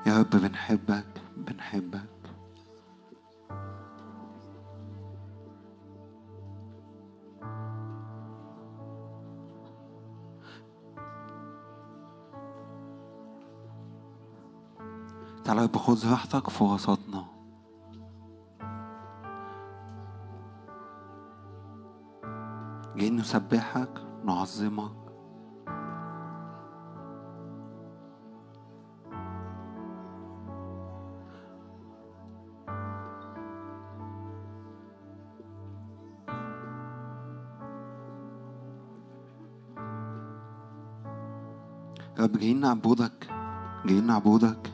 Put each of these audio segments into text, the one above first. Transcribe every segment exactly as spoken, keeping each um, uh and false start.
يا رب بنحبك بنحبك. تعالى يا رب خذ راحتك في وسطنا. جايين نسبحك نعظمك. يا رب جايين نعبدك جايين نعبدك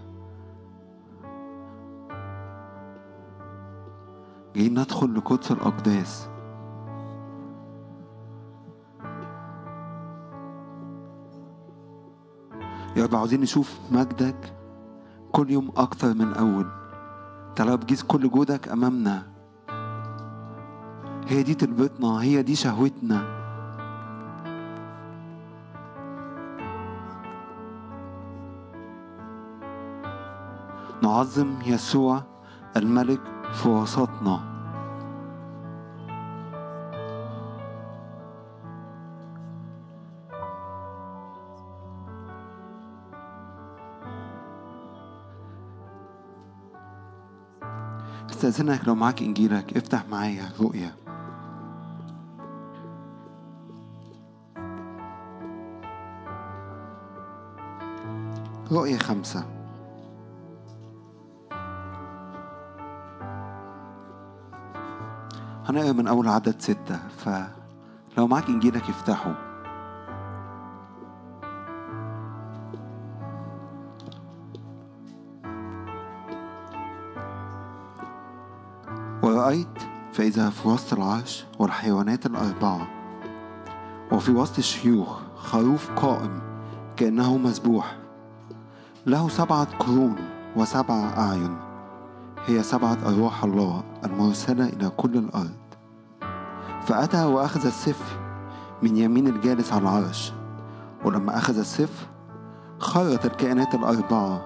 جايين ندخل لقدس الأقداس. يا رب عاوزين نشوف مجدك كل يوم أكتر من أول. تعالى بجيز كل جودك أمامنا. هي دي طلبتنا، هي دي شهوتنا. نعظم يسوع الملك في وسطنا. استأذنك لو معاك إنجيلك افتح معايا رؤيا رؤيا خمسة. هنقرأ من أول عدد ستة، فلو معاك إنجيلك افتحه. ورأيت فإذا في وسط العرش والحيوانات الأربعة وفي وسط الشيوخ خروف قائم كأنه مذبوح، له سبعة قرون وسبع أعين، هي سبعة أرواح الله المرسلة إلى كل الأرض. فأتى وأخذ السفر من يمين الجالس على العرش، ولما أخذ السفر خرت الكائنات الأربعة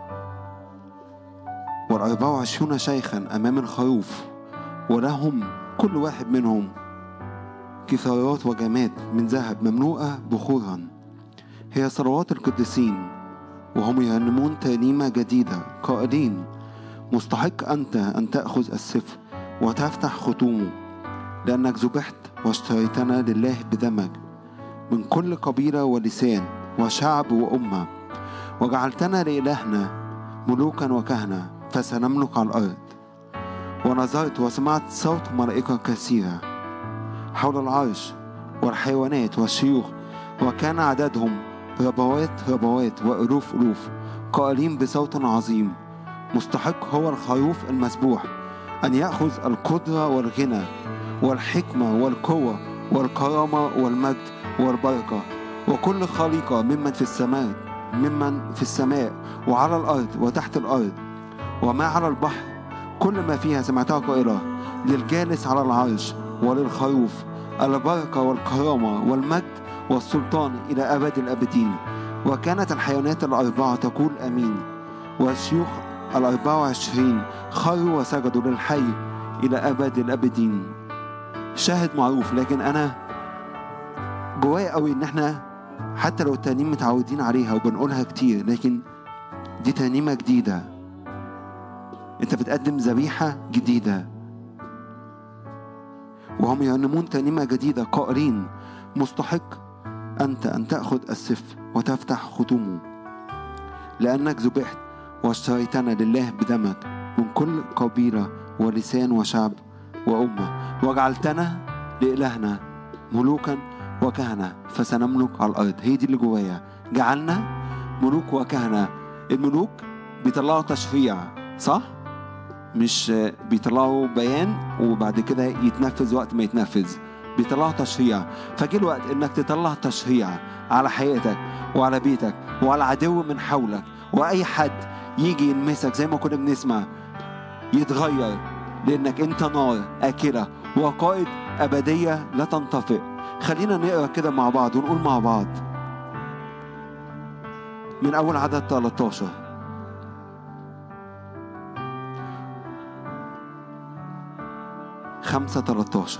والأربع وعشرون شيخا أمام الخروف، ولهم كل واحد منهم كثارات وجمات من ذهب مملوءة بخورا، هي صلوات القديسين، وهم يرنمون ترنيمة جديدة قائلين: مستحق أنت أن تأخذ السفر وتفتح ختومه، لأنك ذبحت واشتريتنا لله بدمك من كل قبيلة ولسان وشعب وأمة، وجعلتنا لإلهنا ملوكا وكهنة، فسنملك على الأرض. ونظرت وسمعت صوت ملائكة كثيرة حول العرش والحيوانات والشيوخ، وكان عددهم ربوات ربوات وألوف ألوف، قائلين بصوت عظيم: مستحق هو الخروف المذبوح أن يأخذ القدرة والغنى والحكمة والقوة والكرامة والمجد والبركة، وكل خليقة ممن في السماء ممن في السماء وعلى الأرض وتحت الأرض وما على البحر كل ما فيها. سمعتها قائلة: للجالس على العرش وللخروف البركة والكرامة والمجد والسلطان إلى أبد الأبدين. وكانت الحيوانات الأربعة تقول آمين، والشيوخ الأربعة وعشرين خروا وسجدوا للحي إلى أبد الأبدين. شاهد معروف، لكن أنا جوايا قوي إن احنا حتى لو الترنيمة متعودين عليها وبنقولها كتير، لكن دي ترنيمة جديدة. انت بتقدم ذبيحة جديدة، وهم يرنمون ترنيمة جديدة قائلين: مستحق أنت أن تأخذ السفر وتفتح ختومه، لأنك ذبحت واشتريتنا لله بدمك من كل قبيلة ولسان وشعب وأمة، وجعلتنا لإلهنا ملوكا وكهنة، فسنملك على الأرض. هي دي اللي جوايا، جعلنا ملوك وكهنة. الملوك بيطلعوا تشريع، صح؟ مش بيطلعوا بيان وبعد كده يتنفذ وقت ما يتنفذ، بيطلعوا تشريع. فجي الوقت انك تطلع تشريع على حياتك وعلى بيتك وعلى عدو من حولك، واي حد يجي يلمسك زي ما كنا بنسمع يتغير، لانك انت نار اكله وقائد ابديه لا تنطفئ. خلينا نقرا كده مع بعض ونقول مع بعض من اول عدد ثلاثة عشر: خمسة تلتاشر.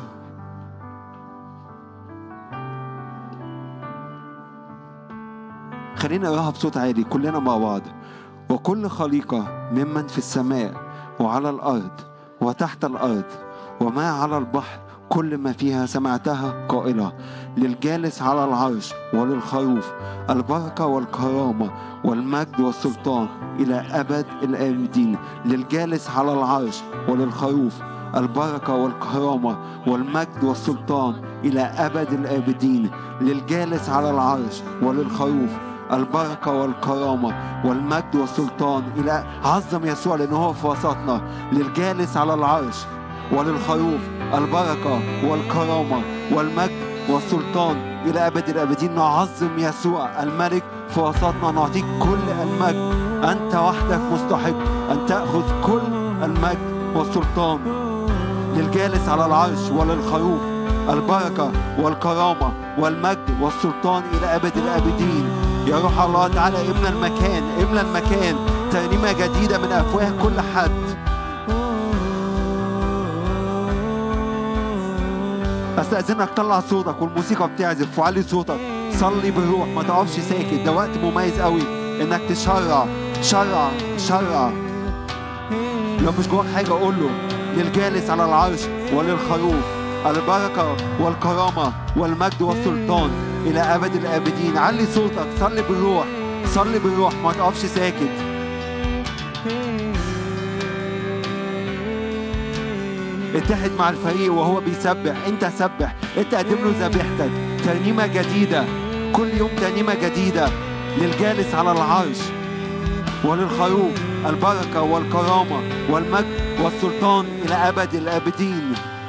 خلينا نقراها بصوت عالي كلنا مع بعض. وكل خليقة ممن في السماء وعلى الأرض وتحت الأرض وما على البحر كل ما فيها سمعتها قائلة للجالس على العرش وللخروف البركة والكرامة والمجد والسلطان إلى أبد الآبدين. للجالس على العرش وللخروف البركة والكرامة والمجد والسلطان إلى أبد الآبدين. للجالس على العرش وللخروف البركة والكرامة والمجد والسلطان إلى عظم يسوع لأنه هو في وسطنا. للجالس على العرش وللخروف البركة والكرامة والمجد والسلطان إلى أبد الآبدين. نعظم يسوع الملك في وسطنا، نعطيك كل المجد. أنت وحدك مستحق أن تأخذ كل المجد والسلطان. للجالس على العرش وللخروف البركة والكرامة والمجد والسلطان إلى أبد الآبدين. يا روح الله تعالى املى المكان، املى المكان ترنيمة جديدة من أفواه كل حد. أستأذنك طلع صوتك والموسيقى بتعزف وعلي صوتك. صلي بالروح، ما تقفش ساكت. ده وقت مميز قوي إنك تشرع شرع شرع. لو مش جواك حاجة قول له للجالس على العرش وللخروف البركة والكرامة والمجد والسلطان إلى أبد الآبدين. علي صوتك، صلي بالروح، صلي بالروح، ما تقفش ساكت. اتحد مع الفريق وهو بيسبح. انت سبح، انت قدم له ذبيحتك. ترنيمة جديدة كل يوم، ترنيمة جديدة. للجالس على العرش وللخروف البركة والكرامة والمجد والسلطان إلى أبد الآبدين.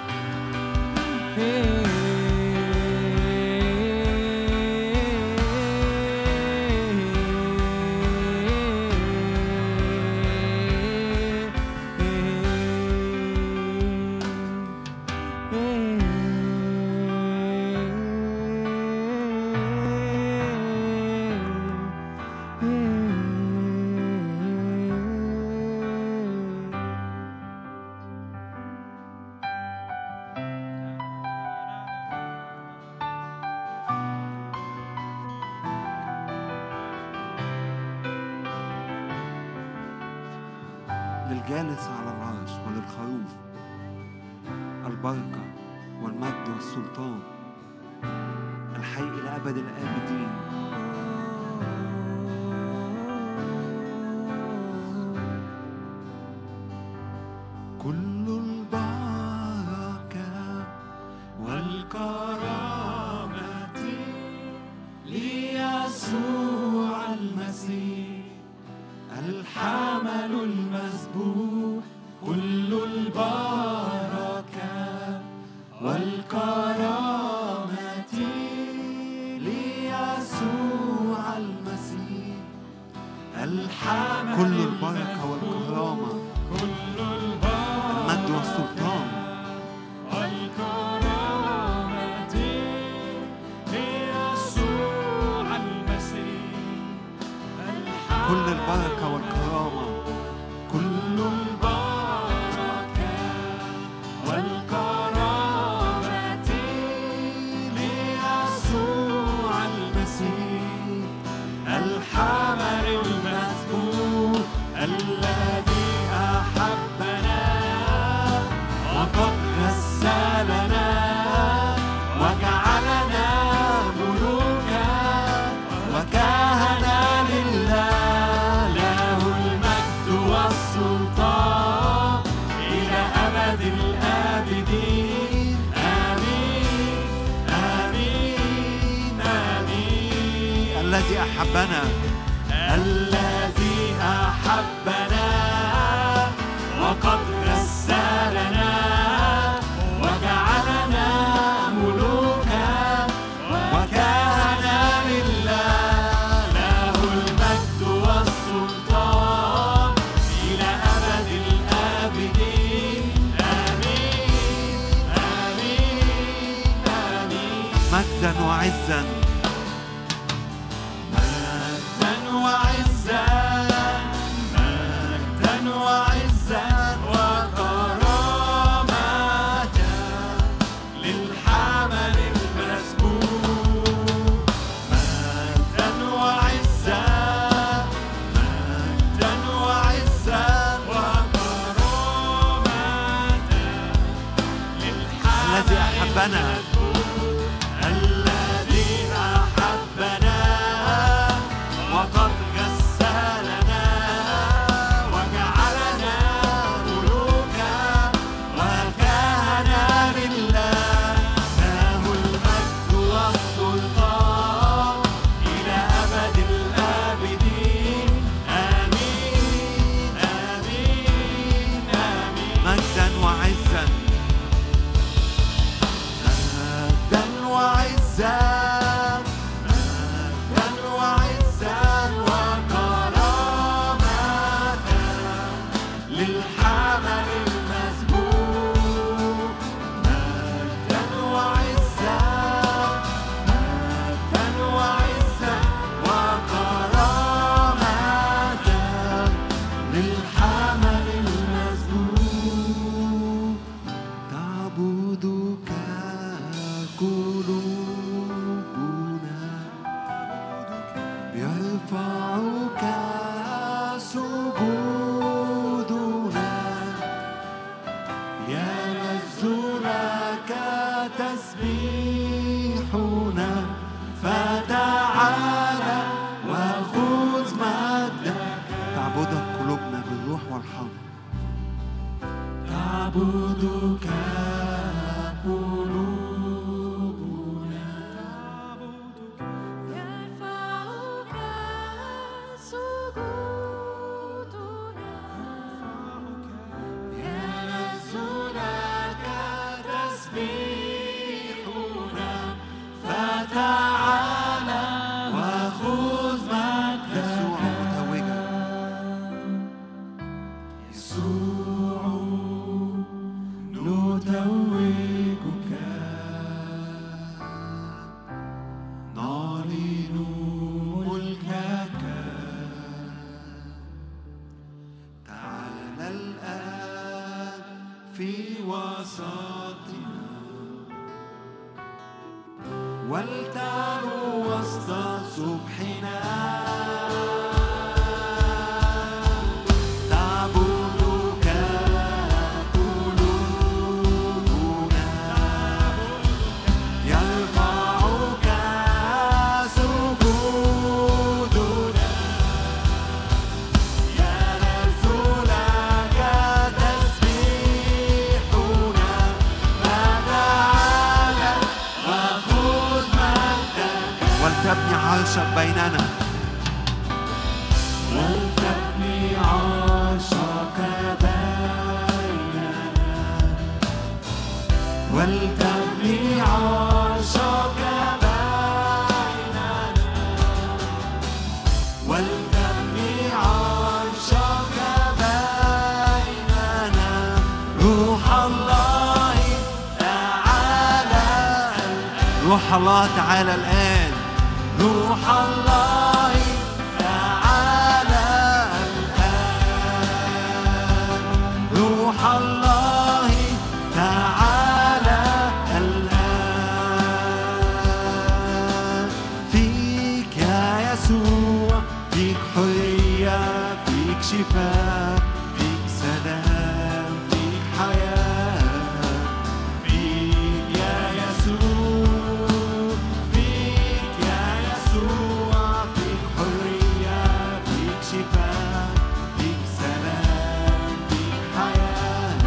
للجالس على العرش وللخروف البركة والمجد والسلطان الحي إلى أبد الآبدين. كل البركة والكرامة ليسوع المسيح الحمل المذبوح. كل البركة والكرامة ليسوع المسيح الحمل. كل البركة والكرامة، كل البركة المجد والسلطان والكرامة ليسوع المسيح الحمل. كل البركة والكرامة، كل البركة والكرامة ليسوع المسيح الحمل المذبوح الذي أحبنا وقد غسلنا وجعلنا ملوكا وكهنة لله. له المجد والسلطان إلى أبد الآبدين. آمين آمين آمين. الذي أحبنا، الذي أحبنا وقد غسلنا وجعلنا ملوكا وكهنة لله. له المجد والسلطان إلى أبد الآبدين. آمين آمين آمين. مجدا وعزا، مجدا وعزا، مجدا وعزا وكرامة الذي أحبنا الذي أحبنا وقد غسلنا وجعلنا ملوكا وكهنة لله، له المجد والسلطان إلى أبد الآبدين. آمين آمين آمين. مجدا وعزا مجدا وعزا مجدا وعزا وكرامة للحمل المسبوق. مجدا وعزا مجدا وعزا وكرامة للحمل المسبوق. تعبدك قلوبنا، يرفعك سجودنا، يلذ لك تسبيحنا. فتعالى وخذ مجدك. تعبدك قلوبنا بالروح والحق. تعبدك قلوبنا، يرفعك سجودنا، يلذ لك تسبيحنا. فتعالى وخذ مجدك. يسوع نتوجك، نعلن ملكك. تعالى الآن في وسطنا، ولتعلو وسط صبحنا. تعبدك قلوبنا، يرفعك سجودنا، يلذ لك تسبيحنا. فتعالى وخذ مجدك. ولتبني عرشك بيننا، ولتبني عرشك بيننا، ولتبني عرشك بيننا، ولتبني عرشك بيننا. روح الله تعالى، روح الله تعالى الآن. روح الله تعالى الآن، روح الله تعالى الآن. فيك يا يسوع، فيك حرية، فيك شفاء، فيك سلام، فيك حياة. فيك يا يسوع، فيك يا يسوع، فيك حرية، فيك شفاء، فيك سلام، فيك حياة.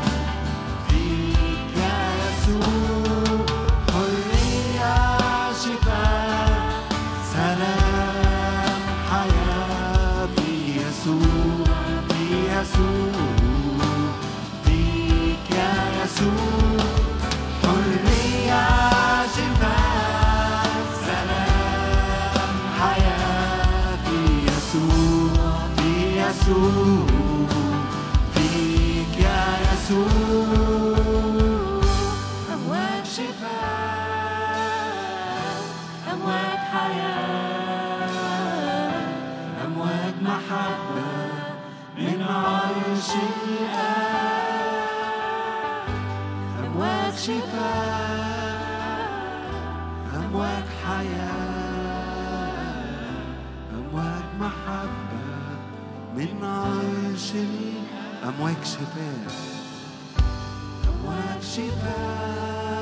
فيك يا يسوع، حرية، شفاء، سلام، حياة. في يسوع، في يسوع، فيك يا يسوع، حرية، شفاء، سلام، حياة. في يسوع، في يسوع، فيك يا يسوع. أمواج شفاء، أمواج حياة، أمواج محبة من عرش الآب. أمواج شفاء، أمواج حياة، أمواج محبة من عرش الآب. أمواج شفاء، أمواج شفاء،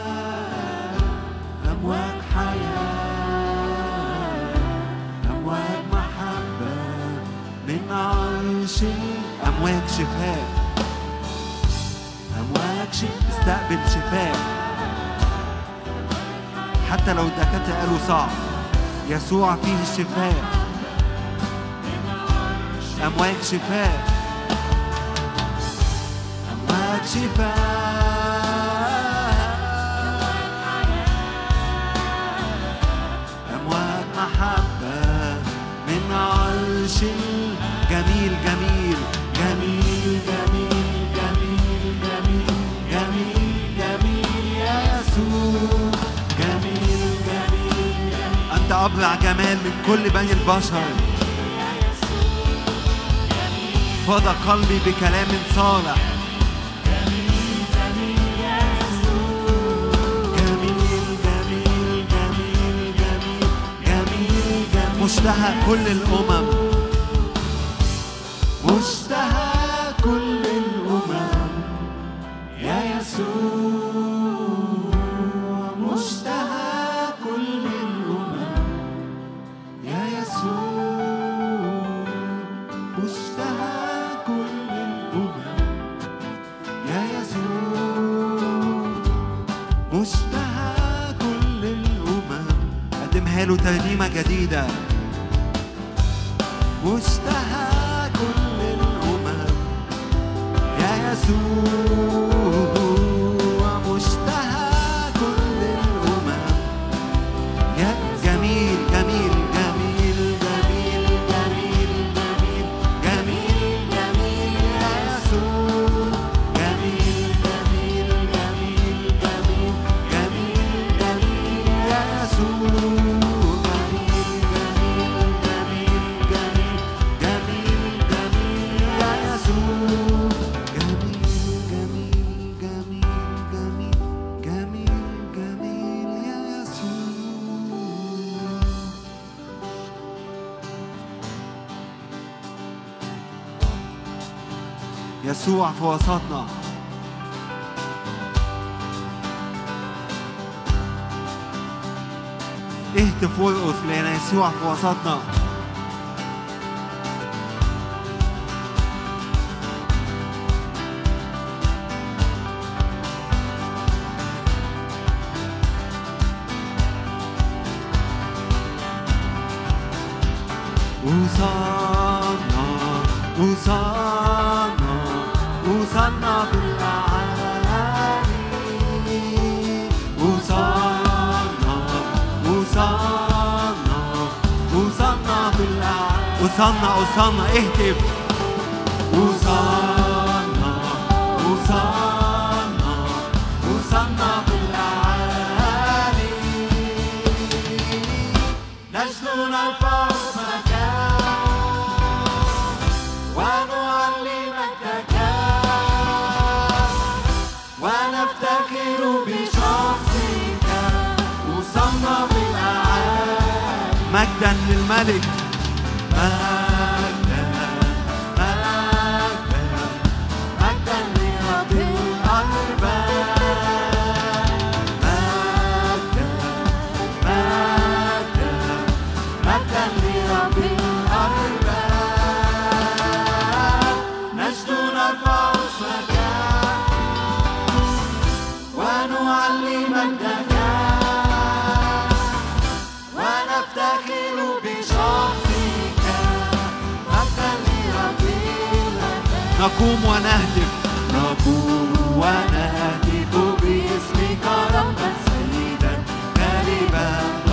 أمواج شفاء، أمواج شفاء. استقبل شفاء حتى لو الدكاترة قالوا صعب، يسوع فيه الشفاء. أمواج شفاء، أمواج شفاء، أمواج محبة من عرش جميل جميل جميل جميل جميل جميل جميل جميل يا يسوع، جميل جميل. أنت أبرع جمال من كل بني البشر. فاض قلبي بكلام صالح. جميل جميل يا يسوع، جميل جميل جميل جميل جميل جميل. مشتهى كل الأمم، مشتهى كل الأمم يا يسوع، مشتهى كل الأمم يا يسوع، مشتهى كل الأمم يا يسوع، مشتهى كل الأمم. قدمها له ترنيمة جديدة. مشتهى كل الأمم يا يسوع، مشتهى كل الأمم يا جميل جميل جميل جميل جميل جميل جميل جميل يا يسوع، جميل جميل جميل جميل جميل جميل يا يسوع، جميل جميل جميل جميل جميل جميل يا يسوع، جميل جميل جميل جميل جميل جميل يا يسوع. يسوع في وسطنا. اهتف وارقص لأن يسوع في وسطنا. وصلنا وصلنا وصلنا بالأعالي، وصلنا وصلنا وصلنا بالأعالي، وصلنا وصلنا اهتف. وصلنا وصلنا وصلنا بالأعالي، نجد نرفع اسمك ونعلي مجدك ونفتخر بشخصك. وصلنا بالأعالي، مجدا للملك، مجدا مجدا مجدا لرب الأرباب، مجدا مجدا مجدا لرب الأرباب. نجد نرفع اسمك ونعلي مجدك ونفتخر بشخصك، مجدا لرب الأرباب. نقوم ونهتف، نقوم ونهتف باسمك ربا سيدا غالبا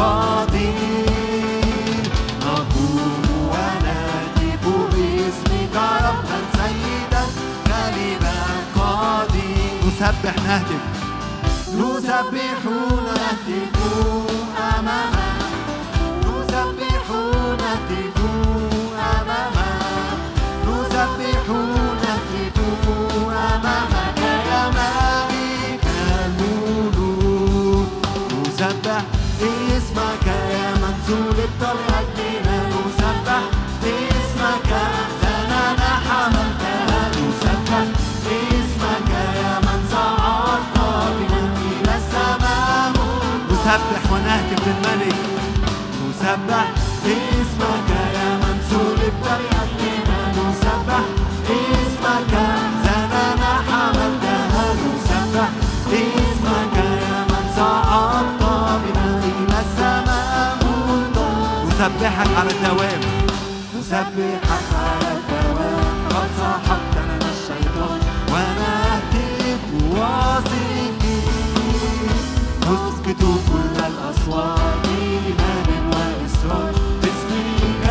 قدير. نقوم ونهتف باسمك ربا سيدا غالبا قدير. نسبح نهتف، نسبح نهتف أمامك، نسبح نهتف أمامك، نسبح نهتف أمامك يا مالك الملوك. نسبح اسمك يا من صلبت لأجلنا، نسبح اسمك أحزاننا حملتها، نسبح اسمك يا من صعدت بنا إلى السماء. نسبح ونهتف للملك، نسبح اسمك يا من صلبت لأجلنا، نسبح اسمك زنانا حملتها نسبح اسمك يا من صعدت بنا إلى السماء نسبحك على الدوام نسبحك على الدوام قد سحقتنا الشيطان ونهتف واثقين نسكت كل الأصوات إيمان وإصرار باسمك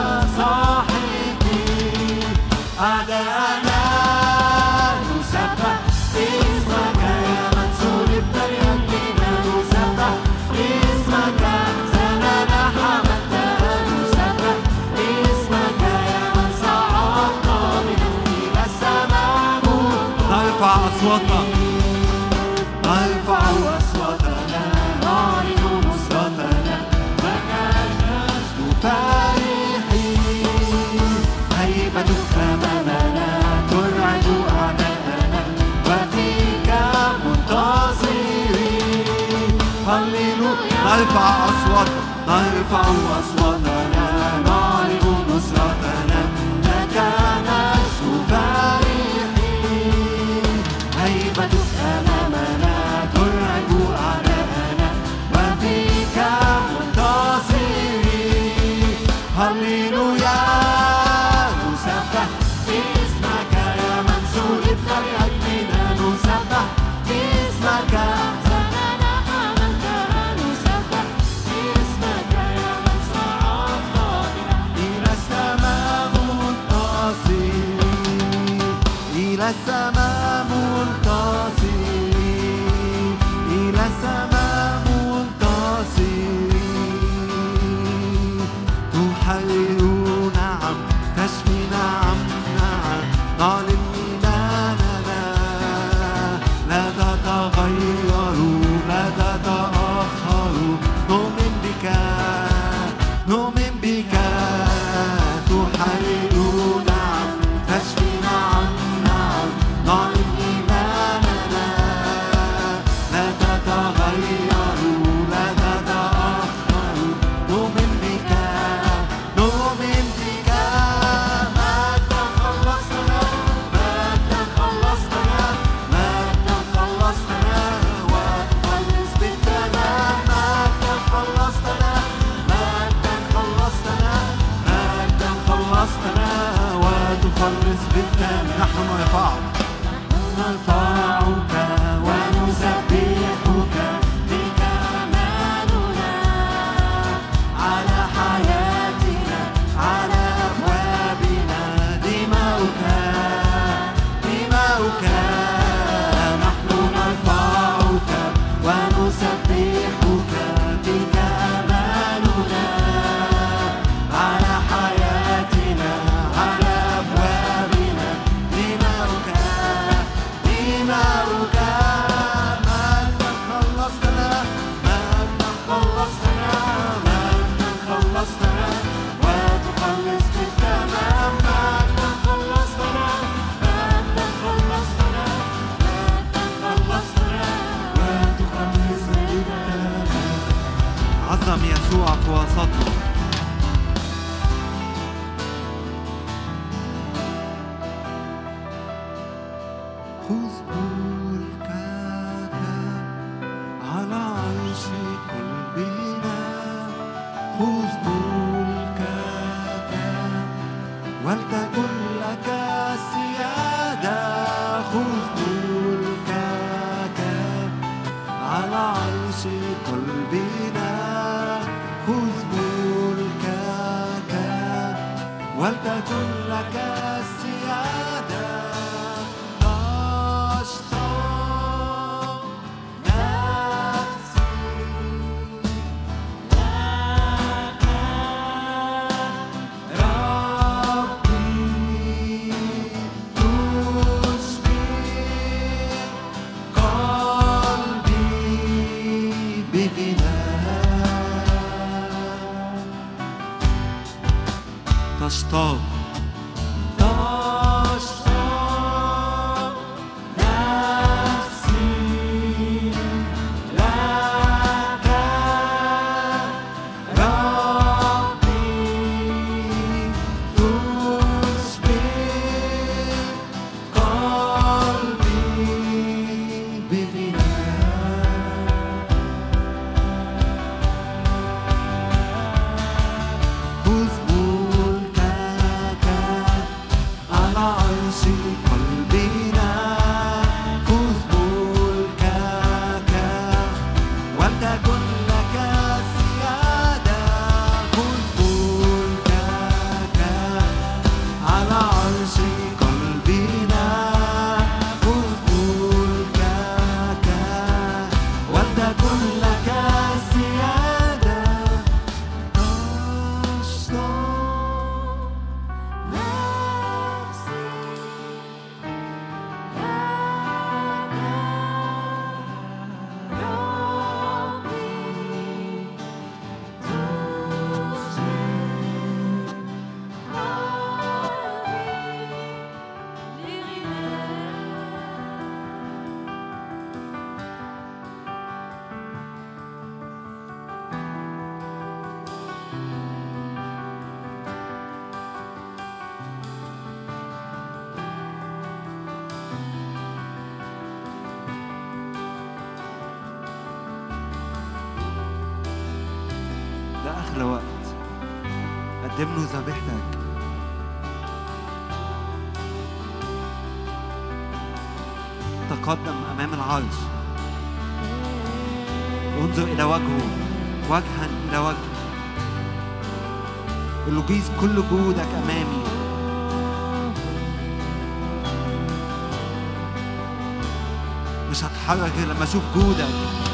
صاحبين أعداءنا نسبح اسمك يا من صلبت لأجلنا نسبح اسمك زنانا حملتها نسبح اسمك يا من صعدت بنا إلى السماء نرفع أصواتنا نرفع أصواتنا نعلن نصرتنا وكأنك فرحين هيبتك أمامنا ترعب أعداءنا وفيك منتصرين هللويا نرفع أصواتنا نرفع أصواتنا نعلن نصرتنا لك نشكو فرحين هيبتك أمامنا ترعب أعداءنا وفيك منتصرين هللويا نسبح اسمك يا من صلبت لأجلنا نسبح اسمك زنانا حملتها نسبح اسمك يا من صعدت بنا إلى السماء منتصرين إلى السماء منتصرين إلى السماء منتصرين تحرر نعم تشفي نعم نعم نعلن إيماننا لا تتغير لا تتأخر نؤمن بك نؤمن بك تحرر نعم تشفي نعم نعم نعلن إيماننا لا تتغير لا تتأخر نؤمن بك نؤمن بك مجدا خلصتنا مجدا خلصتنا مجدا خلصتنا وتخلص بالتمام مجدا خلصتنا مجدا خلصتنا مجدا خلصتنا وتخلص بالتمام نحن نرفعك نرفعك ونسبحك بك أماننا على حياتنا على أبوابنا دماؤك دماؤك نحن نرفعك ونسبحك بك أماننا على حياتنا على أبوابنا دماؤك دماؤك مجدا خلصتنا مجدا خلصتنا مجدا خلصتنا وتخلص بالتمام مجدا خلصتنا مجدا خلصتنا مجدا خلصتنا وتخلص بالتمام عظم يسوع في وسطنا خذ ملكك على عرش قلبنا خذ ملكك ولتكن لك السيادة خذ ملكك على عرش قلبنا خذ ملكك ولتكن لك السيادة تشتاق أغلى وقت. قدم له ذبيحتك. تقدم أمام العرش، انظر إلى وجهه وجها إلى وجه. قل له جيز كل جودك أمامي. مش هتحرك غير لما أشوف جودك.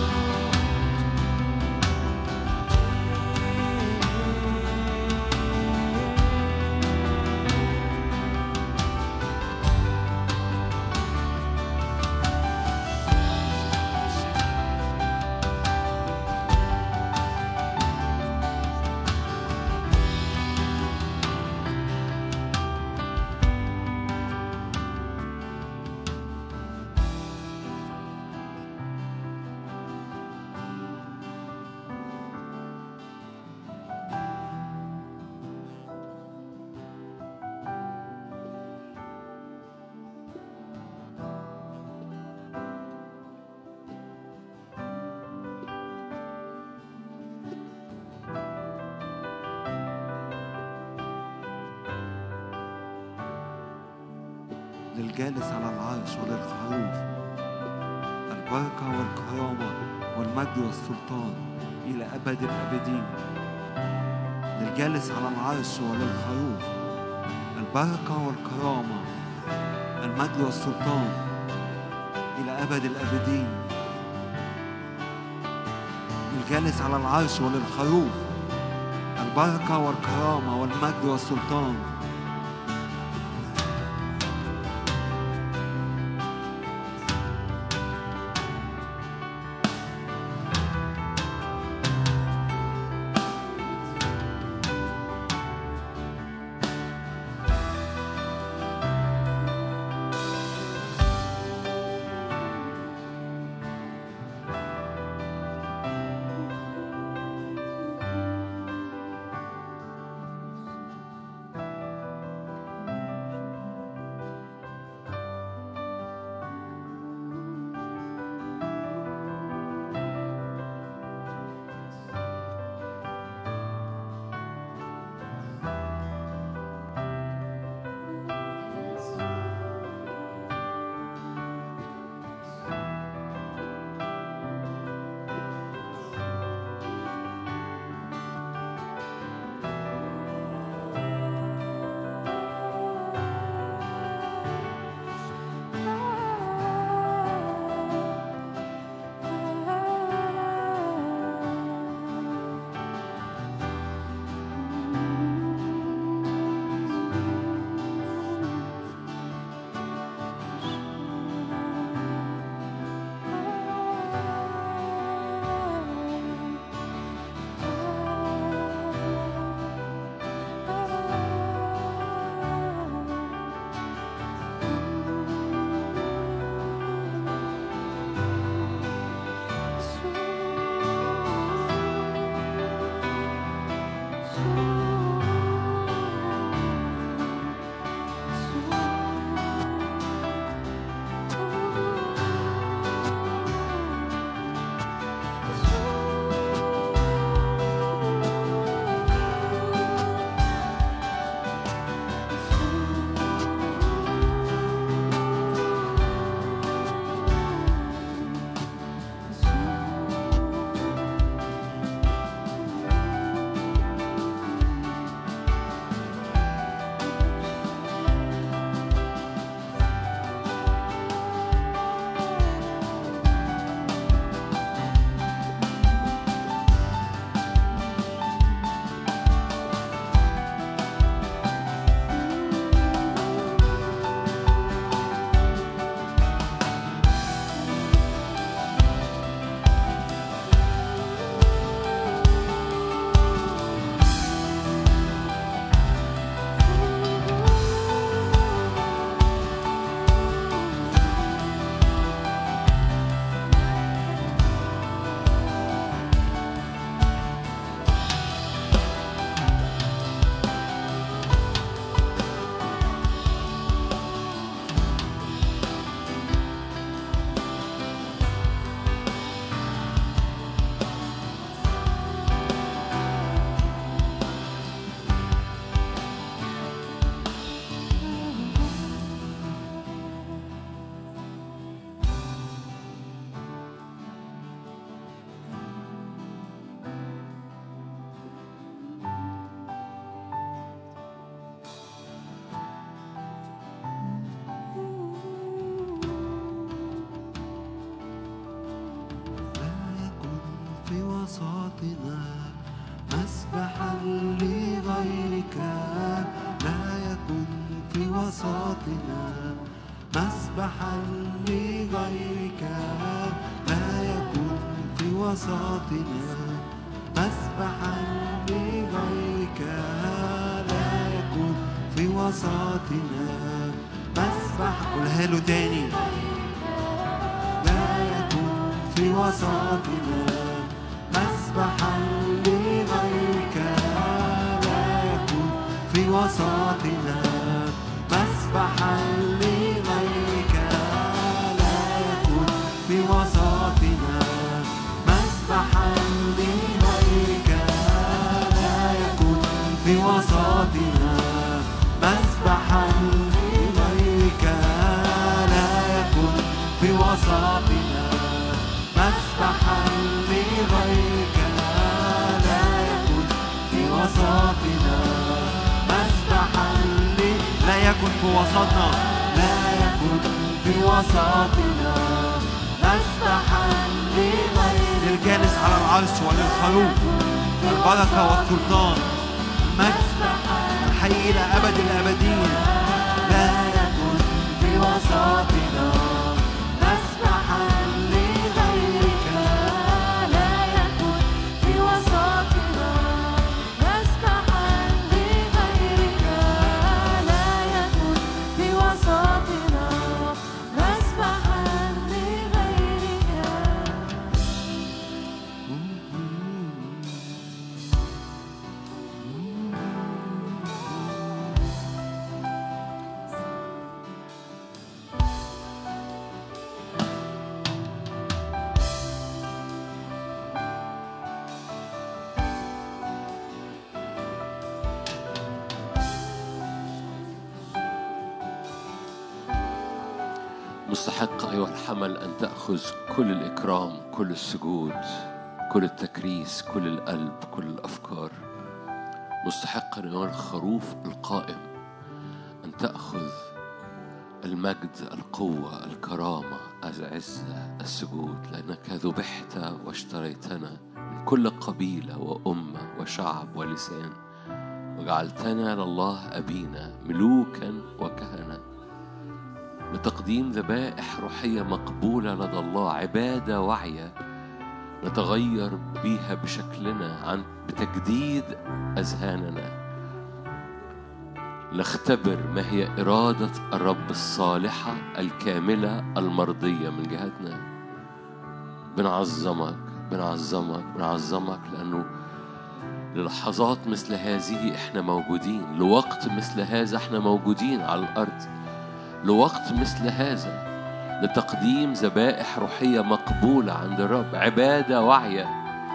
للجالس على العرش وللخروف البركة والكرامة والمجد والسلطان إلى أبد الأبدين. للجالس على العرش وللخروف البركة والكرامة المجد والسلطان إلى أبد الأبدين. للجالس على العرش وللخروف البركة والكرامة والمجد والسلطان. وسطنا مسبحا لغيرك لا يكن في وسطنا مسبحا لغيرك لا يكن في وسطنا مسبحا لغيرك لا يكن في وسطنا مسبح قولها له تاني لا يكن في وسطنا مسبحا لغيرك لا يكن في وسطنا مسبحا لغيرك لا يكن في وسطنا مسبحا لغيرك لا يكن في وسطنا مسبحا لغيرك لا يكن في وسطنا مسبحا لغيرك لا يكن في وسطنا مسبحا لا يكن في وسطنا لا يكن في وسطنا مسبحا لغيرك للجالس على العرش وللخروف البركة والسلطان المجد الحي إلى أبد الآبدين لا يكن في وسطنا مسبحا لغيرك لا يكن في وسطنا مسبحا لغيرك لا يكن في وسطنا مسبحا لغيرك مستحق أيها الحمل أن تأخذ كل الإكرام، كل السجود، كل التكريس، كل القلب، كل الأفكار. مستحق أيها الخروف القائم أن تأخذ المجد، القوة، الكرامة، العزة، السجود، لأنك ذبحت واشتريتنا من كل قبيلة وأمة وشعب ولسان وجعلتنا لله أبينا ملوكا وكهنة لتقديم ذبائح روحية مقبولة لدى الله، عبادة واعية نتغير بيها بشكلنا عن بتجديد أذهاننا، نختبر ما هي إرادة الرب الصالحة الكاملة المرضية من جهتنا. بنعظمك بنعظمك بنعظمك لأنه للحظات مثل هذه إحنا موجودين، لوقت مثل هذا إحنا موجودين على الأرض، لوقت مثل هذا لتقديم ذبائح روحية مقبولة عند الرب، عبادة واعية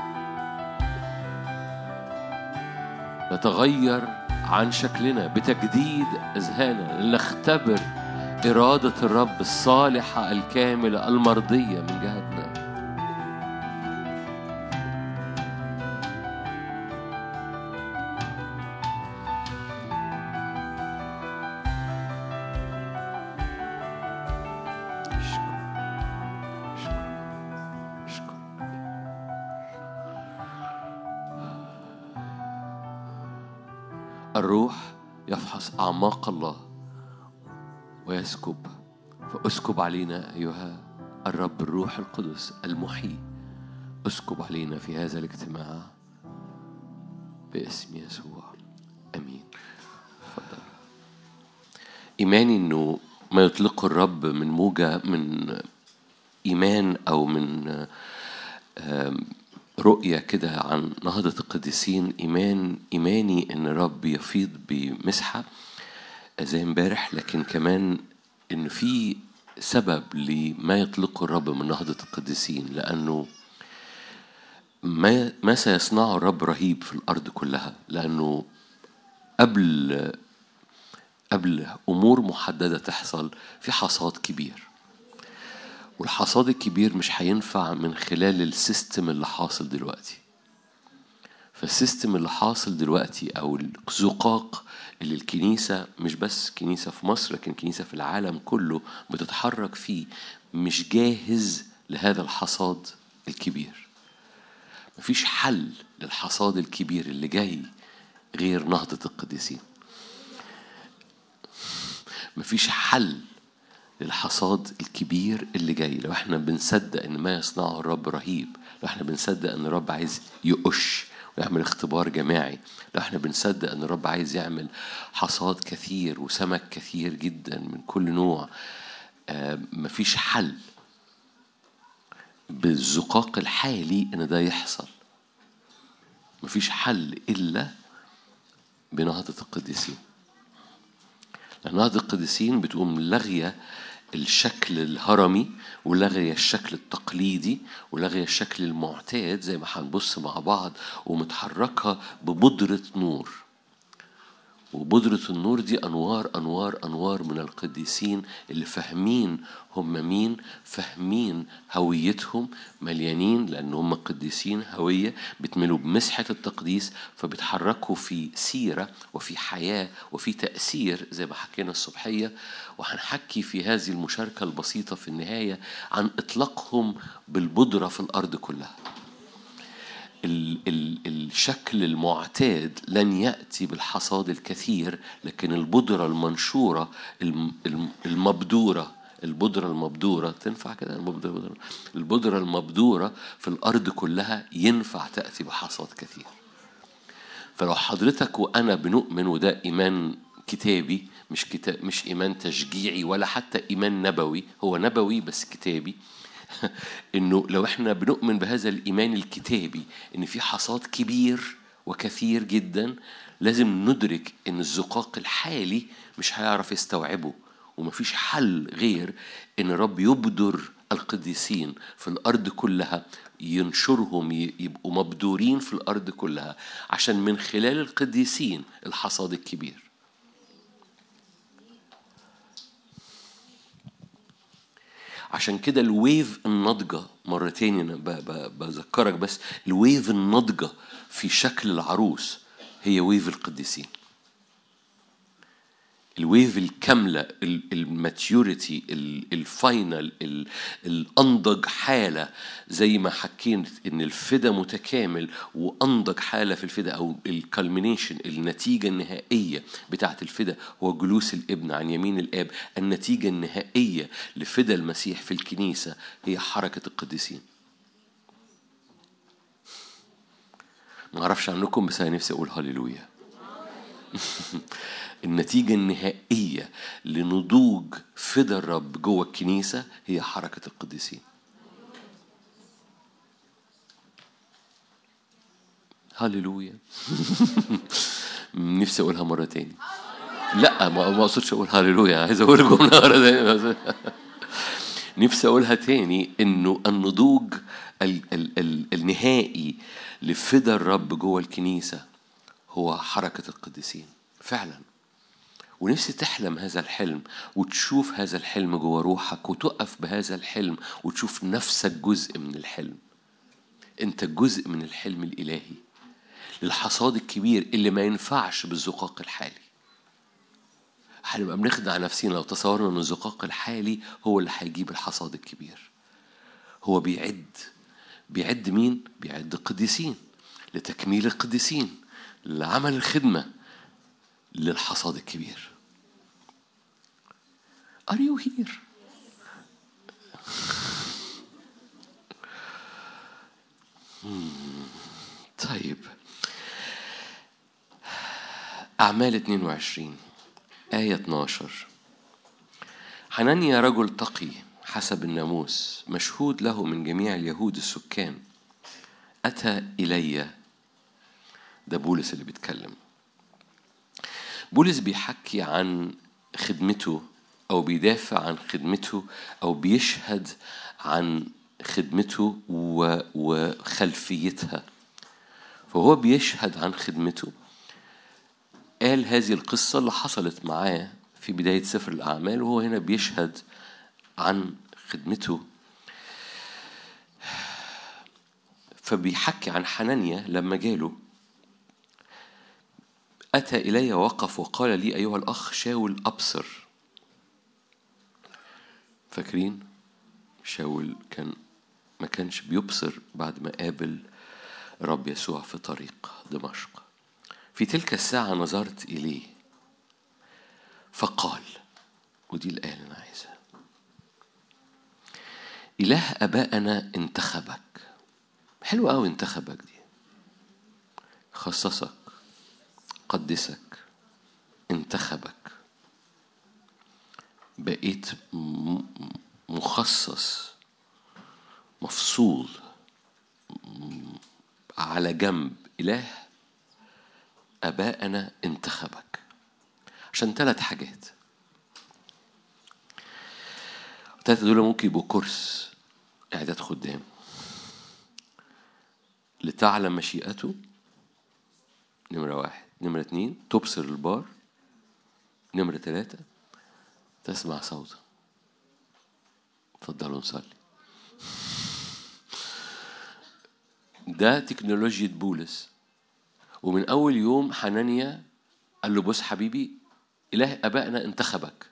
نتغير عن شكلنا بتجديد أذهاننا، لنختبر إرادة الرب الصالحة الكاملة المرضية من جهتنا. الروح يفحص أعماق الله ويسكب، فأسكب علينا أيها الرب الروح القدس المحيي، أسكب علينا في هذا الاجتماع باسم يسوع، أمين. تفضل. إيماني إنه ما يطلقه الرب من موجة من إيمان أو من رؤية كده عن نهضة القديسين، إيمان إيماني إن الرب يفيض بمسحة زي امبارح، لكن كمان إن في سبب لما يطلقه الرب من نهضة القديسين، لأنه ما ما سيصنعه الرب رهيب في الأرض كلها، لأنه قبل قبل أمور محددة تحصل في حصاد كبير، والحصاد الكبير مش هينفع من خلال السيستم اللي حاصل دلوقتي. فالسيستم اللي حاصل دلوقتي أو الزقاق اللي الكنيسة، مش بس كنيسة في مصر لكن كنيسة في العالم كله بتتحرك فيه، مش جاهز لهذا الحصاد الكبير. مفيش حل للحصاد الكبير اللي جاي غير نهضة القديسين. مفيش حل للحصاد الكبير اللي جاي. لو احنا بنصدق ان ما يصنعه الرب رهيب، لو احنا بنصدق ان الرب عايز يقش ويعمل اختبار جماعي، لو احنا بنصدق ان الرب عايز يعمل حصاد كثير وسمك كثير جدا من كل نوع، آه مفيش حل بالزقاق الحالي ان ده يحصل. مفيش حل الا بنهضة القديسين. نهضة القديسين بتقوم لغية الشكل الهرمي ولغية الشكل التقليدي ولغية الشكل المعتاد زي ما هنبص مع بعض، ومتحركة ببودرة نور. وبودرة النور دي أنوار أنوار أنوار من القديسين اللي فاهمين هم مين، فاهمين هويتهم، مليانين لأن هم قديسين هوية بتملوا بمسحة التقديس، فبتحركوا في سيرة وفي حياة وفي تأثير زي ما حكينا الصبحية. وهنحكي في هذه المشاركة البسيطة في النهاية عن إطلاقهم بالبودرة في الأرض كلها. ال ال الشكل المعتاد لن يأتي بالحصاد الكثير، لكن البودرة المنشورة المبدورة، البودرة المبدورة تنفع كده، البودرة البودرة المبدورة في الأرض كلها ينفع تأتي بحصاد كثير. فلو حضرتك وأنا بنؤمن، وده إيمان كتابي مش كتاب، مش إيمان تشجيعي ولا حتى إيمان نبوي، هو نبوي بس كتابي، إنه لو إحنا بنؤمن بهذا الإيمان الكتابي إن في حصاد كبير وكثير جدا، لازم ندرك إن الزقاق الحالي مش هيعرف يستوعبه، ومفيش حل غير إن رب يبدر القديسين في الأرض كلها، ينشرهم يبقوا مبدورين في الأرض كلها، عشان من خلال القديسين الحصاد الكبير. عشان كده الويف النضجة مرة تاني أنا بذكرك، بس الويف النضجة في شكل العروس هي ويف القديسين. الويف الكاملة، الماتيوريتي، الفاينل، الأنضج حالة، زي ما حكينا إن الفدا متكامل، وأنضج حالة في الفدا أو الكالمينيشن، النتيجة النهائية بتاعت الفدا هو جلوس الابن عن يمين الآب. النتيجة النهائية لفدا المسيح في الكنيسة هي حركة القديسين. ما أعرفش عنكم بس أنا نفسي أقول هاليلويا. النتيجة النهائية لنضوج فدا الرب جوه الكنيسة هي حركة القديسين. هاليلويا. نفسي أقولها مرة تاني. لا ما أقصدش أقول هاليلويا، عايز أقول جملة مرة تاني. نفسي أقولها تاني، إنه النضوج ال ال ال النهائي لفدا الرب جوه الكنيسة هو حركة القديسين فعلا. ونفسي تحلم هذا الحلم وتشوف هذا الحلم جوه روحك، وتقف بهذا الحلم وتشوف نفسك جزء من الحلم. انت جزء من الحلم الإلهي للحصاد الكبير اللي ما ينفعش بالزقاق الحالي. هنبقى بنخدع نفسنا لو تصورنا ان الزقاق الحالي هو اللي هيجيب الحصاد الكبير. هو بيعد بيعد مين؟ بيعد القديسين لتكميل القديسين، لعمل الخدمة، للحصاد الكبير. Are you here? طيب، أعمال اثنين وعشرين آية اثناشر. حنانيا رجل تقي حسب الناموس، مشهود له من جميع اليهود السكان، أتى إلي. ده بولس اللي بيتكلم. بولس بيحكي عن خدمته أو بيدافع عن خدمته أو بيشهد عن خدمته وخلفيتها. فهو بيشهد عن خدمته. قال هذه القصة اللي حصلت معاه في بداية سفر الأعمال، وهو هنا بيشهد عن خدمته. فبيحكي عن حنانيا لما جاله، أتى إلي وقف وقال لي أيها الأخ شاول أبصر. فاكرين شاول كان ما كانش بيبصر بعد ما قابل الرب يسوع في طريق دمشق. في تلك الساعة نظرت إليه فقال، ودي الآية اللي أنا عايزها: إله أبائنا انتخبك. حلو قوي انتخبك دي، خصصك، قدسك، انتخبك، بقيت مخصص، مفصول على جنب. إله أبائنا انتخبك عشان ثلاث حاجات. الثلاثة دول ممكن يبقوا كورس إعداد خدام: لتعلم مشيئته، نمرة واحد. نمرة اتنين، تبصر البار. نمرة ثلاثة، تسمع صوته. تفضلوا نصلي. ده تكنولوجيا بولس. ومن أول يوم حنانيا قال له: بص حبيبي، إله أبائنا انتخبك.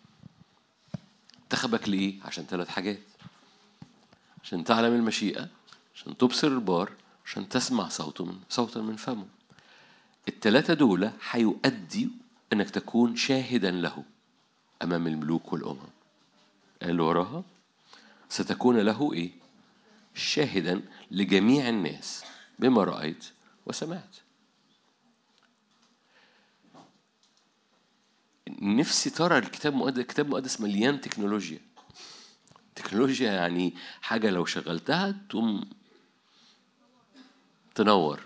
انتخبك لإيه؟ عشان ثلاث حاجات: عشان تعلم المشيئة، عشان تبصر البار، عشان تسمع صوته من صوتا من فمه. الثلاثة دول هيؤدي أنك تكون شاهدا له أمام الملوك والأمم. قال وراها: ستكون له إيه؟ شاهدا لجميع الناس بما رأيت وسمعت. نفسي ترى الكتاب المقدس. الكتاب المقدس مليان تكنولوجيا. تكنولوجيا يعني حاجة لو شغلتها تقوم تنور.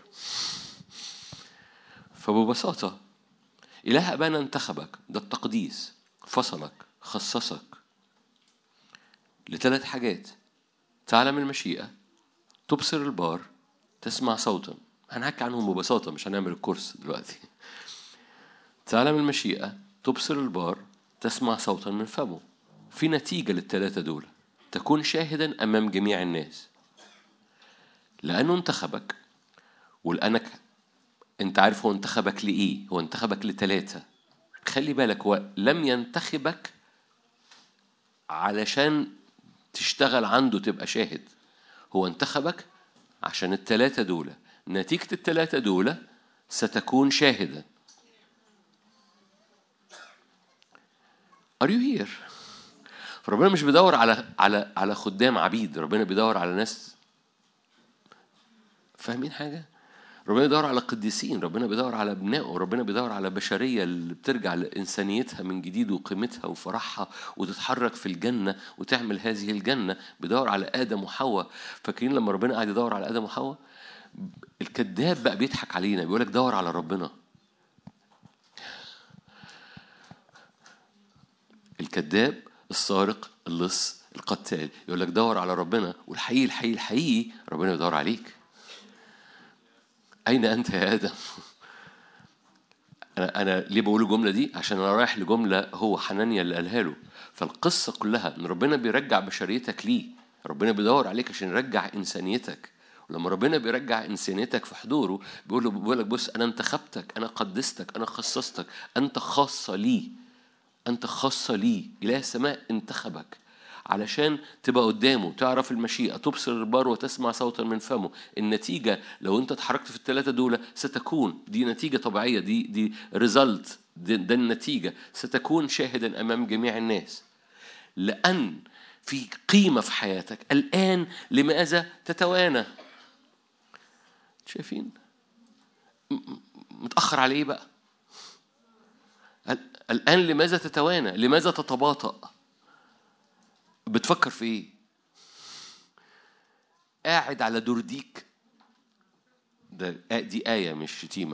فببساطة إله أبانا انتخبك، ده التقديس، فصلك، خصصك لثلاث حاجات: تعلم المشيئة، تبصر البار، تسمع صوتا. هنحكي عنهم ببساطة، مش هنعمل الكورس دلوقتي. تعلم المشيئة، تبصر البار، تسمع صوتا من فمه. في نتيجة للثلاثة دول: تكون شاهدا أمام جميع الناس. لأنه انتخبك، ولأنك انت عارف هو انتخبك لإيه. هو انتخبك لثلاثة. خلي بالك، هو لم ينتخبك علشان تشتغل عنده تبقى شاهد. هو انتخبك عشان الثلاثة دول. نتيجة الثلاثة دول ستكون شاهدا. Are you here؟ فربنا مش بيدور على على على خدام عبيد. ربنا بيدور على ناس فاهمين حاجة. ربنا بيدور على قديسين. ربنا بيدور على ابنائه. ربنا بيدور على بشرية اللي بترجع لإنسانيتها من جديد وقيمتها وفرحها وتتحرك في الجنة وتعمل هذه الجنة. بيدور على آدم وحواء. فاكرين لما ربنا قاعد يدور على آدم وحواء؟ الكذاب بقى بيضحك علينا، بيقولك دور على ربنا. الكذاب، السارق، اللص، القتال يقولك دور على ربنا. والحقيقي الحقيقي الحقيقي ربنا يدور عليك. أين أنت يا آدم؟ أنا أنا ليه بقول الجملة دي؟ عشان أنا رايح لجملة هو حنانيا اللي قالها له. فالقصة كلها إن ربنا بيرجع بشريتك ليه. ربنا بيدور عليك عشان يرجع إنسانيتك. ولما ربنا بيرجع إنسانيتك في حضوره بيقول له بيقول لك بص، أنا انتخبتك، أنا قدستك، أنا خصصتك، أنت خاصة لي، أنت خاصة لي. إله السماء انتخبك علشان تبقى قدامه، تعرف المشيئة، تبصر البار وتسمع صوتا من فمه. النتيجة لو أنت اتحركت في الثلاثة دول ستكون، دي نتيجة طبيعية، دي دي ريزلت، ده النتيجة. ستكون شاهدا أمام جميع الناس. لأن في قيمة في حياتك. الآن لماذا تتوانى؟ شايفين متأخر عليه بقى؟ الآن لماذا تتوانى؟ لماذا تتباطأ؟ بتفكر في ايه؟ قاعد على درديك. ده دي آية مش شتيمة.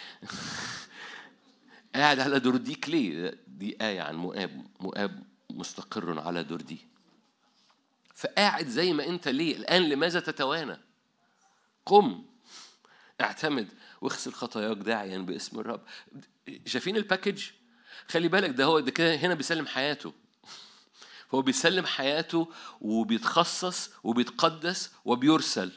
قاعد على درديك ليه؟ دي آية عن مؤاب. مؤاب مستقر على دردي. فقاعد زي ما انت ليه؟ الآن لماذا تتوانى؟ قم اعتمد واغسل خطاياك داعيا باسم الرب. شايفين الباكج؟ خلي بالك، ده هو ده كده هنا بيسلم حياته. هو بيسلم حياته وبيتخصص وبيتقدس وبيرسل.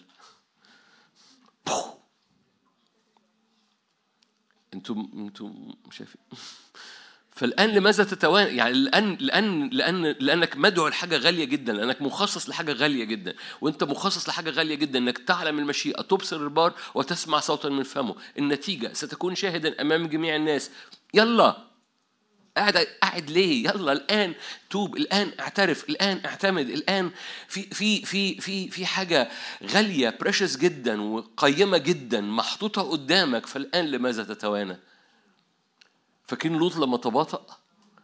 انتم انتم شايفين؟ فالآن لماذا تتوانى؟ يعني الآن لأن لأن لأنك مدعو لحاجة غالية جدا، لأنك مخصص لحاجة غالية جدا، وأنت مخصص لحاجة غالية جدا، إنك تعلم المشيئة، تبصر البار وتسمع صوتا من فمه. النتيجة ستكون شاهدا أمام جميع الناس. يلا قاعد قاعد ليه؟ يلا الآن توب، الآن اعترف، الآن اعتمد، الآن في في في في في حاجة غالية بريشس جدا وقيمة جدا محطوطة قدامك. فالآن لماذا تتوانى؟ فاكرين لوط لما تباطأ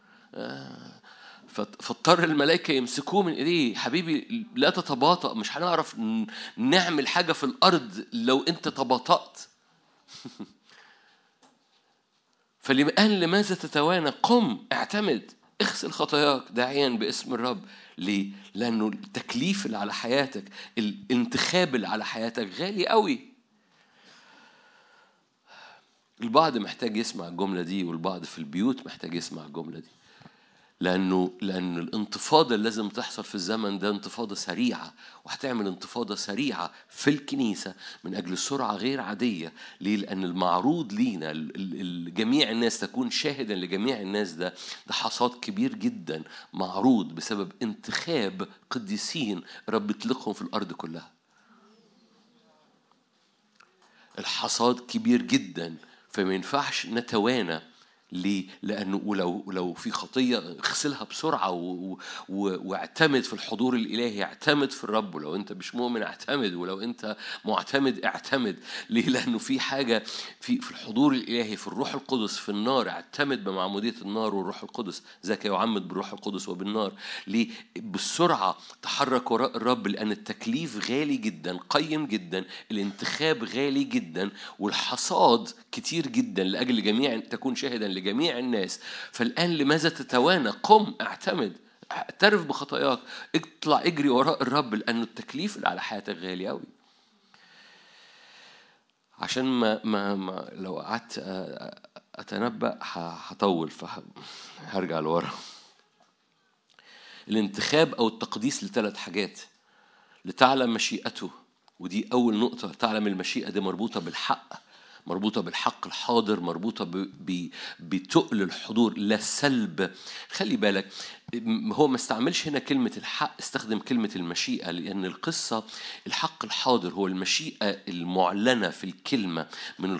فاضطر الملائكة يمسكوه من إيديه. حبيبي لا تتباطأ، مش هنعرف نعمل حاجة في الأرض لو أنت تباطأت. فالآن لماذا تتوانى؟ قم اعتمد، اغسل خطاياك داعيا باسم الرب. ليه؟ لأنه التكليف اللي على حياتك، الانتخاب اللي على حياتك غالي قوي. البعض محتاج يسمع الجملة دي، والبعض في البيوت محتاج يسمع الجملة دي، لأنه لأن الانتفاضة اللي لازم تحصل في الزمن ده انتفاضة سريعة، وهتعمل انتفاضة سريعة في الكنيسة من أجل سرعة غير عادية. ليه؟ لأن المعروض لينا لجميع الناس، تكون شاهدا لجميع الناس، ده ده حصاد كبير جدا معروض بسبب انتخاب قديسين رب يطلقهم في الأرض كلها. الحصاد كبير جدا، فما ينفعش نتوانى. ليه؟ لأنه ولو ولو في خطية اغسلها بسرعة و... و... واعتمد في الحضور الإلهي، اعتمد في الرب. ولو أنت مش مؤمن اعتمد، ولو أنت معتمد اعتمد. ليه؟ لأنه في حاجة في في الحضور الإلهي، في الروح القدس، في النار. اعتمد بمعمودية النار والروح القدس، ذاك يعمد بالروح القدس وبالنار. ليه؟ بالسرعة تحرك وراء الرب، لأن التكليف غالي جدا، قيم جدا، الانتخاب غالي جدا، والحصاد كتير جدا لأجل جميع تكون شاهدا لجميع الناس. فالآن لماذا تتوانى؟ قم اعتمد، اعترف بخطاياك، اطلع اجري وراء الرب، لأنه التكليف اللي على حياتك غالي قوي. عشان ما, ما, ما لو قعدت أتنبأ هطول، فهرجع لورا. الانتخاب أو التقديس لثلاث حاجات: لتعلم مشيئته، ودي أول نقطة. تعلم المشيئة دي مربوطة بالحق، مربوطة بالحق الحاضر، مربوطة بتقل الحضور لا سلب. خلي بالك، هو ما استعملش هنا كلمة الحق، استخدم كلمة المشيئة، لأن القصة الحق الحاضر هو المشيئة المعلنة في الكلمة من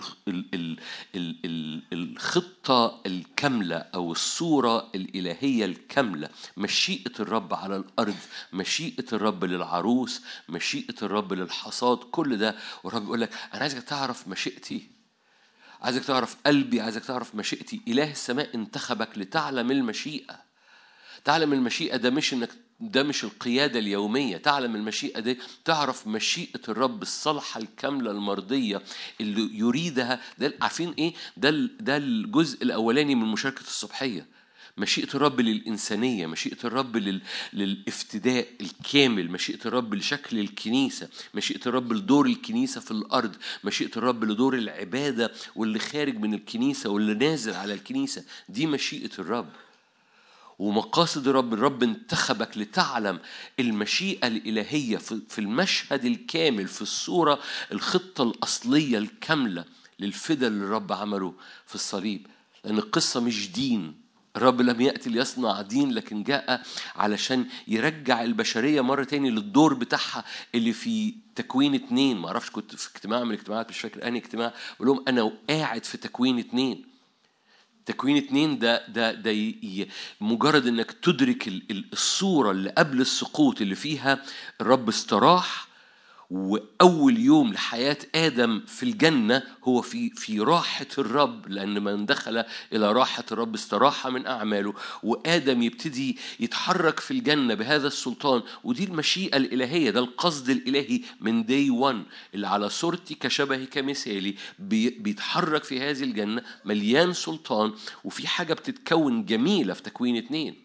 الخطة الكاملة أو الصورة الإلهية الكاملة. مشيئة الرب على الأرض، مشيئة الرب للعروس، مشيئة الرب للحصاد، كل ده. والرب يقول لك أنا عايزك تعرف مشيئتي، عايزك تعرف قلبي، عايزك تعرف مشيئتي. إله السماء انتخبك لتعلم المشيئة. تعلم المشيئة ده مش إنك ده مش القيادة اليومية. تعلم المشيئة دي تعرف مشيئة الرب الصالحة الكاملة المرضية اللي يريدها. ده عارفين إيه؟ ده ده الجزء الأولاني من مشاركة الصبحية. مشيئة الرب للإنسانية، مشيئة الرب لل... للافتداء الكامل، مشيئة الرب لشكل الكنيسة، مشيئة الرب لدور الكنيسة في الأرض، مشيئة الرب لدور العبادة واللي خارج من الكنيسة واللي نازل على الكنيسة. دي مشيئة الرب ومقاصد الرب. الرب انتخبك لتعلم المشيئة الإلهية في المشهد الكامل، في الصورة الخطة الأصلية الكاملة للفداء اللي الرب عمله في الصليب. لأن القصة مش دين. الرب لم يأتي ليصنع دين، لكن جاء علشان يرجع البشرية مرة تاني للدور بتاعها اللي في تكوين اتنين. ما أعرفش، كنت في اجتماع من الاجتماعات، مش فاكر أنهي اجتماع، بقول لهم أنا قاعد في تكوين اتنين. تكوين اتنين ده ده ده مجرد انك تدرك الصورة اللي قبل السقوط اللي فيها الرب استراح، وأول يوم لحياة آدم في الجنة هو في في راحة الرب، لأن من دخل إلى راحة الرب استراح من أعماله. وآدم يبتدي يتحرك في الجنة بهذا السلطان. ودي المشيئة الإلهية، ده القصد الإلهي من داي وان، اللي على صورتي كشبهي كمثالي بيتحرك في هذه الجنة مليان سلطان. وفي حاجة بتتكون جميلة في تكوين اتنين.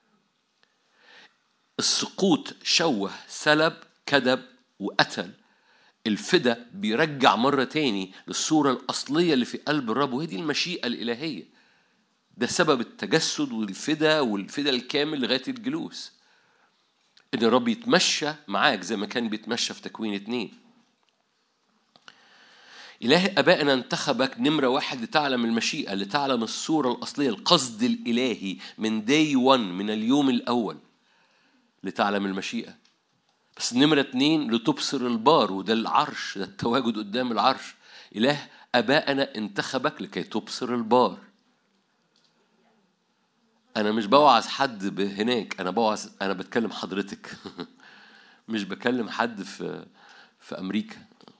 السقوط شوه، سلب، كذب وقتل. الفداء بيرجع مرة تاني للصورة الأصلية اللي في قلب الرب، وهي دي المشيئة الإلهية. ده سبب التجسد والفداء والفداء الكامل لغاية الجلوس، إن الرب يتمشى معاك زي ما كان بيتمشى في تكوين اتنين. إله أبائنا انتخبك نمرة واحد لتعلم المشيئة، لتعلم الصورة الأصلية، القصد الإلهي من day one، من اليوم الأول لتعلم المشيئة. بس نمرة اتنين لتبصر البار، وده العرش، ده التواجد قدام العرش. إله أبائنا انتخبك لكي تبصر البار. أنا مش بوعظ حد هناك، أنا بوعظ، أنا بتكلم حضرتك مش بكلم حد في في أمريكا،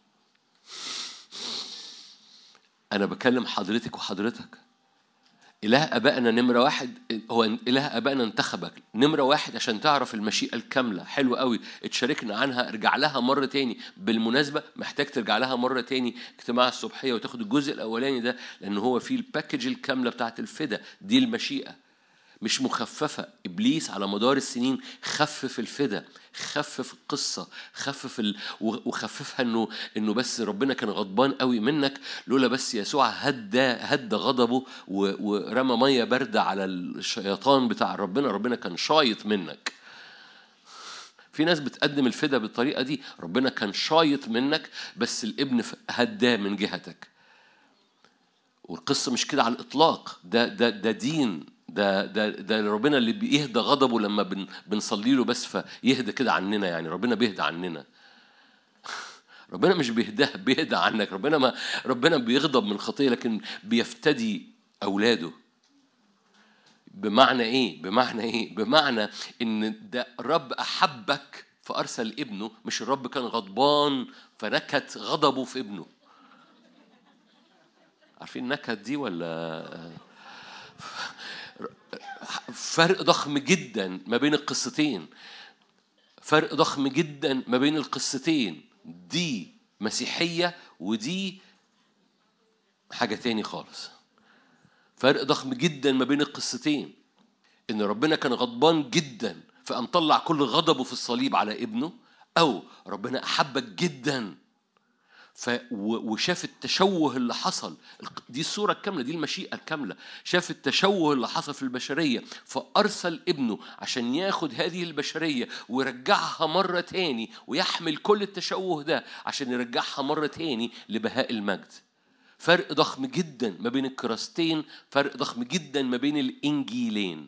أنا بكلم حضرتك وحضرتك. إله أبائنا نمرة واحد، هو إله أبائنا انتخبك نمرة واحد عشان تعرف المشيئة الكاملة. حلو قوي، اتشاركنا عنها، ارجع لها مرة تاني. بالمناسبة محتاج ترجع لها مرة تاني اجتماع الصبحية وتاخد الجزء الأولاني ده، لأن هو فيه الباكج الكاملة بتاعت الفدا. دي المشيئة مش مخففة. إبليس على مدار السنين خفف الفدا، خفف القصة، خفف ال... وخففها إنه إنه بس ربنا كان غضبان قوي منك، لولا بس يسوع هدى هدى غضبه و... ورمى مية باردة على الشيطان بتاع ربنا، ربنا كان شايط منك. في ناس بتقدم الفدا بالطريقة دي، ربنا كان شايط منك بس الابن هداه من جهتك. والقصة مش كده على الإطلاق، ده ده ده دين، ده ده ده ربنا اللي بيهدى غضبه لما بن بنصلي له بس فيهدى كده عننا. يعني ربنا بيهدى عننا، ربنا مش بيهدى بيهدى عنك. ربنا ما ربنا بيغضب من خطية لكن بيفتدي أولاده. بمعنى إيه؟ بمعنى إيه؟ بمعنى إن ده رب أحبك فأرسل ابنه، مش الرب كان غضبان فنكت غضبه في ابنه. عارفين نكت دي ولا؟ فرق ضخم جدا ما بين القصتين، فرق ضخم جدا ما بين القصتين. دي مسيحية ودي حاجة تاني خالص. فرق ضخم جدا ما بين القصتين، إن ربنا كان غضبان جدا فقام طلع كل غضبه في الصليب على ابنه، أو ربنا أحبك جدا ف وشاف التشوه اللي حصل. دي الصورة الكاملة، دي المشيئة الكاملة. شاف التشوه اللي حصل في البشرية فأرسل ابنه عشان ياخد هذه البشرية ويرجعها مرة تاني، ويحمل كل التشوه ده عشان يرجعها مرة تاني لبهاء المجد. فرق ضخم جدا ما بين الكراستين، فرق ضخم جدا ما بين الإنجيلين.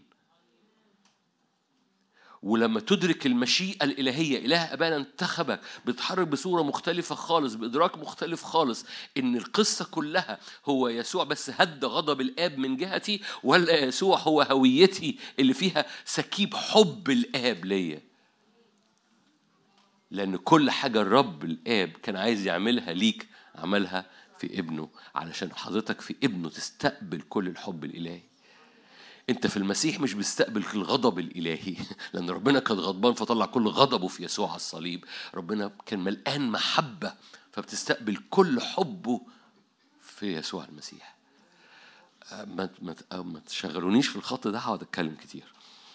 ولما تدرك المشيئة الإلهية، إله أبانا انتخبك، بتتحرك بصورة مختلفة خالص، بإدراك مختلف خالص، إن القصة كلها هو يسوع بس هدى غضب الآب من جهتي، ولا يسوع هو هويتي اللي فيها سكيب حب الآب ليا. لأن كل حاجة الرب الآب كان عايز يعملها ليك عملها في ابنه، علشان حضرتك في ابنه تستقبل كل الحب الإلهي. انت في المسيح مش بتستقبل الغضب الالهي، لان ربنا كان غضبان فطلع كل غضبه في يسوع على الصليب. ربنا كان ملقان محبه فبتستقبل كل حبه في يسوع المسيح. ما ما ما تشغلونيش في الخط ده، هقعد اتكلم كتير.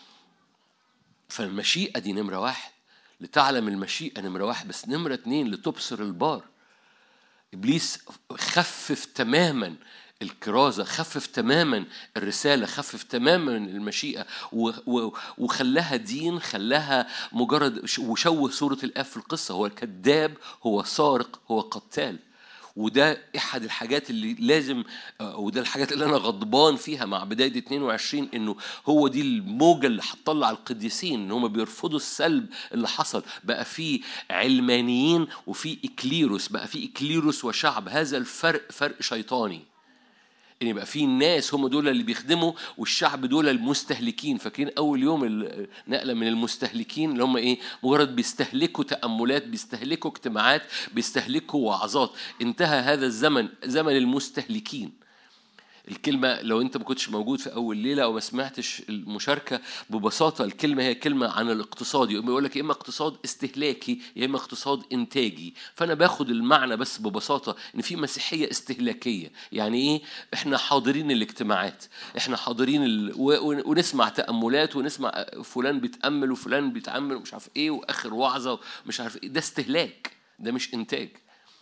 فالمشيئه دي نمره واحد، لتعلم المشيئه نمره واحد. بس نمره اتنين لتبصر البار. ابليس خفف تماما الكرازة، خفف تماما الرسالة، خفف تماما المشيئة، وخلاها دين، خلاها مجرد، وشوه صورة الآب في القصة. هو الكذاب، هو سارق، هو قتال. وده احد الحاجات اللي لازم، وده الحاجات اللي انا غضبان فيها مع بدايه اتنين وعشرين، انه هو دي الموجه اللي هتطلع القديسين ان هم بيرفضوا السلب اللي حصل. بقى في علمانيين وفي اكليروس، بقى في اكليروس وشعب. هذا الفرق فرق شيطاني، ان يبقى في الناس هم دول اللي بيخدموا والشعب دول المستهلكين. فاكرين اول يوم النقله من المستهلكين اللي هم ايه؟ مجرد بيستهلكوا تاملات، بيستهلكوا اجتماعات، بيستهلكوا وعظات. انتهى هذا الزمن، زمن المستهلكين. الكلمة لو أنت ما كنتش موجود في أول ليلة أو ما سمعتش المشاركة، ببساطة الكلمة هي كلمة عن الاقتصاد. يقول لك إما اقتصاد استهلاكي يا إما اقتصاد إنتاجي. فأنا باخد المعنى بس ببساطة إن في مسيحية استهلاكية. يعني إيه؟ إحنا حاضرين الاجتماعات، إحنا حاضرين ال... ونسمع تأملات، ونسمع فلان بيتأمل وفلان بيتأمل ومش عارف إيه، وآخر وعظة ومش عارف إيه. ده استهلاك، ده مش إنتاج.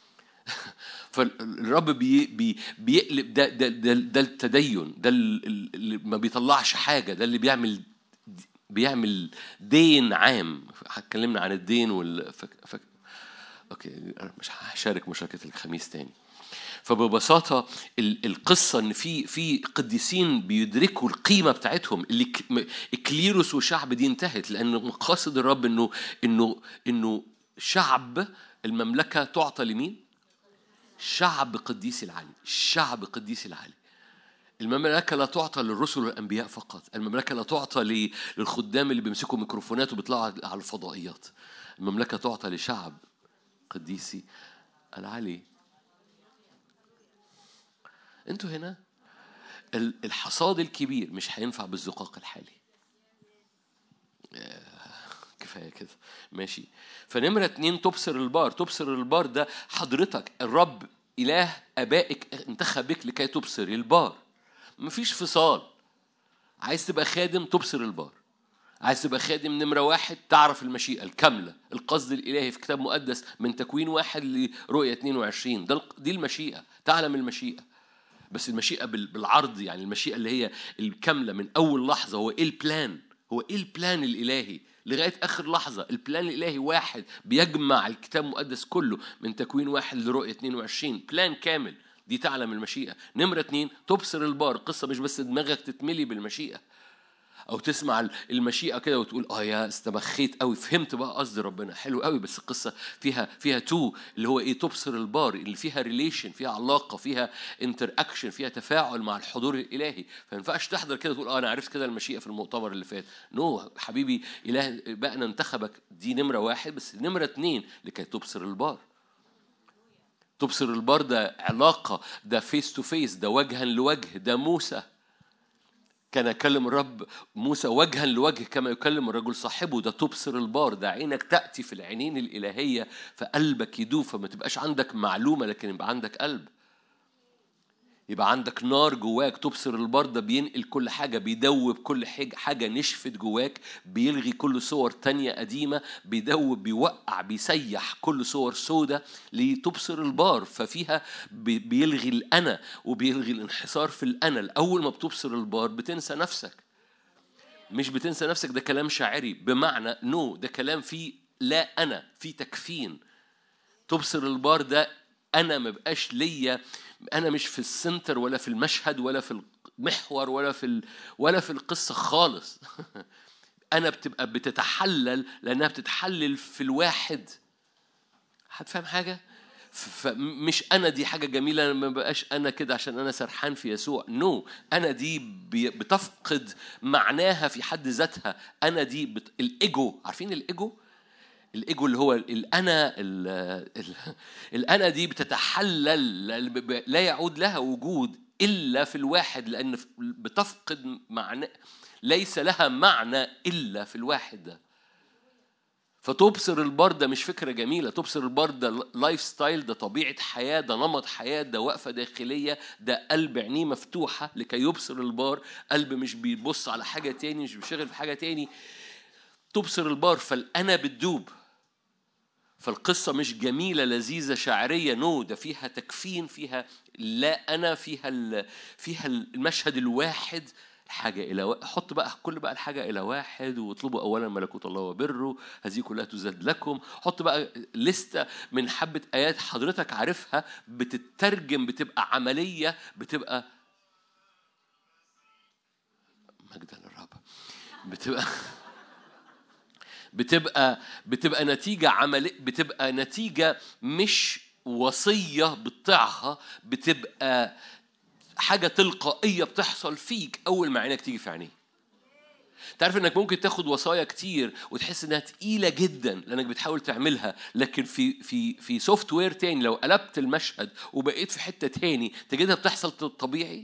فالرب بي بي بيقلب ده ده ده, ده التدين، ده اللي ما بيطلعش حاجة، ده اللي بيعمل بيعمل دين عام. هتكلمنا عن الدين وال فك... فك... اوكي مش هشارك مشاركة الخميس تاني. فببساطة القصة إن في في قديسين بيدركوا القيمة بتاعتهم، اللي الكليروس وشعب دي انتهت، لأن مقاصد الرب إنه إنه إنه شعب المملكة تعطى لمين؟ شعب قديس العلي، شعب قديس العلي. المملكة لا تعطى للرسل والأنبياء فقط، المملكة لا تعطى للخدام اللي بيمسكوا ميكروفونات وبيطلعوا على الفضائيات، المملكة تعطى لشعب قديسي العلي. انتوا هنا الحصاد الكبير مش هينفع بالزقاق الحالي. كفاية كده ماشي. فنمرة اتنين تبصر البار. تبصر البار ده حضرتك الرب إله أبائك انتخبك لكي تبصر البار. مفيش فصال. عايز تبقى خادم تبصر البار، عايز تبقى خادم نمرة واحد تعرف المشيئة الكاملة، القصد الإلهي في كتاب مقدس من تكوين واحد لرؤية اتنين وعشرين. ده دي المشيئة، تعلم المشيئة، بس المشيئة بالعرض، يعني المشيئة اللي هي الكاملة من أول لحظة. هو إيه البلان؟ هو إيه البلان الإلهي لغاية آخر لحظة؟ البلان الإلهي واحد بيجمع الكتاب المقدس كله من تكوين واحد لرؤية اتنين وعشرين، بلان كامل. دي تعلم المشيئة. نمرة اتنين تبصر البار. القصة مش بس دماغك تتملي بالمشيئة أو تسمع المشيئة كده وتقول آه يا استبخيت قوي، فهمت بقى قصد ربنا، حلو قوي، بس القصة فيها فيها تو اللي هو إيه؟ تبصر البار، اللي فيها ريليشن، فيها علاقة، فيها انتر أكشن، فيها تفاعل مع الحضور الإلهي. فما ينفعش تحضر كده تقول آه أنا عرفت كده المشيئة في المؤتمر اللي فات. نو no. حبيبي، إله بقى انتخبك، دي نمرة واحد، بس نمرة اتنين لكي تبصر البار. تبصر البار ده علاقة، ده فيس تو فيس، ده وجها لوجه. ده موسى كان يكلم الرب موسى وجها لوجه كما يكلم الرجل صاحبه. ده تبصر البار، ده عينك تأتي في العينين الإلهية فقلبك يدوب، فما تبقاش عندك معلومة لكن يبقى عندك قلب، يبقى عندك نار جواك. تبصر البار ده بينقل كل حاجة، بيدوب كل حاجة نشفت جواك، بيلغي كل صور تانية قديمة، بيدوب، بيوقع، بيسيح كل صور سودة لتبصر البار. ففيها بيلغي الأنا وبيلغي الانحصار في الأنا. الأول ما بتبصر البار بتنسى نفسك. مش بتنسى نفسك ده كلام شاعري بمعنى نو no. ده كلام فيه لا أنا، فيه تكفين. تبصر البار ده أنا ما بقاش ليا، أنا مش في السنتر ولا في المشهد ولا في المحور ولا في ال... ولا في القصة خالص. أنا بتبقى بتتحلل لأنها بتتحلل في الواحد. هتفهم حاجة؟ فمش أنا دي حاجة جميلة، أنا ما بقاش أنا كده عشان أنا سرحان في يسوع. نو no. أنا دي بتفقد معناها في حد ذاتها. أنا دي بت... الإيجو. عارفين الإيجو؟ الإيجو اللي هو الأنا، الأنا دي بتتحلل، لا يعود لها وجود إلا في الواحد، لأن بتفقد معنى، ليس لها معنى إلا في الواحد ده. فتبصر البار ده مش فكرة جميلة. تبصر البار ده لايف ستايل، ده طبيعة حياة، ده نمط حياة، ده وقفة داخلية، ده قلب عينيه مفتوحة لكي يبصر البار. قلب مش بيبص على حاجة تاني، مش بيشغل في حاجة تاني. تبصر البار فالأنا بتدوب. فالقصة مش جميلة لذيذة شاعرية، نو ده فيها تكفين، فيها لا أنا، فيها فيها المشهد الواحد، الحاجة إلى و... حط بقى كل بقى الحاجة إلى واحد، واطلبوا أولا ملكوت الله وبره هذه كلها تزاد لكم. حط بقى لستة من حبة آيات حضرتك عارفها بتترجم، بتبقى عملية، بتبقى مجدا للرب، بتبقى بتبقى بتبقى نتيجة عملية، بتبقى نتيجة مش وصية بتطيعها، بتبقى حاجة تلقائية بتحصل فيك أول ما عينك تيجي في عينيه. تعرف إنك ممكن تاخد وصايا كتير وتحس إنها تقيلة جدا لأنك بتحاول تعملها، لكن في في في سوفت وير تاني لو قلبت المشهد وبقيت في حتة تاني تجدها بتحصل طبيعي.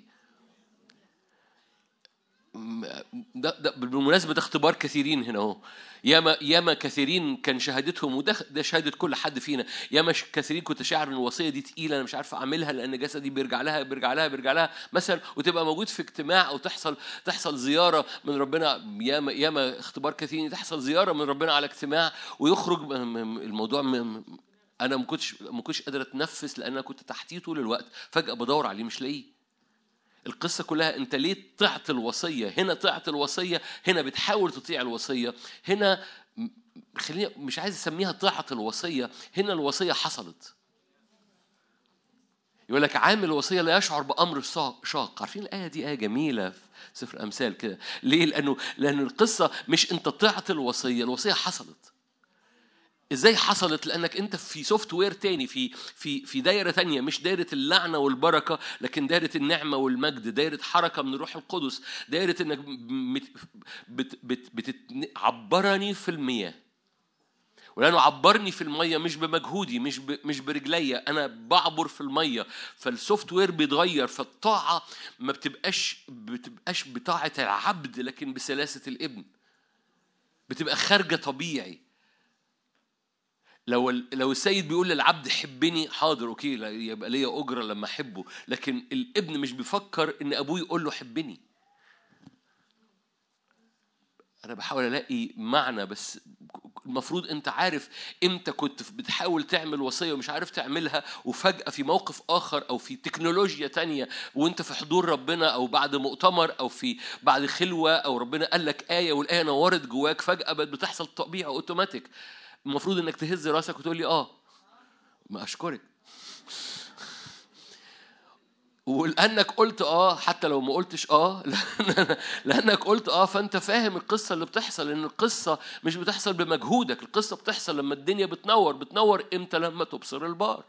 ده, ده بالمناسبة ده اختبار كثيرين هنا اهو. ياما ياما كثيرين كان شهادتهم، وده ده شهادة كل حد فينا. ياما كثيرين كنت شاعر ان الوصية دي تقيلة، انا مش عارف اعملها لان جسدي بيرجع لها بيرجع لها بيرجع لها مثلا، وتبقى موجود في اجتماع او تحصل تحصل زيارة من ربنا. ياما ياما اختبار كثيرين تحصل زيارة من ربنا على اجتماع ويخرج الموضوع م... انا ما كنتش ما كنتش قادر اتنفس لان انا كنت تحتيه طول الوقت، فجأة بدور عليه مش لاقيه. القصة كلها أنت ليه طعت الوصية؟ هنا طعت الوصية، هنا بتحاول تطيع الوصية، هنا خليني مش عايز أسميها طاعة الوصية، هنا الوصية حصلت. يقول لك عامل الوصية لا يشعر بأمر شاق. عارفين الآية دي آية جميلة في سفر الأمثال كده. ليه؟ لأنه لأن القصة مش أنت طلعت الوصية، الوصية حصلت. ازاي حصلت؟ لانك انت في سوفت وير تاني، في في في دايره تانية، مش دايره اللعنه والبركه، لكن دايره النعمه والمجد، دايره حركه من الروح القدس، دايره انك بت بت بتعبرني في المياه. ولانه عبرني في الميه مش بمجهودي، مش ب مش برجليا، انا بعبر في الميه، فالسوفت وير بيتغير. فالطاعه ما بتبقاش بتبقاش بطاعه العبد، لكن بسلاسه الابن، بتبقى خارجه طبيعي. لو لو السيد بيقول للعبد حبني، حاضر اوكي، يبقى ليا اجره لما احبه، لكن الابن مش بيفكر ان ابوه يقول له حبني. انا بحاول الاقي معنى، بس المفروض انت عارف امتى كنت بتحاول تعمل وصيه ومش عارف تعملها، وفجاه في موقف اخر او في تكنولوجيا تانية وانت في حضور ربنا، او بعد مؤتمر، او في بعد خلوه، او ربنا قال لك ايه والايه نورت جواك، فجاه بقت بتحصل طبيعي اوتوماتيك. المفروض انك تهز راسك وتقول لي اه ما اشكرك، ولانك قلت اه حتى لو ما قلتش اه لانك قلت اه فانت فاهم القصه اللي بتحصل. ان القصه مش بتحصل بمجهودك، القصه بتحصل لما الدنيا بتنور. بتنور امتى؟ لما تبصر البار.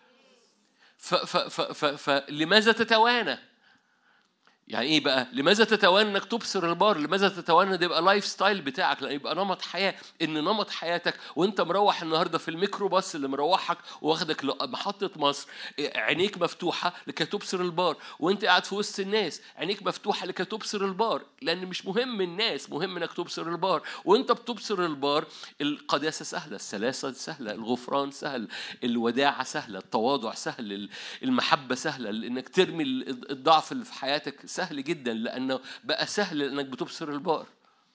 فلماذا تتوانى؟ يعني ايه بقى؟ لماذا تتوانى انك تبصر البار؟ لماذا تتوانى ده يبقى لايف ستايل بتاعك؟ لا، يبقى نمط حياه. ان نمط حياتك وانت مروح النهارده في الميكروباص اللي مروحك واخدك لمحطه مصر، عينيك مفتوحه لكي تبصر البار. وانت قاعد في وسط الناس عينيك مفتوحه لكي تبصر البار، لان مش مهم الناس، مهم انك تبصر البار. وانت بتبصر البار القداسه سهله، السلاسه سهله، الغفران سهل، الوداعه سهله، التواضع سهل، المحبه سهله، انك ترمي الضعف اللي في حياتك سهل جدا، لأنه بقى سهل لأنك بتبصر البار.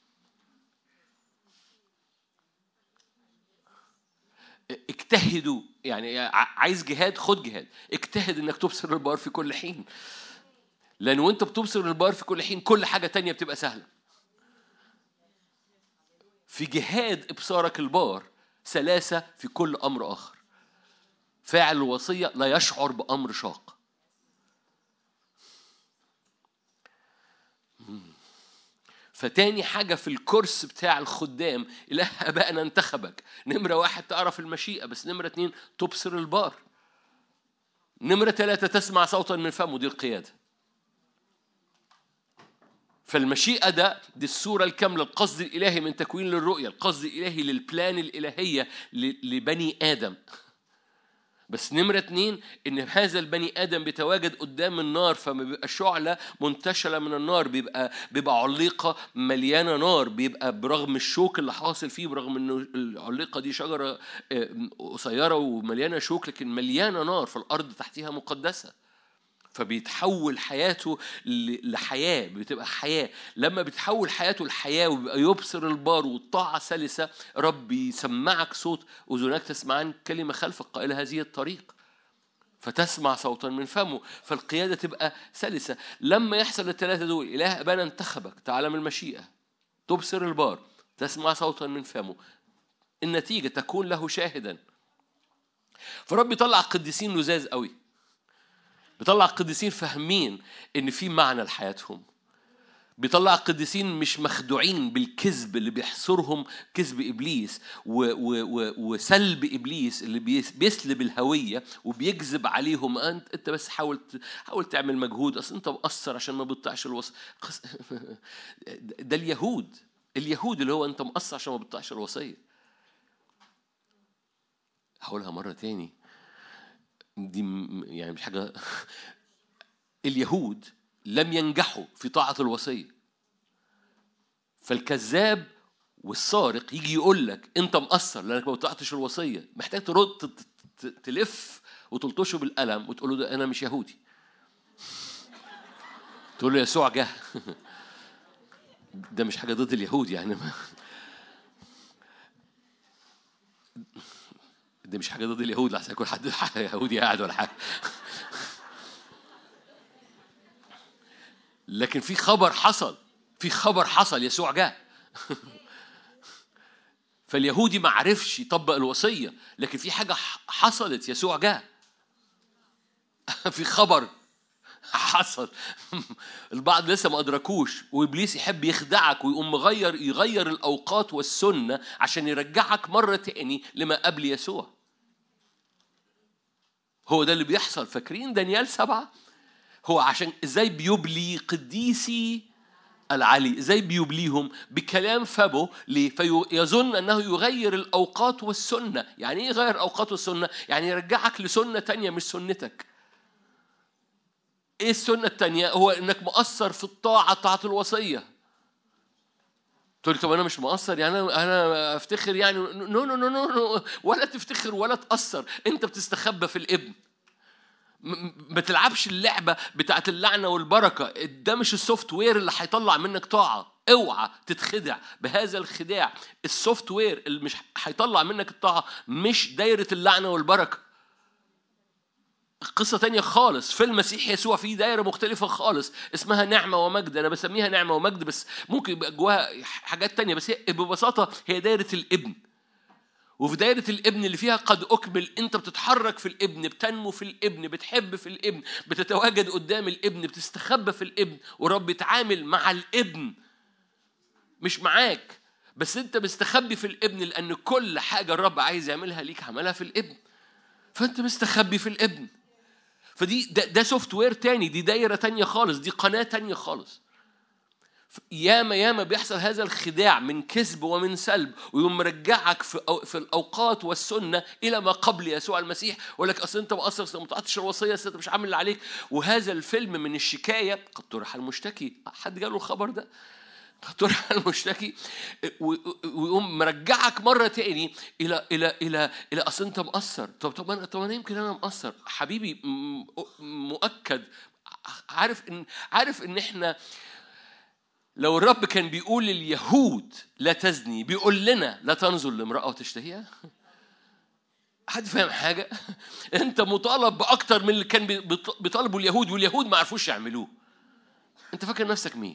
اجتهدوا، يعني عايز جهاد، خد جهاد، اجتهد انك تبصر البار في كل حين، لأن وانت بتبصر البار في كل حين كل حاجة تانية بتبقى سهلة. في جهاد ابصارك البار سلاسة في كل أمر آخر. فاعل الوصية لا يشعر بأمر شاق. فتاني حاجة في الكورس بتاع الخدام، إله أبائنا انتخبك. نمرة واحد تعرف المشيئة، بس نمرة اتنين تبصر البار. نمرة ثلاثة تسمع صوتا من فمه، دي القيادة. فالمشيئة ده دي الصورة الكاملة، القصد الإلهي من تكوين للرؤية، القصد الإلهي للبلان الإلهية لبني آدم. بس نمرة اتنين إن هذا البني آدم بيتواجد قدام النار، فما بيبقى شعلة منتشلة من النار، بيبقى بيبقى عليقة مليانة نار، بيبقى برغم الشوك اللي حاصل فيه، برغم إنه العليقة دي شجرة قصيرة ومليانة شوك، لكن مليانة نار، فالأرض تحتها مقدسة. فبيتحول حياته لحياة، بتبقى حياة. لما بتحول حياته لحياة وبيبقى يبصر البار والطاعة سلسة، رب يسمعك صوت، أذناك تسمعان كلمة خلفك قائلة هذه الطريق، فتسمع صوتا من فمه، فالقيادة تبقى سلسة. لما يحصل الثلاثة دول، إله أبانا انتخبك، تعلم المشيئة، تبصر البار، تسمع صوتا من فمه، النتيجة تكون له شاهدا. فرب يطلع قديسين لزاز قوي، بيطلع قديسين فاهمين ان في معنى لحياتهم، بيطلع قديسين مش مخدوعين بالكذب اللي بيحصرهم، كذب ابليس و و و وسلب ابليس اللي بيسلب الهويه وبيكذب عليهم. انت انت بس حاول حاول تعمل مجهود، اصل انت مقصر عشان ما بتطيعش الوصيه. ده اليهود اليهود اللي هو انت مقصر عشان ما بتطيعش الوصيه. هقولها مره تاني، دي يعني مش حاجة. اليهود لم ينجحوا في طاعة الوصية، فالكذاب والسارق يجي يقول لك انت مقصر لانك ما طاعتش الوصية، محتاج ترد تلف وتلطشه بالقلم وتقول له ده انا مش يهودي، تقول له يسوع جه. ده مش حاجة ضد اليهود يعني، ده مش حاجة ضد اليهود، لحسن يكون حد يهودي قاعد ولا حاجة. لكن في خبر حصل، في خبر حصل يسوع جاء. فاليهودي ما عرفش يطبق الوصية، لكن في حاجة حصلت، يسوع جاء. في خبر حصل البعض لسه ما أدركوش، وإبليس يحب يخدعك ويقوم مغير يغير الأوقات والسنة عشان يرجعك مرة تاني لما قبل يسوع. هو ده اللي بيحصل. فاكرين دانيال سبعة؟ هو عشان إزاي بيبلي قديسي العلي، إزاي بيبليهم بكلام فمه. ليه؟ فيظن أنه يغير الأوقات والسنة. يعني إيه يغير الأوقات والسنة؟ يعني يرجعك لسنة تانية مش سنتك. إيه السنة التانية؟ هو إنك مؤثر في الطاعة، طاعة الوصية. تقول طب أنا مش مؤثر، يعني أنا أنا أفتخر يعني؟ نو نو نو نو ولا تفتخر ولا تأثر. أنت بتستخبى في الابن. ما تلعبش اللعبة بتاعت اللعنة والبركة. ده مش السوفت وير اللي هيطلع منك طاعة. اوعى تتخدع بهذا الخداع. السوفت وير اللي مش هيطلع منك الطاعة مش دايرة اللعنة والبركة. قصة تانية خالص. في المسيح يسوع في دايرة مختلفة خالص اسمها نعمة ومجد. أنا بسميها نعمة ومجد، بس ممكن يبقى جواها حاجات تانية، بس هي ببساطة هي دايرة الابن. وفي دايرة الابن اللي فيها قد أكمل، أنت بتتحرك في الابن، بتنمو في الابن، بتحب في الابن، بتتواجد قدام الابن، بتستخبى في الابن، ورب يتعامل مع الابن مش معاك. بس أنت مستخبي في الابن لأن كل حاجة الرب عايز يعملها ليك عملها في الابن. فأنت مستخبي في الابن. فدي ده, ده سوفت وير تاني، دي دايرة تانية خالص، دي قناة تانية خالص. ياما ياما بيحصل هذا الخداع من كذب ومن سلب، ويوم مرجعك في في الاوقات والسنه الى ما قبل يسوع المسيح، ولك اصل انت مقصر، اصل ما طاعتش الوصيه، اصل انت مش عامل اللي عليك. وهذا الفيلم من الشكايه قد طرح المشتكي. حد جاله الخبر ده؟ قد طرح المشتكي، ويقوم مرجعك مره تاني الى الى الى الى اصل انت مقصر. طب طب انا طب انا يمكن انا مقصر حبيبي. مؤكد عارف ان عارف ان احنا لو الرب كان بيقول لليهود لا تزني، بيقول لنا لا تنظر لامرأة وتشتهيها. حد فاهم حاجة؟ انت مطالب بأكتر من اللي كان بيطالبوا اليهود، واليهود ما عرفوش يعملوه. انت فاكر نفسك مين؟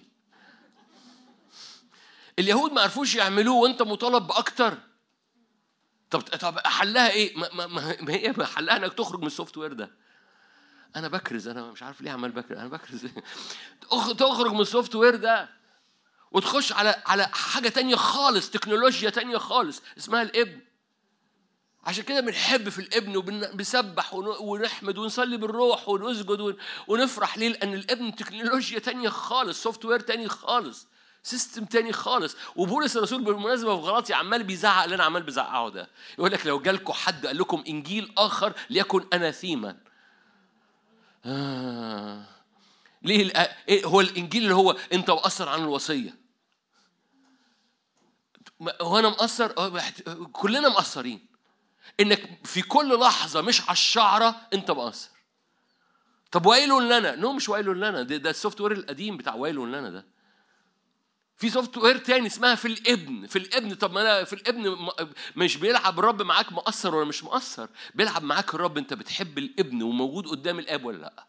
اليهود ما عرفوش يعملوه وانت مطالب بأكتر. طب طب حلها ايه؟ ما, ما, ما هي حلها انك تخرج من السوفت وير ده. انا بكرز، انا مش عارف ليه عمال بكرز، انا بكرز تخرج من السوفت وير ده وتخش على على حاجة تانية خالص، تكنولوجيا تانية خالص اسمها الابن. عشان كده بنحب في الابن وبنسبح ونحمد ونصلي بالروح ونسجد ونفرح ليه؟ لأن الابن تكنولوجيا تانية خالص، سوفت وير تاني خالص، سيستم تاني خالص. وبولس الرسول بالمناسبة في غلاطيا عمال بيزعق اللي أنا عمال بزعقه ده. يقول لك لو جالكم حد قال لكم إنجيل آخر ليكن أناثيما. آه. ليه إيه هو الإنجيل اللي هو أنت مقصر عن الوصية؟ هو أنا مقصر؟ كلنا مقصرين. إنك في كل لحظة مش على الشعرة أنت مقصر. طب ويل لنا؟ نو مش ويل لنا، ده, ده السوفت وير القديم بتاع ويل لنا. ده في سوفت وير تاني اسمها في الابن. في الابن. طب ما أنا في الابن مش بيلعب الرب معاك مقصر ولا مش مقصر، بيلعب معاك الرب أنت بتحب الابن وموجود قدام الاب ولا لأ.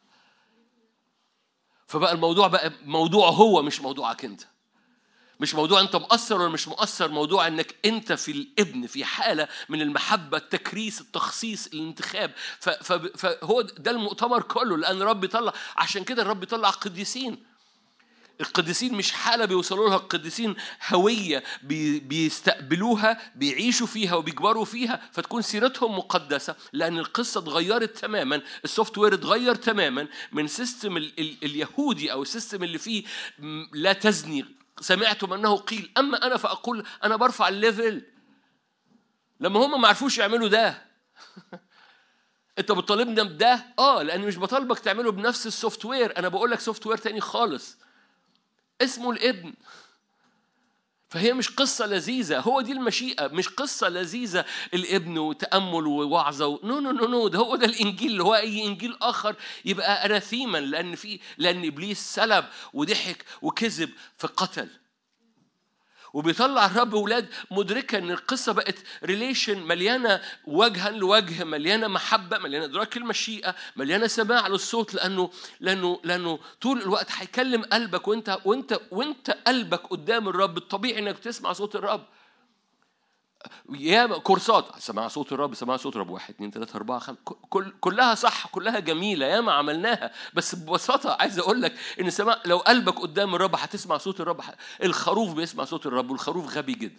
فبقى الموضوع بقى موضوع هو مش موضوعك أنت، مش موضوع أنت مؤثر ولا مش مؤثر، موضوع أنك أنت في الابن في حالة من المحبة، التكريس، التخصيص، الانتخاب. فهو ده المؤتمر كله، لأن الرب يطلع. عشان كده الرب يطلع قديسين. القديسين مش حالة بيوصلوا لها، القديسين هوية بيستقبلوها، بيعيشوا فيها وبيكبروا فيها، فتكون سيرتهم مقدسة. لأن القصة اتغيرت تماما، السوفت وير اتغير تماما من سيستم ال- ال- اليهودي أو السيستم اللي فيه لا تزني. سمعتم أنه قيل، أما أنا فأقول أنا برفع الليفل. لما هم ما عرفوش يعملوا ده أنت بتطالبنا بده؟ آه لأني مش بطالبك تعمله بنفس السوفت وير، أنا بقول لك سوفت وير تاني خالص اسمه الابن. فهي مش قصة لذيذة، هو دي المشيئة، مش قصة لذيذة الابن وتأمل ووعظة و... نو نو نو نو ده هو ده الإنجيل اللي هو أي إنجيل آخر يبقى أناثيما. لأن في لأن إبليس سلب وضحك وكذب فقتل. وبيطلع الرب أولاد مدركة أن القصة بقت ريليشن مليانة وجها لوجه، مليانة محبة، مليانة إدراك المشيئة، مليانة سماع للصوت. لأنه لأنه لأنه طول الوقت هيكلم قلبك، وأنت وأنت وأنت قلبك قدام الرب الطبيعي إنك تسمع صوت الرب. يا كورسات سماع صوت الرب، سماع صوت الرب واحد اتنين تلاتة أربعة خمسة، كل كلها صح، كلها جميلة، يا ما عملناها. بس ببساطة عايز أقول لك إن سماع، لو قلبك قدام الرب هتسمع صوت الرب. الخروف بيسمع صوت الرب، والخروف غبي جدا.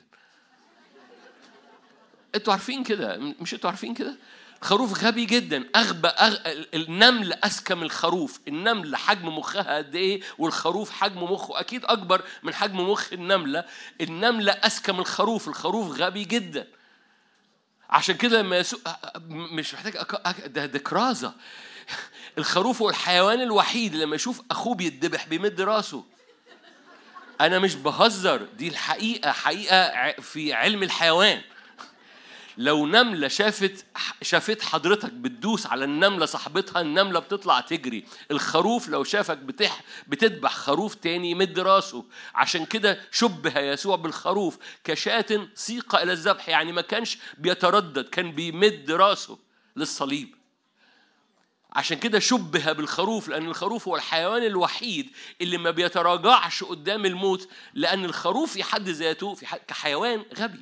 أنتوا عارفين كده؟ مش أنتوا عارفين كده؟ خروف غبي جدا، أغبى أغ... النمل أذكى من الخروف. النمل حجم مخها قد إيه؟ والخروف حجم مخه أكيد أكبر من حجم مخ النملة. النملة أذكى من الخروف، الخروف غبي جدا. عشان كده لما يسوع مش محتاج أك... ده, ده كرازة. الخروف هو الحيوان الوحيد لما يشوف أخوه بيتذبح بيمد راسه. أنا مش بهزر، دي الحقيقة، حقيقة في علم الحيوان. لو نملة شافت شافت حضرتك بتدوس على النملة صاحبتها، النملة بتطلع تجري. الخروف لو شافك بتح بتذبح خروف تاني يمد راسه. عشان كده شبه يسوع بالخروف كشاة سيق إلى الذبح، يعني ما كانش بيتردد، كان بيمد راسه للصليب. عشان كده شبه بالخروف، لأن الخروف هو الحيوان الوحيد اللي ما بيتراجعش قدام الموت، لأن الخروف في حد ذاته في حد كحيوان غبي.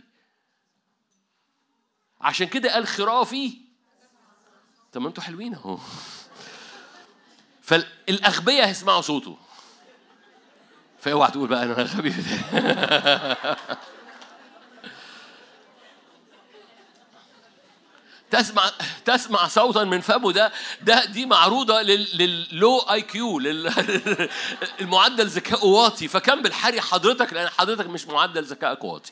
عشان كده قال خرافي. طب ما انتوا حلوين اهو. فالاغبياء هيسمعوا صوته، فاوعى تقول بقى انا غبي. تسمع تسمع صوتا من فمه. ده ده دي معروضه لللو اي كيو، للمعدل ذكاء واطي. فكان بالحري حضرتك، لان حضرتك مش معدل ذكائك واطي.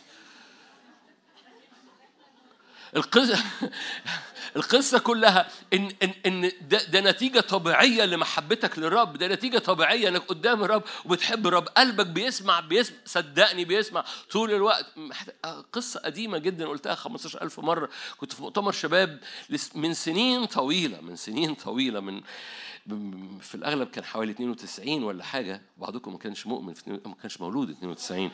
القصة القصة كلها إن إن إن ده, ده نتيجة طبيعية لمحبتك للرب. ده نتيجة طبيعية إنك قدام الرب وبتحب الرب. قلبك بيسمع بيسمع صدقني بيسمع طول الوقت. قصة قديمة جدا قلتها خمستاشر ألف مرة. كنت في مؤتمر شباب من سنين طويلة من سنين طويلة من في الأغلب كان حوالي اثنين وتسعين ولا حاجة. بعضكم ما كانش مؤمن، ما كانش مولود اثنين وتسعين.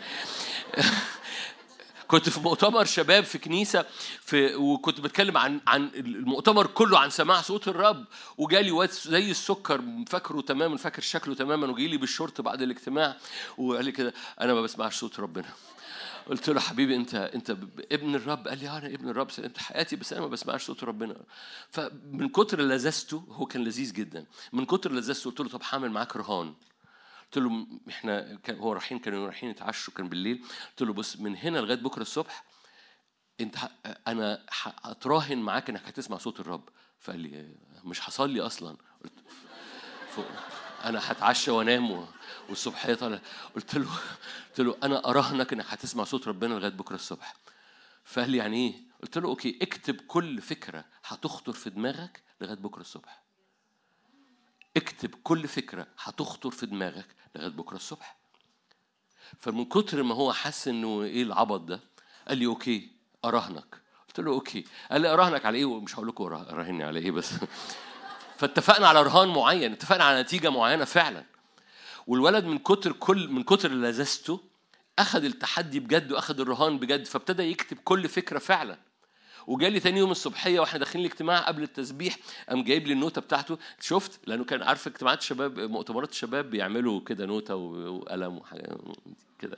كنت في مؤتمر شباب في كنيسة في، وكنت بتكلم عن عن المؤتمر كله عن سماع صوت الرب. وجالي واد زي السكر فاكره تماما، فاكر شكله تماما، وجي لي بالشورت بعد الاجتماع وقال لي كده أنا ما بسمعش صوت ربنا. قلت له حبيبي أنت أنت ابن الرب. قال لي أنا ابن الرب أنت حياتي، بس أنا ما بسمعش صوت ربنا. فمن كتر لذته، هو كان لذيذ جدا، من كتر لذته قلت له طب هعمل معاك رهان. قلت له احنا كان هو رايحين كانوا رايحين يتعشوا، كان بالليل. قلت له بص من هنا لغايه بكره الصبح انت انا هتراهن معاك انك هتسمع صوت الرب. فقال لي مش هصلي اصلا. قلت انا هتعشى وانام والصبح يطلع. قلت له قلت له انا اراهنك انك هتسمع صوت ربنا لغايه بكره الصبح. فقال لي يعني ايه؟ قلت له اوكي اكتب كل فكره هتخطر في دماغك لغايه بكره الصبح. اكتب كل فكرة هتخطر في دماغك لغاية بكرة الصبح. فمن كتر ما هو حس انه ايه العبط ده، قال لي اوكي اراهنك. قلت له اوكي. قال لي اراهنك على ايه؟ ومش هقول لكم اراهني على ايه بس. فاتفقنا على رهان معين، اتفقنا على نتيجة معينة فعلا. والولد من كتر كل من كتر لذته اخذ التحدي بجد واخذ الرهان بجد، فابتدى يكتب كل فكرة فعلا. وجالي تاني يوم الصبحيه واحنا داخلين الاجتماع قبل التسبيح، قام جايب لي النوته بتاعته. شفت؟ لانه كان عارف اجتماعات الشباب، مؤتمرات الشباب بيعملوا كده نوته وقلم وحاجه كده.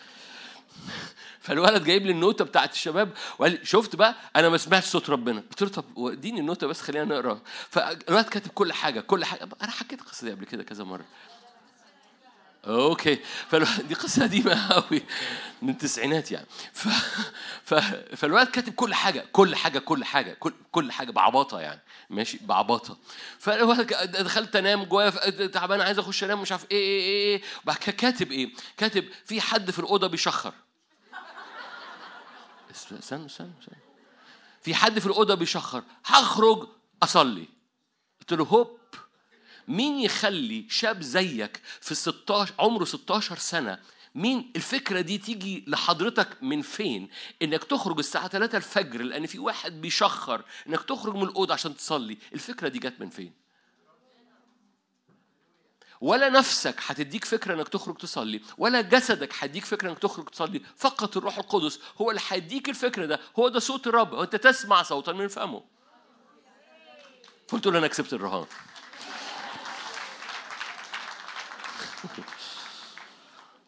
فالولد جايب لي النوته بتاعت الشباب وقال لي شفت بقى انا ما سمعتش صوت ربنا. قلت له طب اديني النوته بس خلينا نقرا. فالولد كاتب كل حاجه كل حاجه. انا حكيت القصه دي قبل كده كذا مره. اوكي. فدي قصه قديمه قوي من التسعينات يعني. ف... ف... فالولد كاتب كل حاجه كل حاجه كل حاجه كل كل حاجه بعباطه يعني، ماشي بعباطه. فالولد دخلت انام جوايا تعبان عايز اخش انام مش عارف ايه ايه ايه, إيه. بعد كده كاتب ايه؟ كاتب في حد في الاوضه بيشخر. استنى استنى استنى في حد في الاوضه بيشخر، هخرج اصلي. قلت له هوب، مين يخلي شاب زيك في ستاشر عمره ستاشر سنة، مين الفكرة دي تيجي لحضرتك من فين؟ إنك تخرج الساعة ثلاثة الفجر لأن في واحد بيشخر، إنك تخرج من الأوضة عشان تصلي. الفكرة دي جت من فين؟ ولا نفسك هتديك فكرة إنك تخرج تصلي، ولا جسدك هيديك فكرة إنك تخرج تصلي. فقط الروح القدس هو اللي هيديك الفكرة ده. هو ده صوت الرب، وأنت تسمع صوتا من فمه. قلت له أنا كسبت الرهان.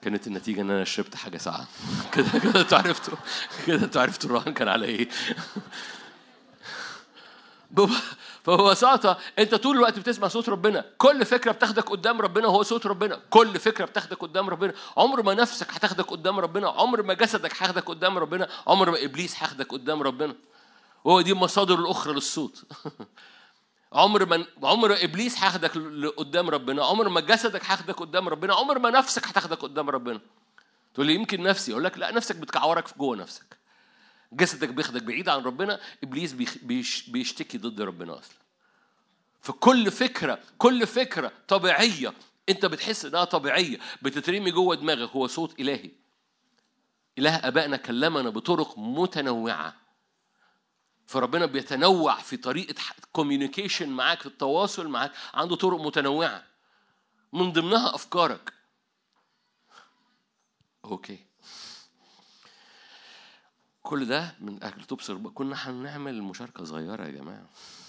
كانت النتيجة إن أنا شربت حاجة ساعة. كده كده أنتوا عرفتوا، كده أنتوا عرفتوا الرهان كان على إيه. فببساطة أنت طول الوقت بتسمع صوت ربنا، كل فكرة بتاخدك قدام ربنا هو صوت ربنا، كل فكرة بتاخدك قدام ربنا. عمر ما نفسك هتاخدك قدام ربنا، عمر ما جسدك هاخدك قدام ربنا، عمر ما إبليس هاخدك قدام ربنا. وهو دي المصادر الأخرى للصوت. عمر ما عمر إبليس هاخدك قدام ربنا، عمر ما جسدك هاخدك قدام ربنا، عمر ما نفسك هتاخدك قدام ربنا. تقول لي يمكن نفسي، أقول لك لا، نفسك بتكعورك في جوه نفسك، جسدك بياخدك بعيد عن ربنا، إبليس بيش بيشتكي ضد ربنا أصلا. فكل فكرة كل فكرة طبيعية أنت بتحس إنها طبيعية بتترمي جوه دماغك هو صوت إلهي. إله آبائنا كلمنا بطرق متنوعة، فربنا بيتنوع في طريقة كوميونيكيشن معاك، في التواصل معاك، عنده طرق متنوعة من ضمنها أفكارك. أوكي، كل ده من أجل تبصر. كنا هنعمل مشاركة صغيرة يا جماعة.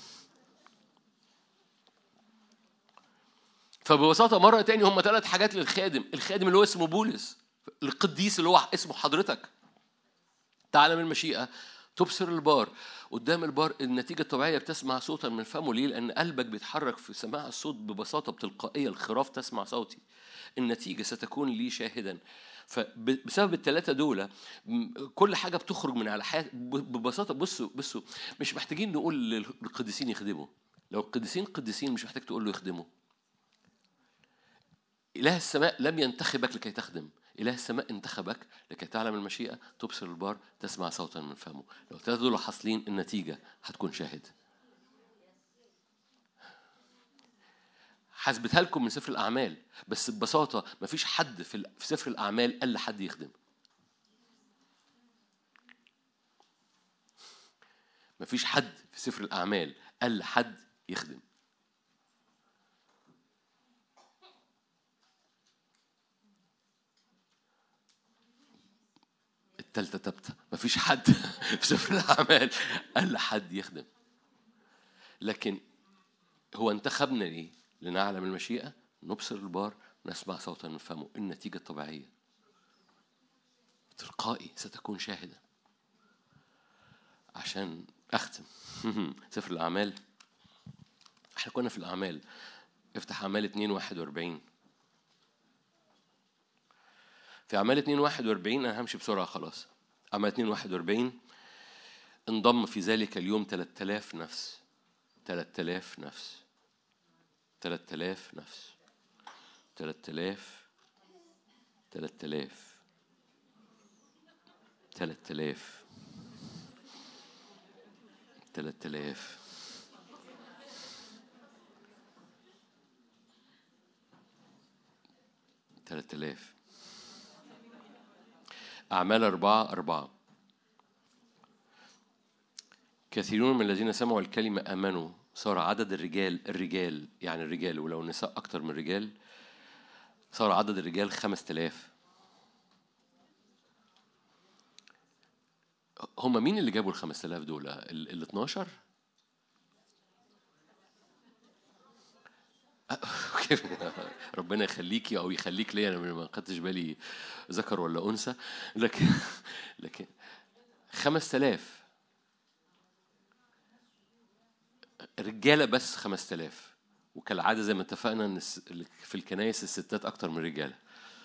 فببساطة مرة تاني هم ثلاث حاجات للخادم. الخادم اللي هو اسمه بولس، القديس اللي هو اسمه حضرتك، تعلم المشيئة، تبصر البار. قدام البار النتيجة الطبيعية بتسمع صوتا من فمه. ليه؟ لأن قلبك بيتحرك في سماع الصوت ببساطة بتلقائية. الخراف تسمع صوتي، النتيجة ستكون لي شاهدا. فبسبب الثلاثة دول كل حاجة بتخرج من على حياة ببساطة. بصوا بصوا مش محتاجين نقول للقديسين يخدموا. لو القديسين قديسين مش محتاج تقول له يخدموا. إله السماء لم ينتخبك لكي تخدم، إله السماء انتخبك لكي تعلم المشيئة، تبصر البار، تسمع صوتا من فمه. لو الثلاثة دول حاصلين النتيجة هتكون شاهد. حسبتها لكم من سفر الأعمال، بس ببساطة مفيش حد في سفر الأعمال قال لحد يخدم. مفيش حد في سفر الأعمال قال لحد يخدم. التالتة تبتة، مفيش حد في سفر الأعمال قال لحد يخدم. لكن هو انتخبنا ليه؟ لنعلم المشيئة، نبصر البار، نسمع صوتا من فمه. النتيجة الطبيعية تلقائي ستكون شاهدة. عشان أختم سفر الأعمال، احنا كنا في الأعمال. افتح أعمال اتنين واحد واربعين. في أعمال اتنين واحد واربعين أنا همشي بسرعة خلاص. أعمال اتنين واحد واربعين، انضم في ذلك اليوم ثلاثة آلاف نفس. ثلاثة آلاف نفس. ثلاثة آلاف نفس. ثلاثة آلاف. ثلاثة آلاف. ثلاثة آلاف. ثلاثة آلاف. ثلاثة آلاف. أعمال أربعة أربعة. كثيرون من الذين سمعوا الكلمة آمنوا، صار عدد الرجال الرجال يعني الرجال، ولو النساء أكتر من الرجال، صار عدد الرجال خمسة آلاف. هم مين اللي جابوا الخمسة آلاف دول؟ ال اتناشر؟ ربنا يخليكي أو يخليك لي، أنا ما خدتش بالي ذكر ولا أنثى، لكن لكن خمسة آلاف رجالة بس. خمسة آلاف. وكالعادة زي ما اتفقنا إن في الكنائس الستات أكتر من الرجالة.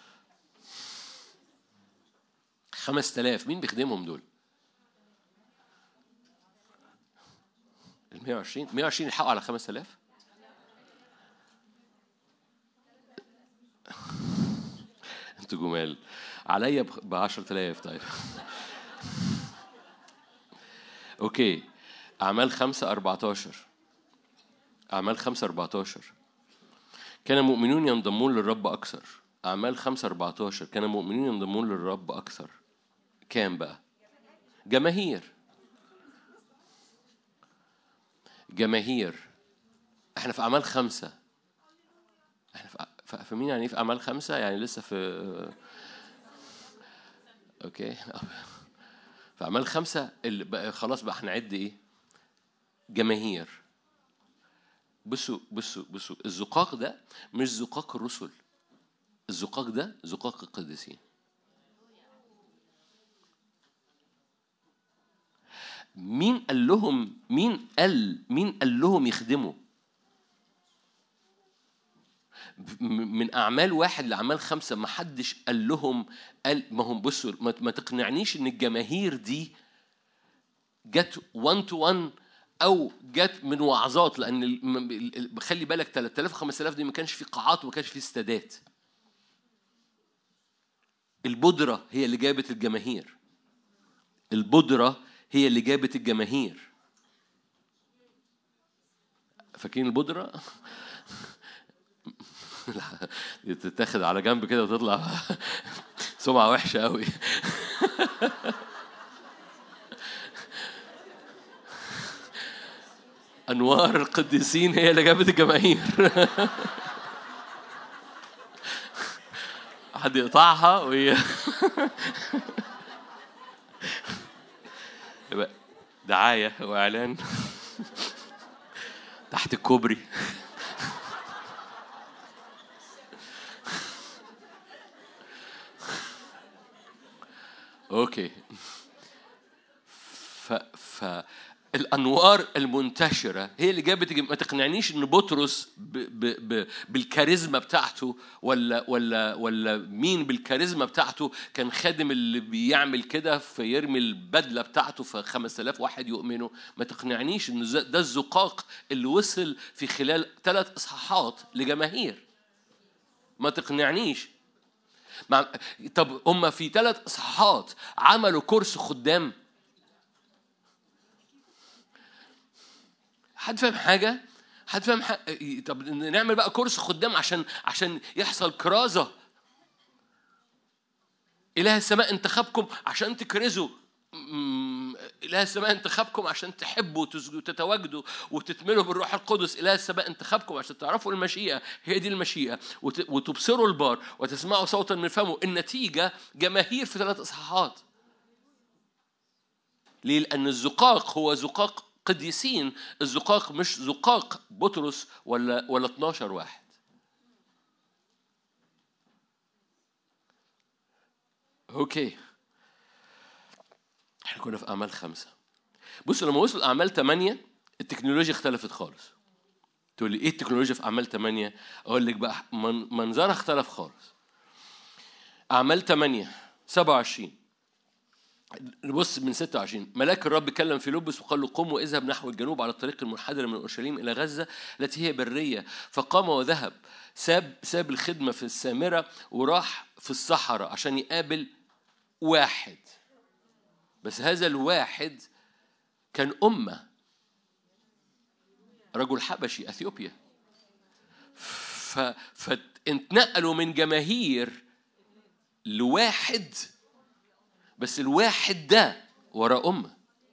خمسة آلاف مين بيخدمهم دول؟ المية وعشرين مية وعشرين يلحقوا على خمسة آلاف؟ انتوا جمال عليا بعشرة آلاف. طيب اوكي. أعمال خمسة أربعتاشر. أعمال خمسة أربعتاشر. كان مؤمنون ينضمون للرب أكثر. أعمال خمسة أربعتاشر. كان مؤمنون ينضمون للرب أكثر. كام بقى؟ جماهير. جماهير. احنا في أعمال خمسة. احنا في فاهمين يعني ايه في أعمال خمسة؟ يعني لسه في اوكي. في أعمال خمسة اللي بقى خلاص بقى هنعد ايه؟ جماهير. بصوا بصوا بصوا الزقاق ده مش زقاق الرسل. الزقاق ده زقاق القديسين. مين قال لهم مين قال مين قال لهم يخدموا؟ من أعمال واحد لأعمال خمسة ما حدش قال لهم. قال ما هم بصوا، ما تقنعنيش إن الجماهير دي جت وان تو وان أو جت من وعظات، لأن خلي بالك ثلاثة آلاف خمسة آلاف دي ما كانش في قاعات وما كانش في استادات. البودرة هي اللي جابت الجماهير. البودرة هي اللي جابت الجماهير. فاكرين البودرة؟ تتاخد على جنب كده وتطلع سمعة وحشة قوي. أنوار القديسين هي اللي جابت الجماهير. حد يقطعها وهي دعاية وإعلان تحت الكوبري. أوكي. ف ف الأنوار المنتشرة هي اللي جابت. ما تقنعنيش إن بطرس ب... ب... ب... بالكاريزما بتاعته ولا ولا ولا مين بالكاريزما بتاعته كان خادم اللي بيعمل كده فيرمي البدلة بتاعته فخمس آلاف واحد يؤمنوا. ما تقنعنيش إن ده الزقاق اللي وصل في خلال ثلاث إصحاحات لجماهير. ما تقنعنيش. مع... طب هم في ثلاث إصحاحات عملوا كورس خدام؟ حد فاهم حاجة؟ حد فاهم حاجة؟ طب نعمل بقى كورس خدام عشان عشان يحصل كرازة. إله السماء انتخبكم عشان تكرزوا. إله السماء انتخبكم عشان تحبوا وتتواجدوا وتتملوا بالروح القدس. إله السماء انتخبكم عشان تعرفوا المشيئة، هي دي المشيئة، وتبصروا البار وتسمعوا صوتا من فمه. النتيجة جماهير في ثلاث إصحاحات. ليه؟ لأن الزقاق هو زقاق قديسين. الزقاق مش زقاق بطرس ولا ولا اتناشر واحد. اوكي، احنا كنا في اعمال خمسة. بصوا لما وصلوا اعمال ثمانية التكنولوجيا اختلفت خالص. تقول لي ايه التكنولوجيا في اعمال ثمانية؟ اقول لك بقى منظرها اختلف خالص. اعمال ثمانية سبعة وعشرين، نبص من ستة وعشرين. ملاك الرب كلم فيلبس وقال له قم واذهب نحو الجنوب على الطريق المنحدر من اورشليم الى غزه التي هي بريه. فقام وذهب، ساب ساب الخدمه في السامره وراح في الصحراء عشان يقابل واحد. بس هذا الواحد كان أمة، رجل حبشي أثيوبيا. فاتنقلوا من جماهير لواحد، بس الواحد ده وراء أمة.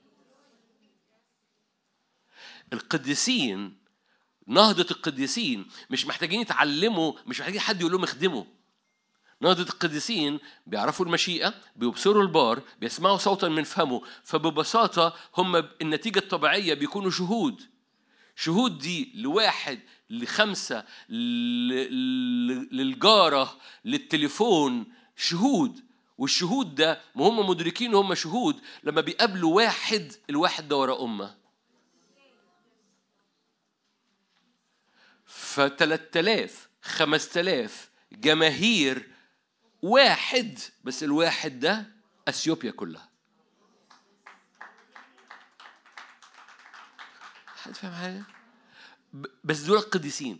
القديسين، نهضة القديسين مش محتاجين يتعلموا، مش محتاجين حد يقول لهم اخدموا. نهضة القديسين بيعرفوا المشيئة، بيبصروا البار، بيسمعوا صوتا من فمه. فببساطة هم النتيجة الطبيعية بيكونوا شهود. شهود دي لواحد، لخمسة، للجارة، للتليفون، شهود. والشهود ده هم مدركين هم شهود لما بيقابلوا واحد، الواحد ده وراء أمة. فتلات آلاف خمس آلاف جماهير واحد، بس الواحد ده أثيوبيا كلها. حد فاهم حاجة؟ بس دول القديسين.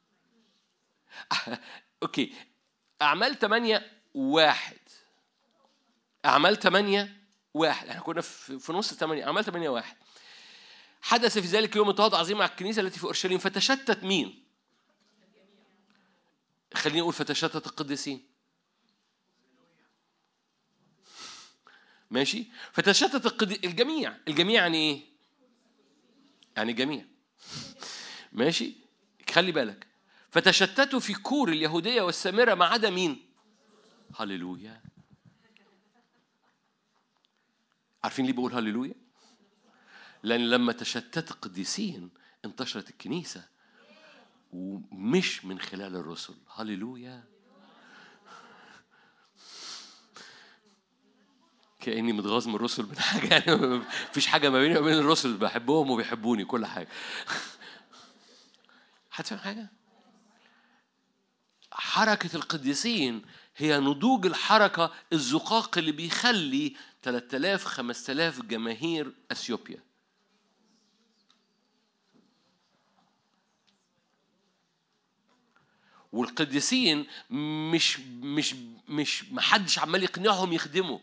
أوكي، أعمال ثمانية واحد، أعمال ثمانية واحد. إحنا كنا في نص ثمانية. أعمال ثمانية واحد. حدث في ذلك يوم اضطهاد عظيم على الكنيسة التي في أورشليم، فتشتت مين؟ خليني أقول فتشتت القديسين. ماشي؟ فتشتت القد... الجميع. الجميع يعني ايه؟ يعني جميع. ماشي؟ خلي بالك، فتشتتوا في كور اليهودية والسامرة ما عدا مين؟ هللويا. عارفين ليه بقول هللويا؟ لأن لما تشتت القديسين انتشرت الكنيسة، ومش من خلال الرسل. هللويا. كأني متغاظ من الرسل من حاجة، يعني مفيش حاجة ما بيني وبين الرسل، بحبهم وبيحبوني كل حاجة. هتفهم حاجة؟ حركة القديسين هي نضوج الحركة، الزقاق اللي بيخلي ثلاثة آلاف خمسة آلاف جماهير أثيوبيا. والقديسين مش مش مش محدش عمال يقنعهم يخدموا.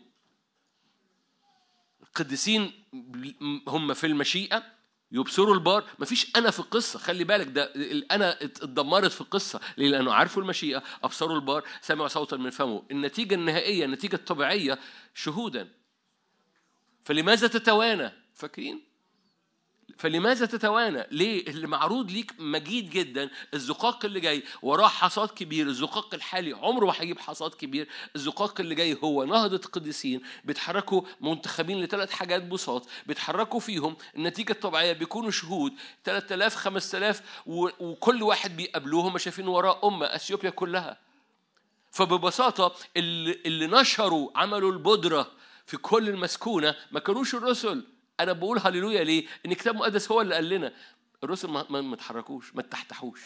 القديسين هم في المشيئة يبصروا البار. مفيش أنا في القصة، خلي بالك، ده أنا اتدمرت في القصة ليه؟ لأنه عارفوا المشيئة، أبصروا البار، سمعوا صوتا من فمه. النتيجة النهائية، النتيجة الطبيعية شهودا. فلماذا تتوانى؟ فاكرين؟ فلماذا تتوانى؟ ليه؟ اللي معروض ليك مجيد جدا. الزقاق اللي جاي وراه حصاد كبير. الزقاق الحالي عمره ما هيجيب حصاد كبير. الزقاق اللي جاي هو نهضة القديسين بيتحركوا منتخبين لثلاث حاجات بساط بيتحركوا فيهم. النتيجة الطبيعية بيكونوا شهود ثلاثة آلاف خمسة آلاف، وكل واحد بيقابلوهم شايفين وراه أمة أثيوبيا كلها. فببساطة اللي, اللي نشروا عملوا البودرة في كل المسكونة ما كانوش الرسل. أنا بقول هللويا ليه؟ إن الكتاب المقدس هو اللي قال لنا الرسل ما ما تحركوش، ما تحتحوش.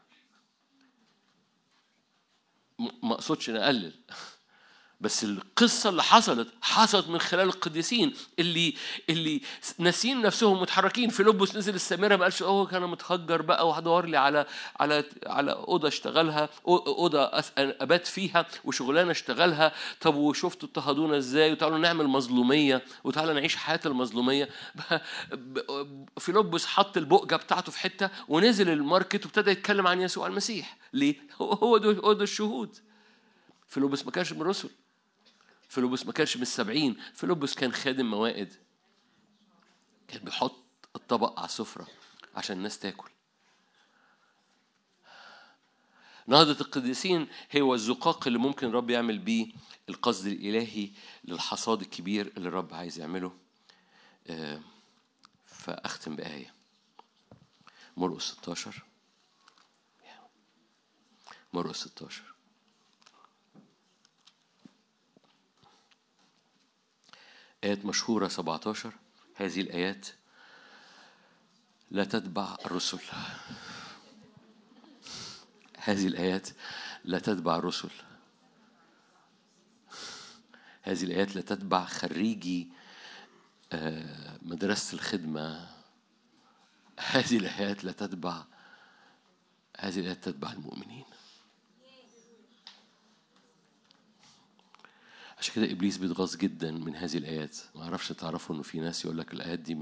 ما أقصدش نقلل، بس القصة اللي حصلت حصلت من خلال القديسين اللي اللي ناسين نفسهم متحركين. فيلبس نزل السامرة ما قالش اوه كان متهجر بقى وهدور لي على على على أوضة اشتغلها، أوضة أبات فيها وشغلانة اشتغلها. طب وشفتوا اضطهدونا ازاي، وتعالوا نعمل مظلومية وتعالوا نعيش حياة المظلومية. فيلبس حط البؤجة بتاعته في حتة ونزل الماركت وابتدى يتكلم عن يسوع المسيح. ليه؟ هو ده هو ده الشهود. فيلبس ما كانش من الرسل، فيلبس ما كانش من السبعين، فيلبس كان خادم موائد، كان بيحط الطبق على السفرة عشان الناس تاكل. نهضة القديسين هو الزقاق اللي ممكن الرب يعمل بيه القصد الإلهي للحصاد الكبير اللي الرب عايز يعمله. فأختم بآية مرقس ستة عشر. مرقس ستة عشر آيات مشهورة سبعة عشر. هذه الآيات لا تتبع الرسل. هذه الآيات لا تتبع الرسل. هذه الآيات لا تتبع خريجي مدرسة الخدمة. هذه الآيات لا تتبع هذه الآيات تتبع المؤمنين. عشان كده إبليس بيتغاظ جدا من هذه الآيات. ما أعرفش تعرفوا إنه في ناس يقول لك الآيات دي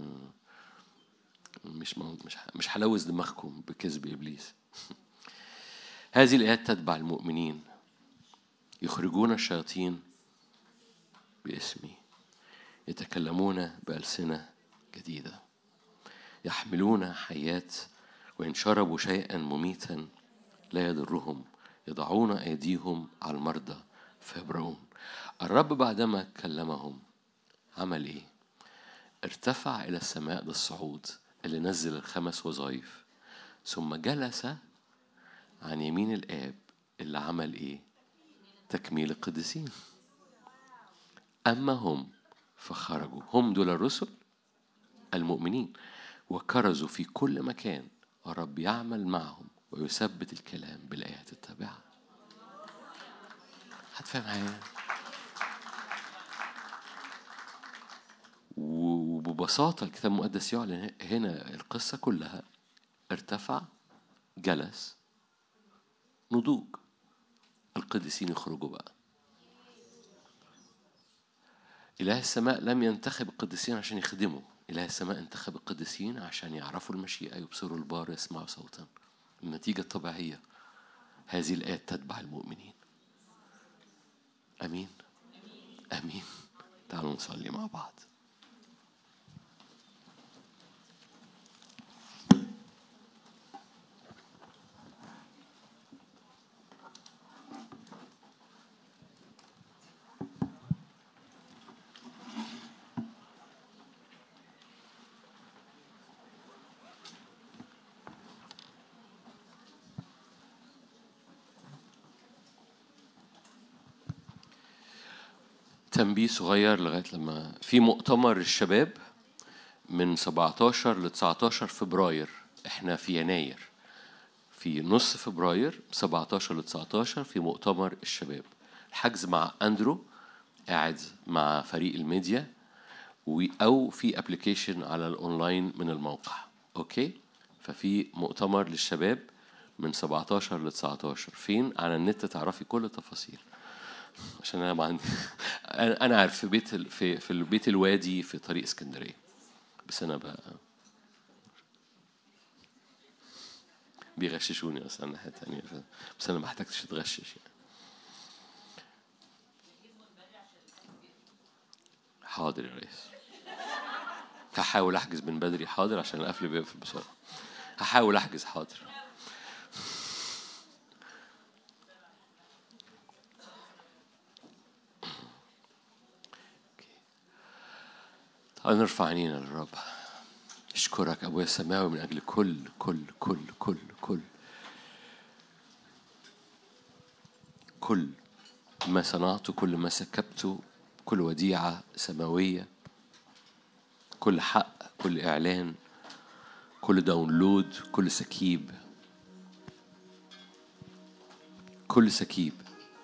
مش مش مش هلوث دماغكم بكذب إبليس. هذه الآيات تتبع المؤمنين. يخرجون الشياطين باسمي، يتكلمون بألسنة جديدة، يحملون حيات، وإن شربوا شيئا مميتا لا يضرهم، يضعون أيديهم على المرضى فيبرؤون. الرب بعدما كلمهم عمل إيه؟ ارتفع إلى السماء، ده الصعود اللي نزل الخمس وظائف، ثم جلس عن يمين الآب اللي عمل إيه؟ تكميل القديسين. أما هم فخرجوا، هم دول الرسل المؤمنين، وكرزوا في كل مكان، والرب يعمل معهم ويثبت الكلام بالآيات التابعة. هتفهم معايا؟ وببساطة الكتاب المقدس يعلن هنا القصة كلها. ارتفع، جلس، نضوج. القديسين يخرجوا بقى. إله السماء لم ينتخب القديسين عشان يخدموا. إله السماء انتخب القديسين عشان يعرفوا المشيئة، يبصروا البار، يسمعوا صوتا. النتيجة الطبيعية هذه الآيات تتبع المؤمنين. أمين أمين. تعالوا نصلي مع بعض. تنبيه صغير لغاية لما في مؤتمر الشباب من سبعتاشر ل تسعتاشر فبراير. احنا في يناير، في نص فبراير سبعتاشر ل تسعتاشر في مؤتمر الشباب. الحجز مع أندرو قاعد مع فريق الميديا أو في أبليكيشن على الأونلاين من الموقع. أوكي، ففي مؤتمر للشباب من سبعتاشر ل تسعتاشر. فين؟ على النت تعرفي كل التفاصيل، عشان أنا ما عندي أنا عارف في بيت في في البيت الوادي في طريق اسكندرية، بس أنا بقى بيغششوني أصلا ناحية تانية، بس أنا ما احتاجتش أتغشش يعني. حاضر يا ريس، هحاول أحجز من بدري. حاضر، عشان القفل بيقفل بسرعة. هحاول أحجز. حاضر. نرفع عينينا للرب. أشكرك أبويا السماوي من أجل كل كل كل كل كل كل ما صنعته، كل ما سكبته، كل وديعة سماوية، كل حق، كل إعلان، كل داونلود، كل سكيب، كل سكيب.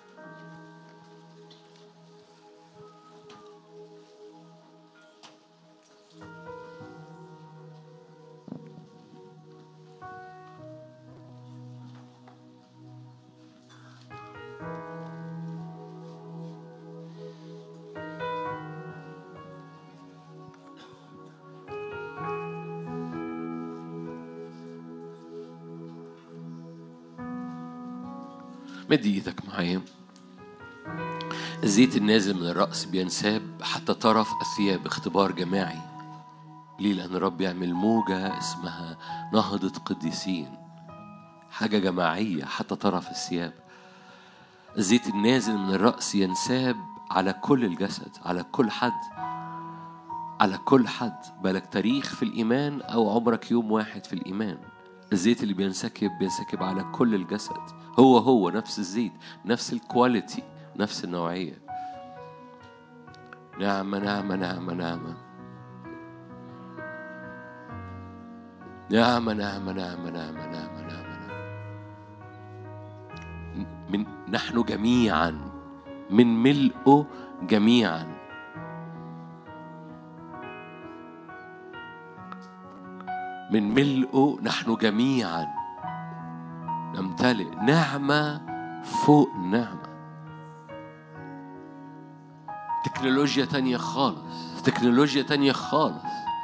مد ايدك معايا. الزيت النازل من الرأس بينساب حتى طرف الثياب. اختبار جماعي. ليه؟ لأن الرب يعمل موجة اسمها نهضة قديسين، حاجة جماعية حتى طرف الثياب. الزيت النازل من الرأس ينساب على كل الجسد، على كل حد، على كل حد. بالك تاريخ في الإيمان أو عمرك يوم واحد في الإيمان، الزيت اللي بينسكب بينسكب على كل الجسد. هو هو نفس الزيت، نفس الكواليتي، نفس النوعية. نعمة نعمة نعمة نعمة نعمة نعمة نعمة نعمة نعمة نعمة. من نحن جميعا من ملئه جميعا. من ملئه نحن جميعا نمتلئ نعمة فوق نعمة. تكنولوجيا تانية خالص، تكنولوجيا تانية خالص.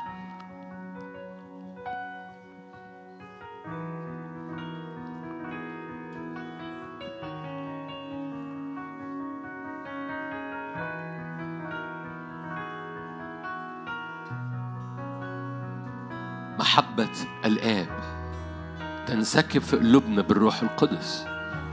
محبة الآب تنسكب في قلوبنا بالروح القدس.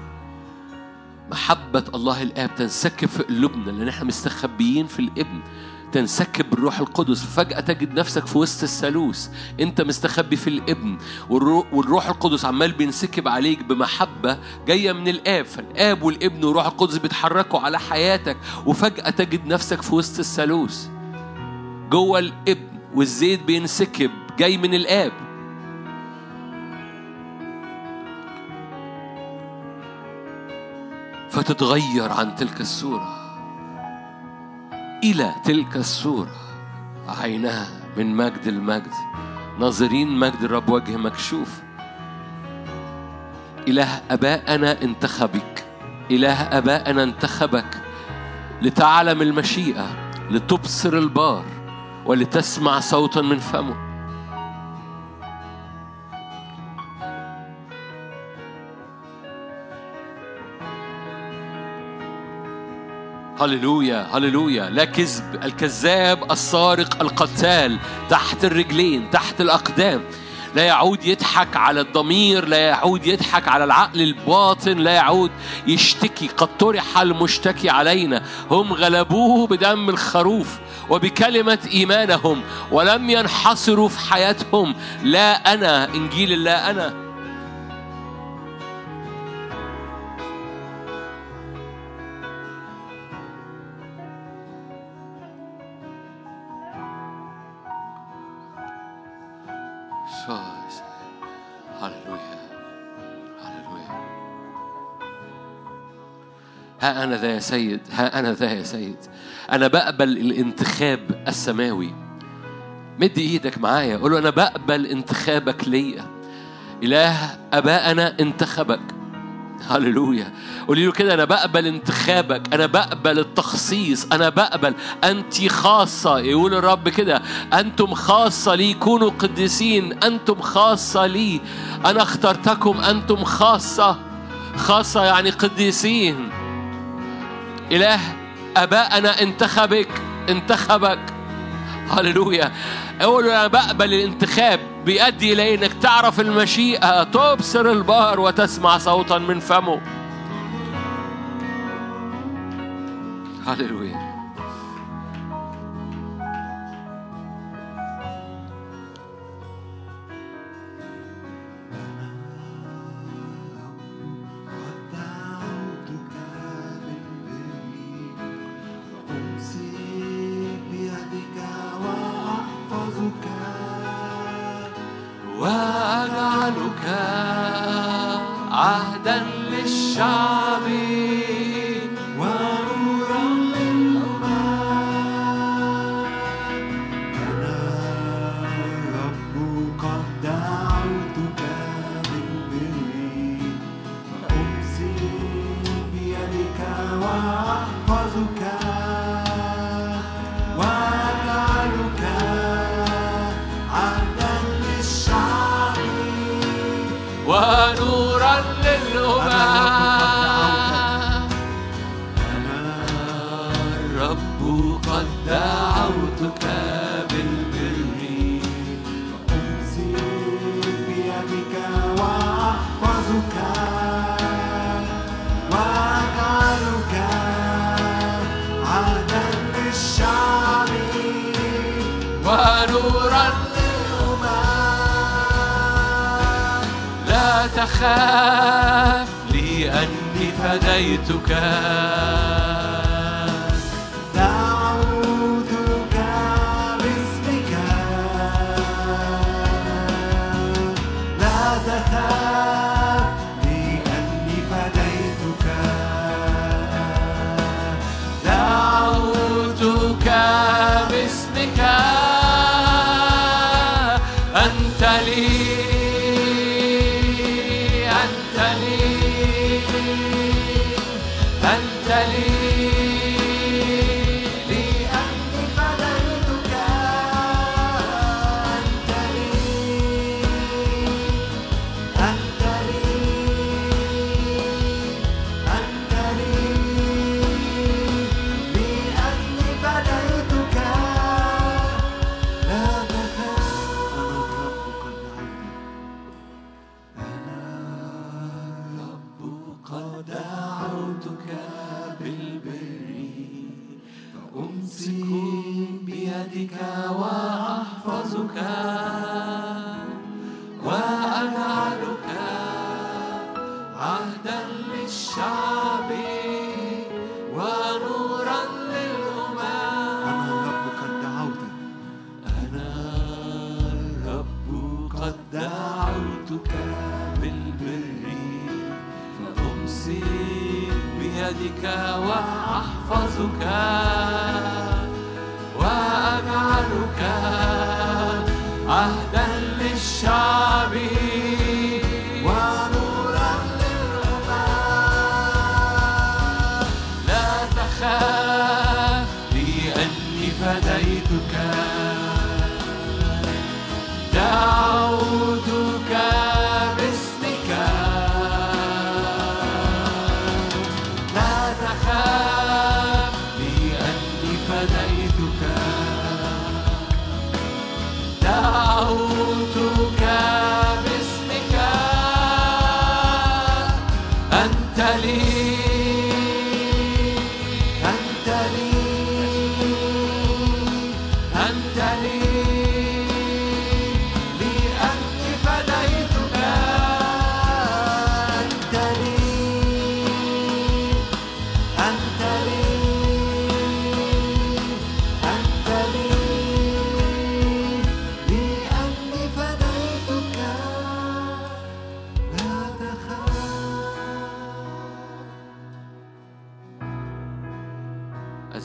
محبة الله الآب تنسكب في قلوبنا لأن احنا مستخبيين في الابن، تنسكب بالروح القدس. فجأة تجد نفسك في وسط الثالوث، انت مستخبي في الابن، والروح القدس عمال بينسكب عليك بمحبة جاية من الآب. فالآب والابن والروح القدس بيتحركوا على حياتك، وفجأة تجد نفسك في وسط الثالوث جوه الابن، والزيت بينسكب جاي من الآب. فتتغير عن تلك الصورة إلى تلك الصورة، عينها من مجد المجد، ناظرين مجد الرب وجه مكشوف. إله أبائنا انتخبك، إله أبائنا انتخبك لتعلم المشيئة، لتبصر البار، ولتسمع صوتا من فمه. هللويا هللويا. لا كذب، الكذاب السارق القتال تحت الرجلين، تحت الأقدام. لا يعود يضحك على الضمير، لا يعود يضحك على العقل الباطن، لا يعود يشتكي. قد طرح المشتكي علينا، هم غلبوه بدم الخروف وبكلمة إيمانهم، ولم ينحصروا في حياتهم. لا أنا، إنجيل لا أنا. هللويا هللويا. ها أنا ذا يا سيد، ها أنا ذا يا سيد. أنا بقبل الانتخاب السماوي. مد إيدك معايا قول له أنا بقبل انتخابك ليا. إله أبائنا انتخبك. هللويا. قولي له كده أنا بقبل انتخابك، أنا بقبل التخصيص، أنا بقبل أنتي خاصة. يقول الرب كده أنتم خاصة لي، كونوا قديسين، أنتم خاصة لي، أنا اخترتكم، أنتم خاصة. خاصة يعني قديسين. إله أبائنا انتخبك انتخبك. هللويا. أقول أنا بقبل الانتخاب بيؤدي إلى إنك تعرف المشيئة، تبصر البار وتسمع صوتا من فمه. هللويا. وأجعلك عهدا للشعب ونورا للأمم. أنا رب قد دعوتك بالبر فأمسك بيدك وأحفظك وأجعلك عهدا للشعب ونورا للأمم. أنا الرب قد دعوتك بالبر فأمسك بيدك وأحفظك وأجعلك عهدا للشعب ونورا للأمم. لا تخاف لأني فديتك. دعوتك باسمك لا تخاف لأني فديتك. دعوتك باسمك أنت لي أنت لي أنت لي لأني فديتك أنت لي أنت لي أنت لي لأني فديتك لا تخاف. أنا الرب قد دعوتك بالبر فأمسك بيدك وأحفظك وأجعلك عهدا للشعب ونورا للأمم. أنا الرب قد دعوتك أنا الرب قد دعوتك بالبر فأمسك بيدك وأحفظك وأجعلك عهدا للشعب ونورا للأمم. لا تخاف لأني فديتك. دعوتك باسمك لا تخاف لأني فديتك. دعوتك باسمك أنت لي أنت لي أنت لي لأني فديتك. أنت لي أنت لي أنت لي لأني فديتك.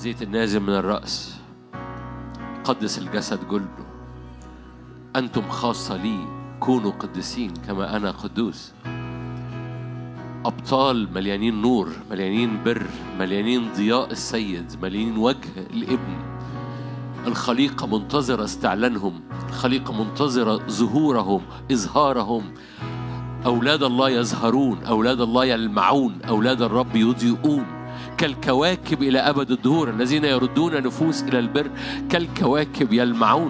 الزيت النازل من الرأس قدس الجسد كله. أنتم خاصة لي، كونوا قدسين كما أنا قدوس. أبطال مليانين نور، مليانين بر، مليانين ضياء السيد، مليانين وجه الابن. الخليقة منتظرة استعلانهم، الخليقة منتظرة ظهورهم، إظهارهم. أولاد الله يظهرون، أولاد الله يلمعون، أولاد الرب يضيئون كالكواكب إلى أبد الدهور. الذين يردون نفوس إلى البر كالكواكب يلمعون.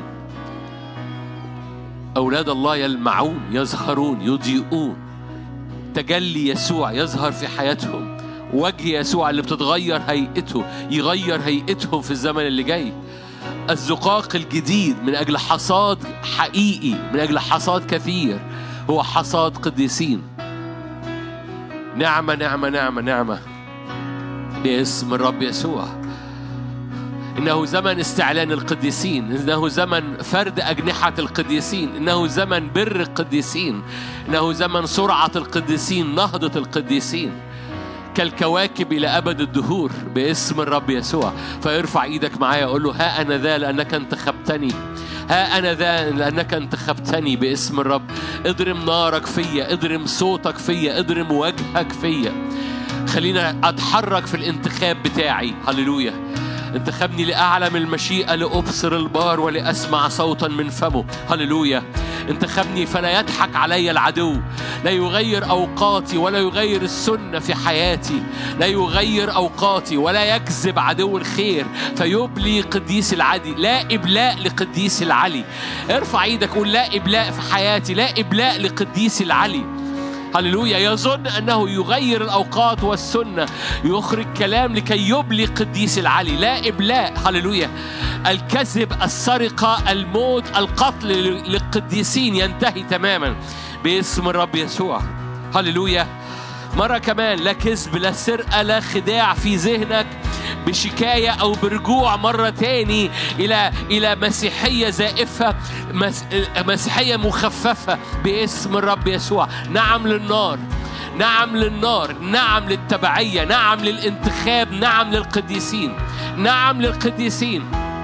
أولاد الله يلمعون، يظهرون، يضيئون. تجلي يسوع يظهر في حياتهم، وجه يسوع اللي بتتغير هيئته يغير هيئتهم في الزمن اللي جاي. الزقاق الجديد من أجل حصاد حقيقي، من أجل حصاد كثير، هو حصاد قديسين. نعمة نعمة نعمة نعمة باسم الرب يسوع. إنه زمن استعلان القديسين، إنه زمن فرد أجنحة القديسين، إنه زمن بر القديسين، إنه زمن سرعة القديسين، نهضة القديسين كالكواكب إلى أبد الدهور باسم الرب يسوع. فيرفع إيدك معايا أقول له ها أنا ذا لأنك انتخبتني، ها أنا ذا لأنك انتخبتني باسم الرب. اضرم نارك فيا، اضرم صوتك فيا، اضرم وجهك فيا. خلينا أتحرك في الانتخاب بتاعي. هللويا. انتخبني لأعلم المشيئة، لأبصر البار ولأسمع صوتا من فمه. هللويا. انتخبني فلا يضحك علي العدو، لا يغير أوقاتي ولا يغير السنة في حياتي، لا يغير أوقاتي ولا يكذب عدو الخير فيبلي قديس العلي. لا إبلاء لقديس العلي. ارفع ايدك قول لا إبلاء في حياتي، لا إبلاء لقديس العلي. هللويا. يظن أنه يغير الأوقات والسنة، يخرج كلام لكي يبلي قديس العلي. لا إبلاء. هللويا. الكذب، السرقة، الموت، القتل للقديسين ينتهي تماما باسم الرب يسوع. هللويا. مرة كمان، لا كذب، لا سرقة، لا خداع في ذهنك بشكاية أو برجوع مرة تاني إلى إلى مسيحية زائفة، مسيحية مخففة باسم الرب يسوع. نعم للنار، نعم للنار، نعم للتبعية، نعم للانتخاب، نعم للقديسين، نعم للقديسين.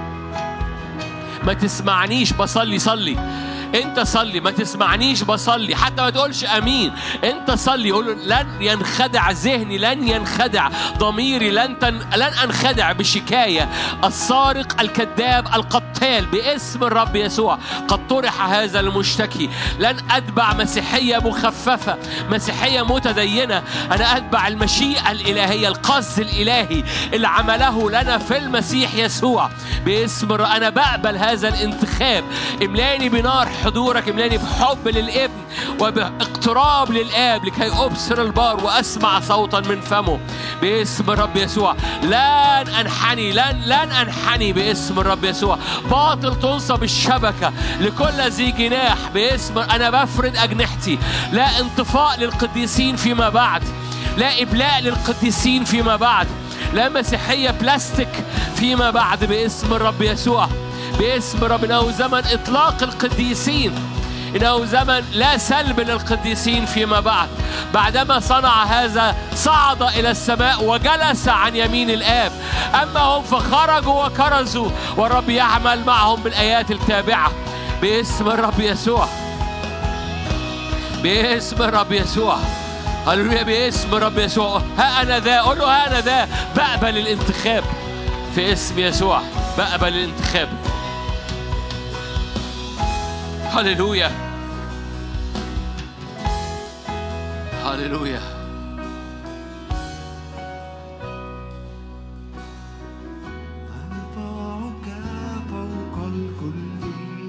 ما تسمعنيش بصلي، صلي انت، صلي. ما تسمعنيش بصلي، حتى ما تقولش امين، انت صلي. قول لن ينخدع ذهني، لن ينخدع ضميري، لن تن... لن انخدع بشكايه السارق الكذاب القتال باسم الرب يسوع. قد طرح هذا المشتكي. لن اتبع مسيحيه مخففه، مسيحيه متدينه. انا اتبع المشيئه الالهيه، القصد الالهي اللي عمله لنا في المسيح يسوع باسم الرب. انا بقبل هذا الانتخاب. املاني بنار حضورك، املاني بحب للابن وباقتراب للآب لكي أبصر البار وأسمع صوتا من فمه باسم الرب يسوع. لن أنحني، لن لن أنحني باسم الرب يسوع. باطل تنصب الشبكة لكل ذي جناح باسم. أنا بفرد أجنحتي. لا انطفاء للقديسين فيما بعد، لا إبلاء للقديسين فيما بعد، لا مسيحية بلاستيك فيما بعد باسم الرب يسوع. باسم رب. إنه زمن إطلاق القديسين، إنه زمن لا سلب للقديسين فيما بعد. بعدما صنع هذا صعد إلى السماء وجلس عن يمين الآب. أما هم فخرجوا وكرزوا، والرب يعمل معهم بالآيات التابعة باسم الرب يسوع. باسم الرب يسوع. هللويا. باسم الرب يسوع. ها أنا ذا. قل له ها أنا ذا. بقبل الانتخاب في اسم يسوع. بقبل الانتخاب. هللويا. هللويا. نرفعك فوق الكل.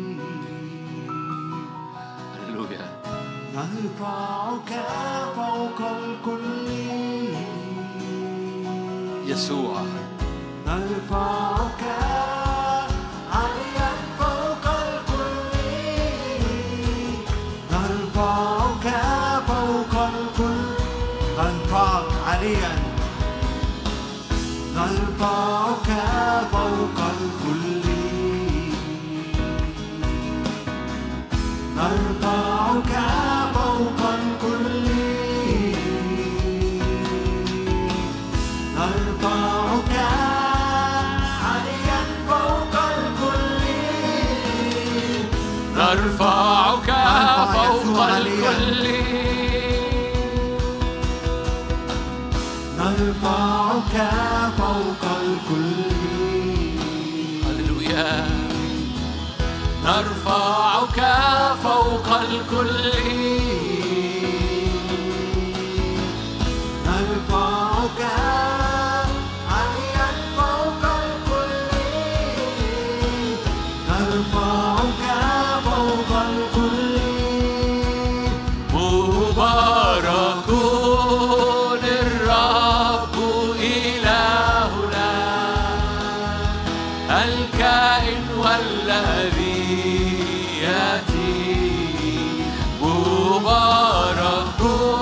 هللويا. نرفعك فوق الكل يسوع. نرفعك عاليا فوق الكل. نرفعك فوق الكل. نرفعك عاليا. نرفعك فوق الكل. نرفعك فوق الكل. نرفعك نرفعك فوق الكل نرفعك فوق الكل هللويا نرفعك فوق الكل نرفعك عاليا فوق الكل نرفعك فوق الكل مبارك الرب إلهنا الكائن والذي يأتي مبارك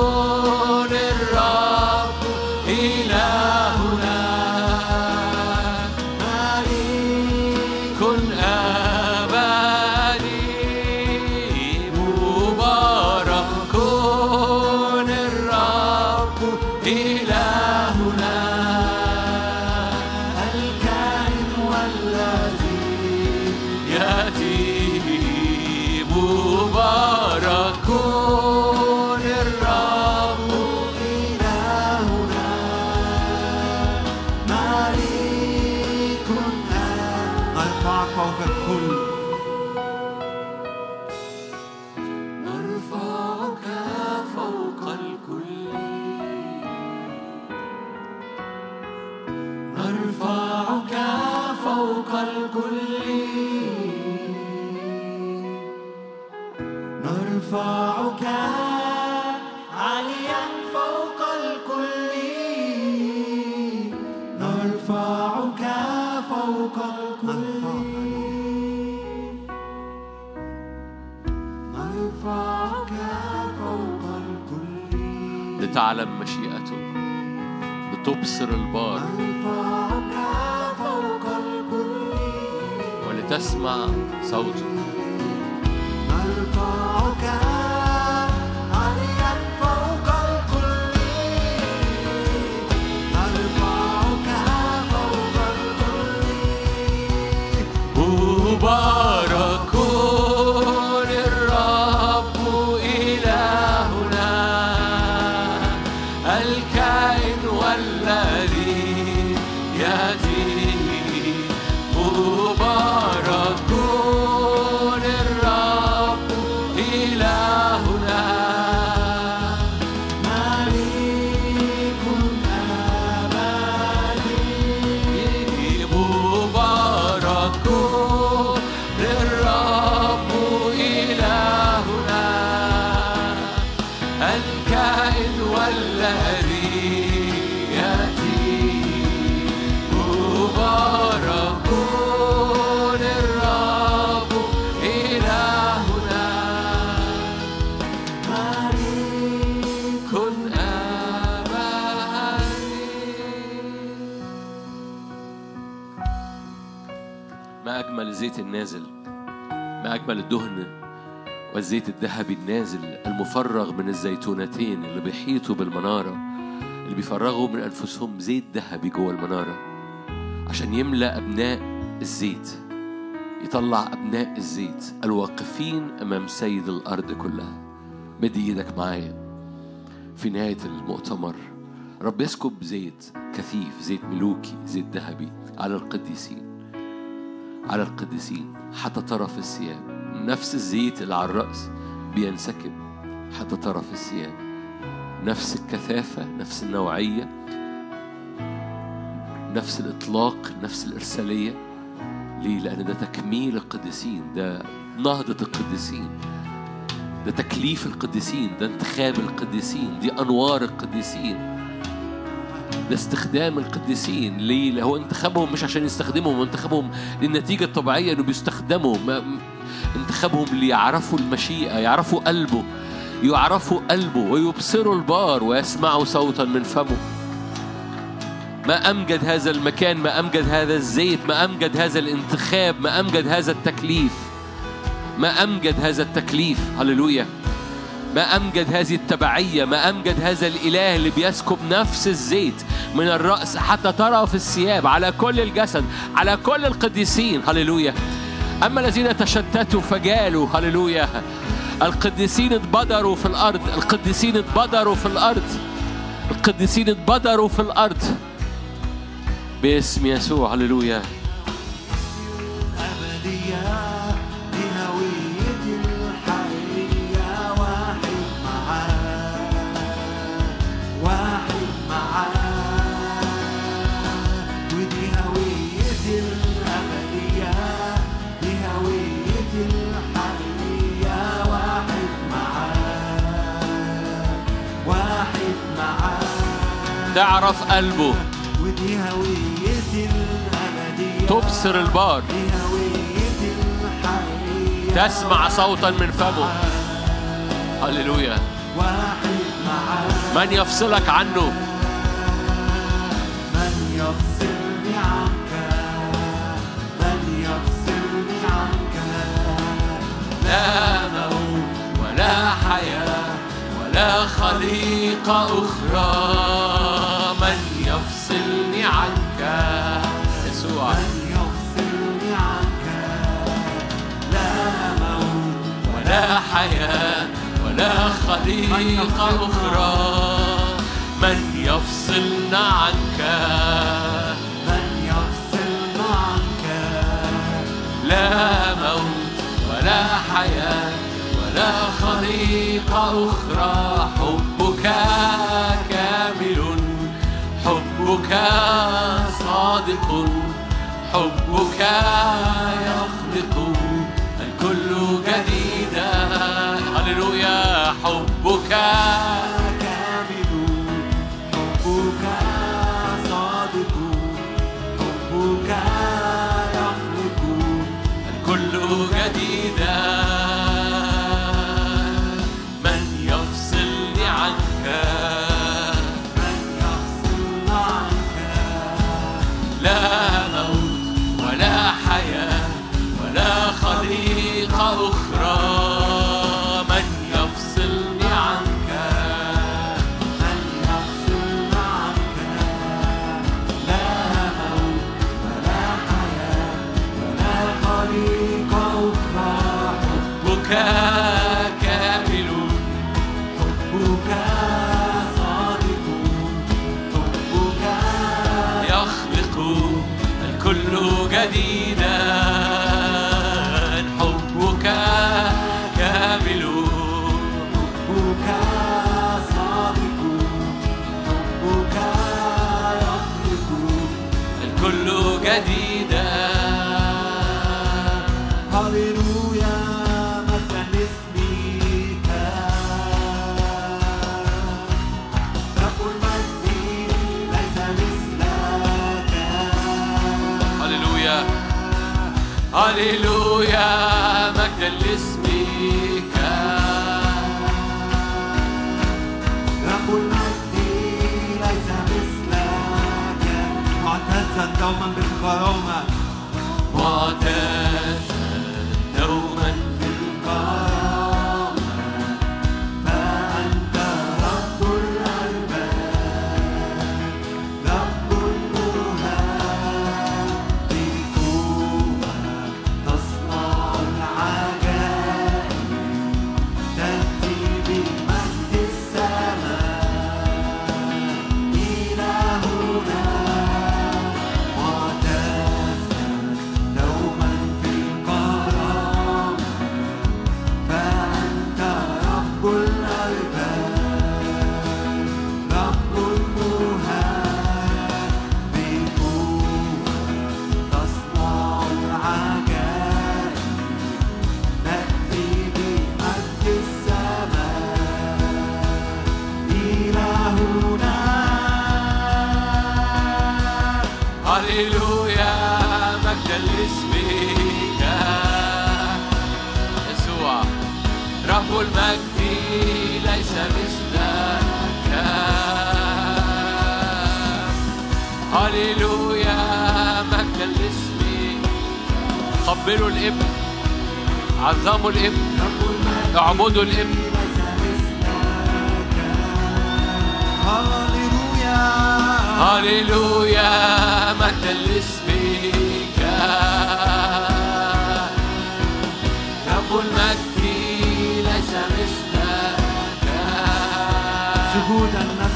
الرب إلهنا ملك أبدي مبارك الرب إلهنا الكائن والذي يأتي مبارك الرب إلهنا ملك نرفعك فوق الكل نرفعك فوق الكل نرفعك فوق الكل نرفعك عاليا فوق الكل نرفعك فوق الكل نرفعك فوق الكل لتعلم مشيئته لتبصر البار نرفعك فوق الكل ولتسمع صوته نرفعك عاليا فوق الكل نرفعك فوق الكل مبارك الرب إلهنا الكائن والذي يأتي مبارك الرب إلهنا ملك أبدي مبارك للرب إلهنا الكائن والذي يأتي مبارك للرب إلهنا ملك أبدي. ما أجمل الزيت النازل، ما أجمل الدهن والزيت الذهبي النازل المفرغ من الزيتونتين اللي بيحيطوا بالمنارة، اللي بيفرغوا من أنفسهم زيت ذهبي جوه المنارة عشان يملأ أبناء الزيت، يطلع أبناء الزيت الواقفين أمام سيد الأرض كلها. مد إيدك معايا في نهاية المؤتمر. رب يسكب زيت كثيف، زيت ملوكي، زيت ذهبي على القديسين، على القديسين حتى طرف الثياب. نفس الزيت اللي على الرأس بينسكب حتى طرف الثياب، نفس الكثافة، نفس النوعية، نفس الإطلاق، نفس الإرسالية. ليه؟ لأن ده تكميل القديسين، ده نهضة القديسين، ده تكليف القديسين، ده انتخاب القديسين، دي أنوار القديسين، ده استخدام القديسين. ليه؟ هو انتخابهم مش عشان يستخدمهم، انتخابهم للنتيجة الطبيعية انه بيستخدموا، انتخابهم ليعرفوا المشيئة، يعرفوا قلبه، يعرفوا قلبه ويبصروا البار ويسمعوا صوتا من فمه. ما أمجد هذا المكان، ما أمجد هذا الزيت، ما أمجد هذا الانتخاب، ما أمجد هذا التكليف، ما أمجد هذا التكليف. هللويا. ما أمجد هذه التبعية، ما أمجد هذا الإله اللي بيسكب نفس الزيت من الرأس حتى طرف الثياب على كل الجسد، على كل القديسين. هللويا. أما الذين تشتتوا فجالوا. هللويا. القديسين اتبدروا في الأرض. القديسين اتبدروا في الأرض. القديسين اتبدروا في الأرض باسم يسوع. هللويا. تعرف قلبه، ودي هويتي الأبدية، تبصر البار، دي هويتي الحقيقية، تسمع صوتا من فمه. هللويا. واحد معاه، من يفصلك عنه؟ من يفصلني عنك، من يفصلني عنك. لا موت ولا حياة ولا خليقة أخرى من يفصلني عنك. يسوع. من يفصلني عنك. لا موت ولا حياة ولا خليقة أخرى من يفصلنا عنك. من يفصلنا عنك. لا موت ولا حياة ولا خليقة أخرى. حبك كامل، حبك صادق، حبك يخلق الكل جديدا. هللويا. حبك كامل، حبك صادق، حبك يخلق الكل جديدا. من يفصلني عنك؟ من يفصلنا عنك. لا موت ولا حياة ولا خليقة أخرى من يفصلني عنك. من يفصلنا عنك. لا موت ولا حياة ولا خليقة أخرى. حبك كامل، حبك صادق، حبك يخلق الكل جديدا. حبك كامل، حبك صادق، حبك يخلق الكل جديدا. هللويا. مجدا لاسمك رب المجد ليس مثلك. هللويا. هللويا. مجدا لاسمك. رب المجد ليس مثلك. معتزا دوما بالكرامة، معتزا دوما بالكرامة. فأنت رب الأرباب، رب المهاب. بقوة تصنع العجائب، تأتي بمجد السماء. إلهنا معتزا دوما في الكرامة. فأنت رب الأرباب، رب المهاب. بقوة تصنع العجائب، تأتي بمجد السماء. إلهنا. هللويا. مجدا لاسمك يسوع. رب المجد ليس مثلك. هللويا. مجدا لاسمك. قبلوا الابن، عظموا الابن، رب المجد اعبدوا الابن. ليس مثلك. هللويا. هللويا. مجدا لاسمك.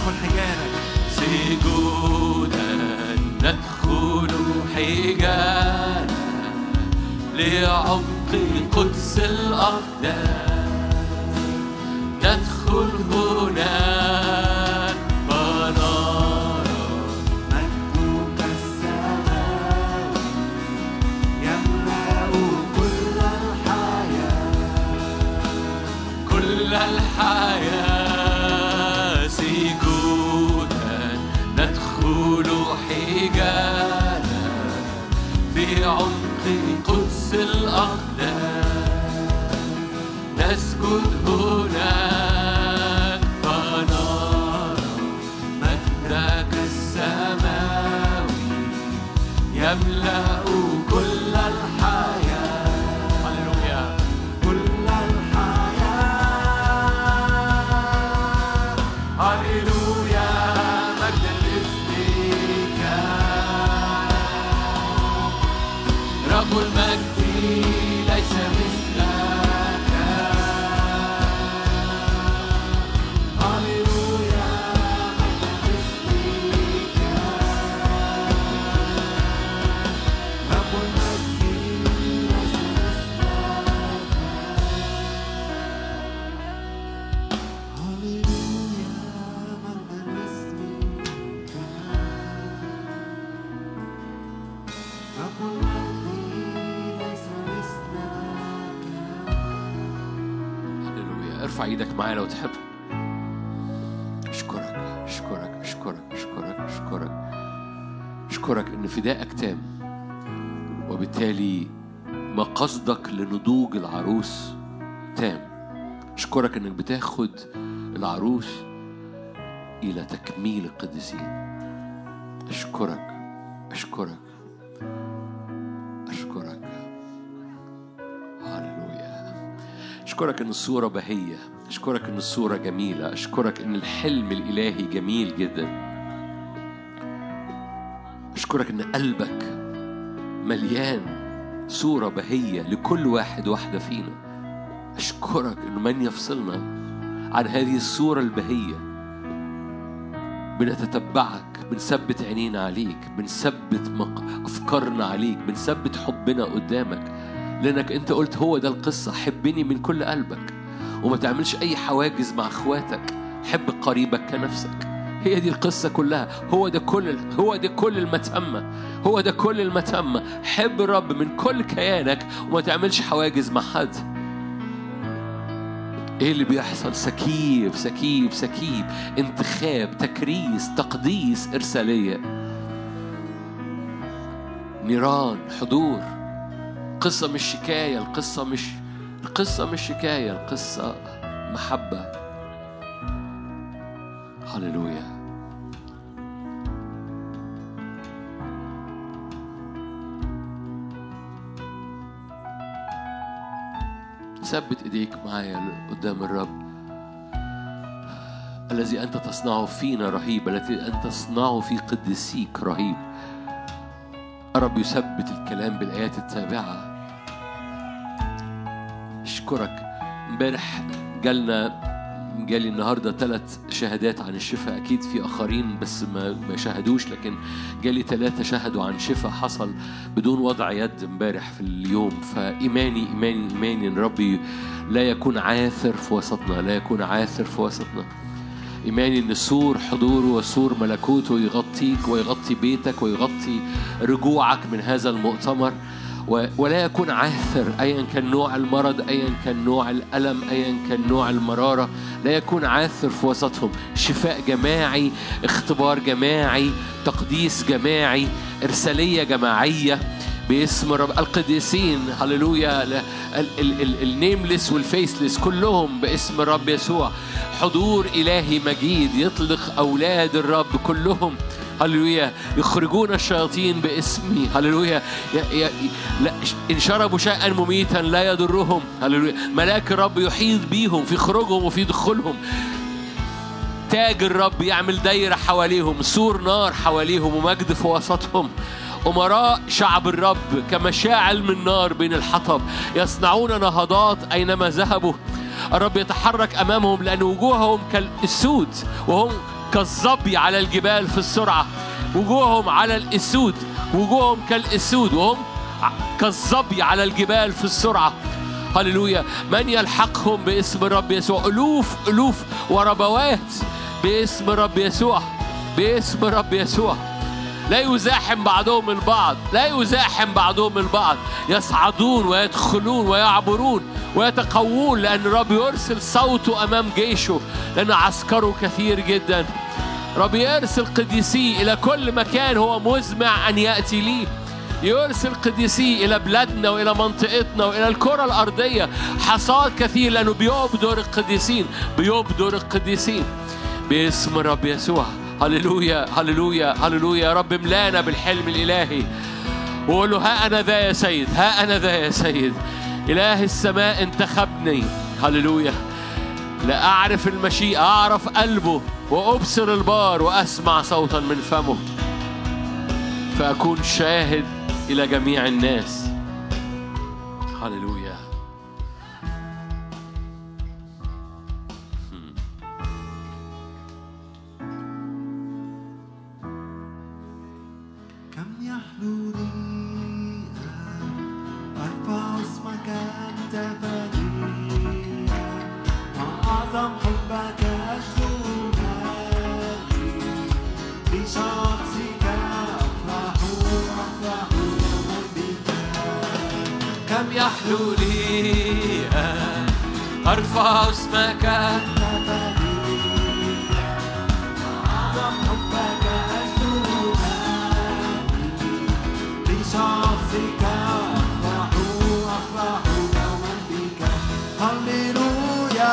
ندخل حجالك سجودا ندخل حجالا لعمق قدس الأقداس ندخل هناك فنرى مجدك السماوي يملأ كل الحياة كل الحياة سجودا ندخل حجالا في عمق قدس الأقداس نسجد هناك فنرى مجدك السماوي يملأ كل الحياة هللويا كل الحياة هللويا مجدا لاسمك رب المجد ليس مثلك هللويا مجدا لاسمك رب المجد ليس مثلك هللويا مجدا لاسمك رب المجد ليس مثلك هللويا ارفع ايدك معايا لو تحب اشكرك اشكرك اشكرك اشكرك اشكرك اشكرك ان فدائك تام وبالتالي ما قصدك لنضوج العروس تام. اشكرك انك بتاخد العروس الى تكميل القديسين. اشكرك اشكرك اشكرك هللويا. اشكرك ان الصورة بهية، اشكرك ان الصورة جميلة، اشكرك ان الحلم الالهي جميل جدا. اشكرك ان قلبك مليان صورة بهية لكل واحد واحدة فينا. اشكرك ان من يفصلنا عن هذه الصورة البهية. بنتتبعك، بنثبت عينينا عليك، بنثبت افكارنا عليك، بنثبت حبنا قدامك، لانك انت قلت هو ده القصة. حبني من كل قلبك وما تعملش اي حواجز مع اخواتك، حب قريبك كنفسك. هي دي القصة كلها. هو ده كل هو ده كل المتمة هو ده كل المتمة. حب الرب من كل كيانك وما تعملش حواجز مع حد. ايه اللي بيحصل؟ سكيب سكيب سكيب، انتخاب، تكريس، تقديس، ارسالية، نيران، حضور. قصة مش شكاية، القصة مش القصة مش شكاية، القصة محبة. هللويا. ثبت ايديك معايا قدام الرب. الذي انت تصنعه فينا رهيب، الذي انت تصنعه في قديسيك رهيب. الرب يثبت الكلام بالايات التابعه. اشكرك. امبارح جالنا جالي النهارده ثلاث شهادات عن الشفاء. اكيد في اخرين بس ما ما شهدوش، لكن جالي ثلاثه شهدوا عن شفاء حصل بدون وضع يد امبارح في اليوم. فايماني ايماني ايماني ان ربي لا يكون عاثر في وسطنا، لا يكون عاثر في وسطنا. إيماني إن سور حضوره وسور ملكوته يغطيك ويغطي بيتك ويغطي رجوعك من هذا المؤتمر، ولا يكون عاثر أيا كان نوع المرض، أيا كان نوع الألم، أيا كان نوع المرارة، لا يكون عاثر في وسطهم. شفاء جماعي، اختبار جماعي، تقديس جماعي، إرسالية جماعية باسم الرب. القديسين هللويا، النيملس والفيسلس كلهم باسم الرب يسوع. حضور إلهي مجيد يطلق أولاد الرب كلهم هللويا، يخرجون الشياطين باسمي هللويا. إن شربوا شيئا مميتا لا يضرهم هللويا. ملاك الرب يحيط بيهم في خروجهم وفي دخولهم. تاج الرب يعمل دايرة حواليهم، سور نار حواليهم ومجد في وسطهم. أمراء شعب الرب كمشاعل من نار بين الحطب، يصنعون نهضات أينما ذهبوا. الرب يتحرك أمامهم لأن وجوههم كالأسود وهم كالظبي على الجبال في السرعة، وجوههم على الأسود، وجوههم كالأسود، وهم كالظبي على الجبال في السرعة. هللويا. من يلحقهم باسم الرب يسوع؟ ألوف ألوف وربوات باسم الرب يسوع، باسم الرب يسوع. لا يزاحم بعضهم البعض، لا يزاحم بعضهم البعض، يصعدون ويدخلون ويعبرون ويتقوون، لأن الرب يرسل صوته أمام جيشه، لأن عسكره كثير جدا. رب يرسل قديسي إلى كل مكان هو مزمع أن يأتي ليه. يرسل قديسي إلى بلادنا وإلى منطقتنا وإلى الكرة الأرضية. حصاد كثير لأنه بيبدر القديسين، بيبدر القديسين باسم الرب يسوع. هللويا هللويا هللويا. يا رب املانا بالحلم الإلهي، وقول له ها أنا ذا يا سيد، ها أنا ذا يا سيد. إله السماء انتخبني. هللويا. لا أعرف المشيئة، أعرف قلبه، وأبصر البار وأسمع صوتا من فمه، فأكون شاهد إلى جميع الناس. هللويا. كم يحلو لي أن أرفع اسمك أنت فريا، وأعظم حبك أشكو هذه، بشخصك أفرح أفرح يوما بك. كم يحلو لي أن أرفع اسمك أنت فريا، وأعظم حبك أشكو هذه، بشخصك أفرح أفرح يوما بك. هللويا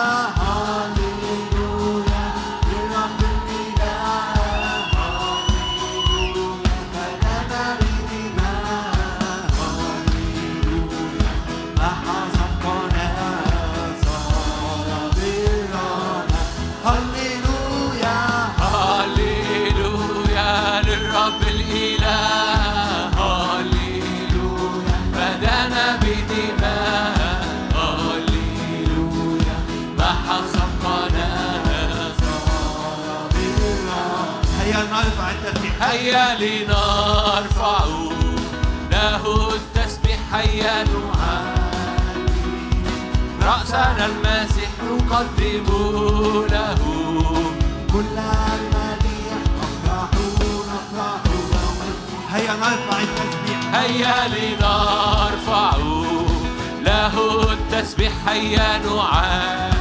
هللويا لرب الإله، هللويا فدانا بدماء، هللويا ما حسبنا صار برانا. هللويا هللويا للرب الإله، هللويا فدانا بدماء، هللويا ما حسبنا صار برانا. هيا نرفع التسبيح. هيا لنرفع له التسبيح، هيا نعلي رأسنا المسيح نقدم له كل المديح نفرح نفرح يوما. هيا نرفع التسبيح. هيا لنرفع له التسبيح، هيا نعلي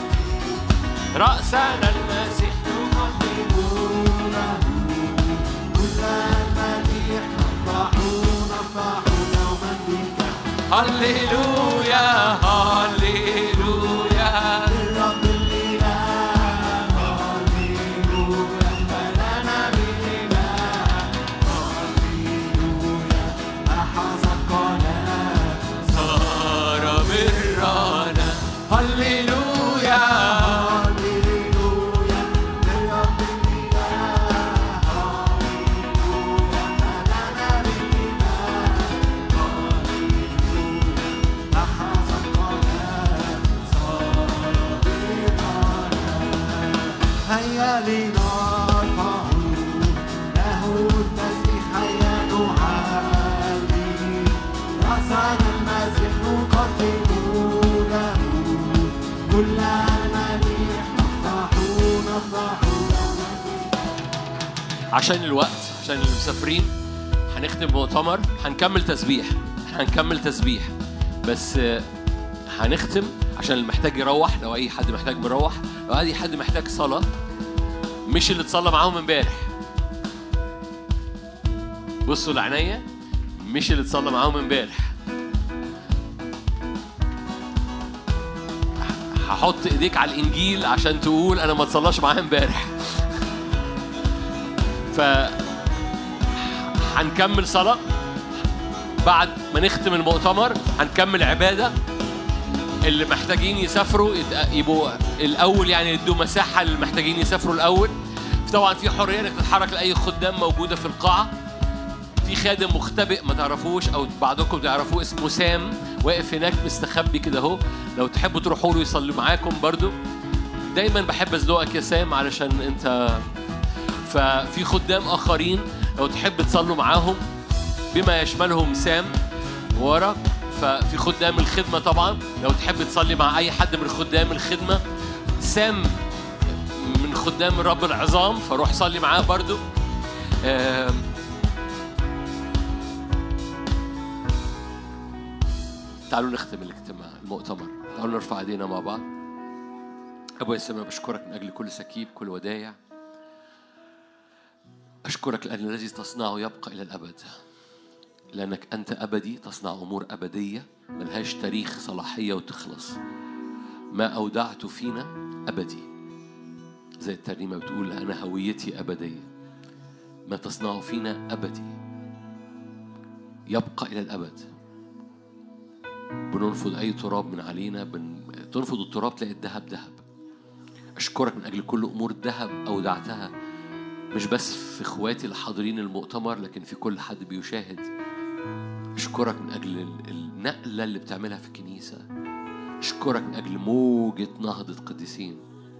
رأسنا المسيح نقدم له كل المديح نفرح نفرح يوما بك. هللويا هللويا للرب الإله، هللويا فدانا بدماء، هللويا ما حسبنا صار برانا. هللويا هللويا للرب الإله، هللويا فدانا بدماء، هللويا ما حسبنا صار برانا. هيا لنرفع له التسبيح، هيا نعلي رأسنا المسيح نقدم له كل المديح نفرح نفرح يوما. عشان الوقت، عشان اللي مسافرين هنختم مؤتمر، هنكمل تسبيح، هنكمل تسبيح بس آه، هنختم عشان اللي محتاج يروح. لو أي حد محتاج مروح، لو أي حد محتاج صلاة، مش اللي اتصلى معاهم امبارح، بصوا لعينيا، مش اللي اتصلى معاهم امبارح. هحط ايديك على الانجيل عشان تقول انا ما اتصلاش معاه امبارح. ف هنكمل صلاة بعد ما نختم المؤتمر، هنكمل عبادة. اللي محتاجين يسافروا يبقوا الأول، يعني يدوا مساحة اللي محتاجين يسافروا الأول. طبعا في حرية انك تتحرك لأي خدام موجودة في القاعة. في خادم مختبئ ما تعرفوش أو بعضكم تعرفوه اسمه سام، واقف هناك مستخبي كده اهو، لو تحبوا تروحوا له يصلي معاكم برضو. دايما بحب ازلقك يا سام علشان انت ففي خدام آخرين لو تحب تصلوا معاهم بما يشملهم سام ورا. ففي خدام الخدمة طبعا لو تحب تصلي مع أي حد من خدام الخدمة. سام من خدام الرب العظام فروح صلي معاه برضو. تعالوا نختم الاجتماع المؤتمر. تعالوا نرفع ايدينا مع بعض. أبويا السماء بشكرك من أجل كل سكيب كل ودايع. أشكرك لأن الذي تصنعه يبقى إلى الأبد، لأنك أنت أبدي تصنع أمور أبدية ملهاش تاريخ صلاحية وتخلص. ما أودعت فينا أبدي، زي الترنيمة بتقول أنا هويتي أبدية. ما تصنعه فينا أبدي يبقى إلى الأبد. بننفض أي تراب من علينا، بن... تنفض التراب تلاقي الذهب ذهب. أشكرك من أجل كل أمور ذهب أودعتها، مش بس في إخواتي الحاضرين المؤتمر لكن في كل حد بيشاهد. أشكرك من أجل النقلة اللي بتعملها في الكنيسة. أشكرك من أجل موجة نهضة قديسين،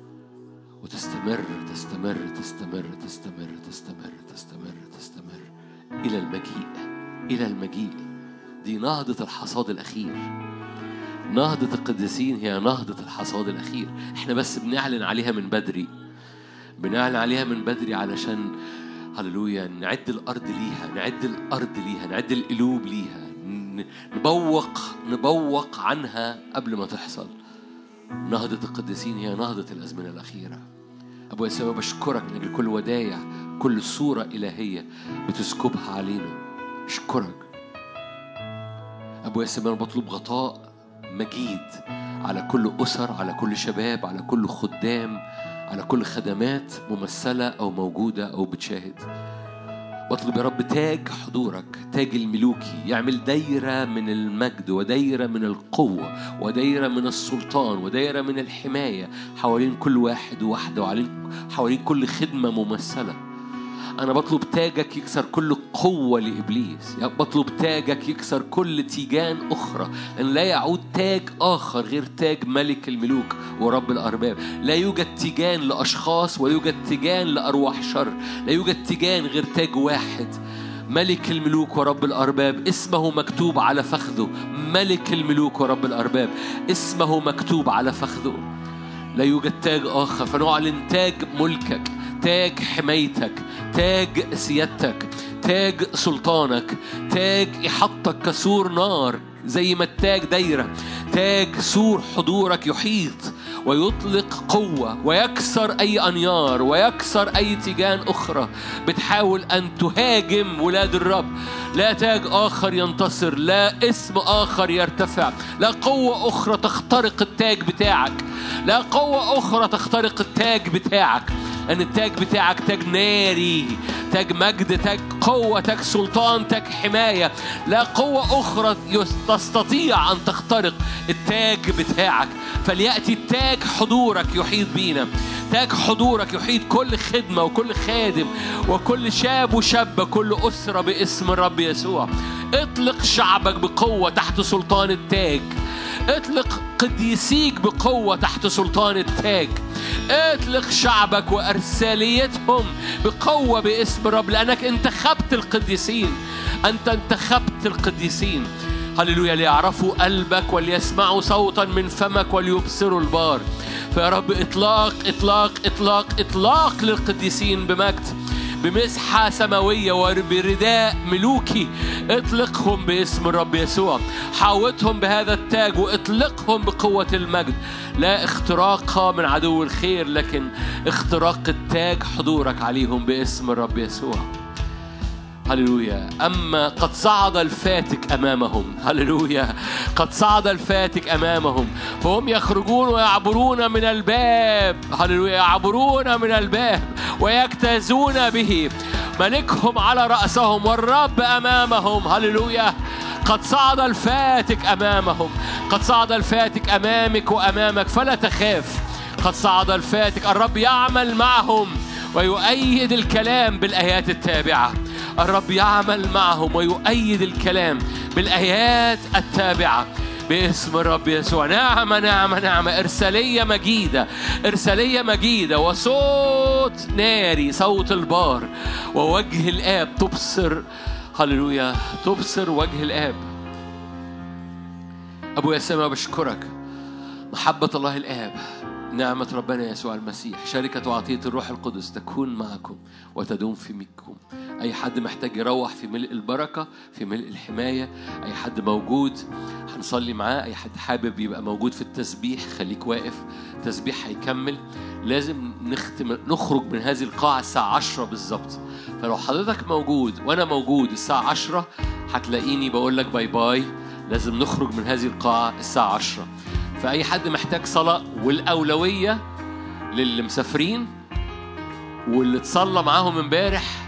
وتستمر تستمر تستمر تستمر تستمر تستمر تستمر إلى المجيء إلى المجيء. دي نهضة الحصاد الأخير. نهضة القديسين هي نهضة الحصاد الأخير. احنا بس بنعلن عليها من بدري، بنعلن عليها من بدري علشان هللويا نعد الأرض ليها، نعد الأرض ليها، نعد القلوب ليها، نبوق نبوق عنها قبل ما تحصل. نهضة القديسين هي نهضة الأزمنة الأخيرة. أبويا السماء بشكرك من أجل كل ودايع، كل صورة إلهية بتسكبها علينا. أشكرك أبويا السماء. بطلب غطاء مجيد على كل أسر، على كل شباب، على كل خدام، على كل خدمات ممثلة أو موجودة أو بتشاهد. بطلب يا رب تاج حضورك، تاج الملوكي يعمل دايرة من المجد ودايرة من القوة ودايرة من السلطان ودايرة من الحماية حوالين كل واحد وواحدة وحوالين كل خدمة ممثلة. أنا بطلب تاجك يكسر كل قوة لإبليس. بطلب تاجك يكسر كل تيجان أخرى، أن لا يعود تاج آخر غير تاج ملك الملوك ورب الأرباب. لا يوجد تيجان لأشخاص ولا يوجد تيجان لأرواح شر. لا يوجد تيجان غير تاج واحد، ملك الملوك ورب الأرباب. اسمه مكتوب على فخذه، ملك الملوك ورب الأرباب اسمه مكتوب على فخذه. لا يوجد تاج آخر. فنعلن تاج ملكك، تاج حمايتك، تاج سيادتك، تاج سلطانك، تاج يحطك كسور نار زي ما التاج دايرة. تاج سور حضورك يحيط ويطلق قوة ويكسر أي أنيار ويكسر أي تيجان أخرى بتحاول أن تهاجم ولاد الرب. لا تاج آخر ينتصر، لا اسم آخر يرتفع، لا قوة أخرى تخترق التاج بتاعك، لا قوة أخرى تخترق التاج بتاعك. أن التاج بتاعك تاج ناري، تاج مجد، تاج قوة، تاج سلطان، تاج حماية. لا قوة أخرى تستطيع أن تخترق التاج بتاعك. فليأتي تاج حضورك يحيط بينا، تاج حضورك يحيط كل خدمة وكل خادم وكل شاب وشابة، كل أسرة باسم الرب يسوع. اطلق شعبك بقوة تحت سلطان التاج. اطلق قديسيك بقوة تحت سلطان التاج. اطلق شعبك وأرساليتهم بقوة باسم الرب، لأنك انتخبت القديسين. أنت انتخبت القديسين هللويا ليعرفوا قلبك وليسمعوا صوتا من فمك وليبصروا البار. فيا رب اطلاق اطلاق اطلاق اطلاق للقديسين بمجد، بمسحة سماوية وبرداء ملوكي. اطلقهم باسم الرب يسوع. حاوطهم بهذا التاج واطلقهم بقوة المجد. لا اختراق من عدو الخير لكن اختراق التاج حضورك عليهم باسم الرب يسوع. هللويا. أما قد صعد الفاتك أمامهم، هللويا، قد صعد الفاتك أمامهم فهم يخرجون ويعبرون من الباب، هللويا، يعبرون من الباب ويجتازون به. ملكهم على رأسهم والرب أمامهم، هللويا. قد صعد الفاتك أمامهم، قد صعد الفاتك أمامك وأمامك فلا تخاف. قد صعد الفاتك. الرب يعمل معهم ويؤيد الكلام بالآيات التابعة. الرب يعمل معهم ويؤيد الكلام بالآيات التابعة. باسم الرب يسوع. نعمة نعمة نعمة، إرسالية مجيدة، إرسالية مجيدة، وصوت ناري، صوت البار، ووجه الآب تبصر. هللويا، تبصر وجه الآب. أبويا السماء بشكرك، محبة الله الآب، نعمة ربنا يسوع المسيح، شركة وعطية الروح القدس تكون معكم وتدوم في ملككم. أي حد محتاج يروح في ملء البركة، في ملء الحماية، أي حد موجود هنصلي معاه. أي حد حابب يبقى موجود في التسبيح خليك واقف، تسبيح هيكمل. لازم نختم نخرج من هذه القاعة الساعة عشرة بالظبط. فلو حضرتك موجود وأنا موجود الساعة عشرة هتلاقيني بقول لك باي باي. لازم نخرج من هذه القاعة الساعة عشرة. فأي حد محتاج صلاة، والأولوية للي مسافرين واللي اتصلى معاهم امبارح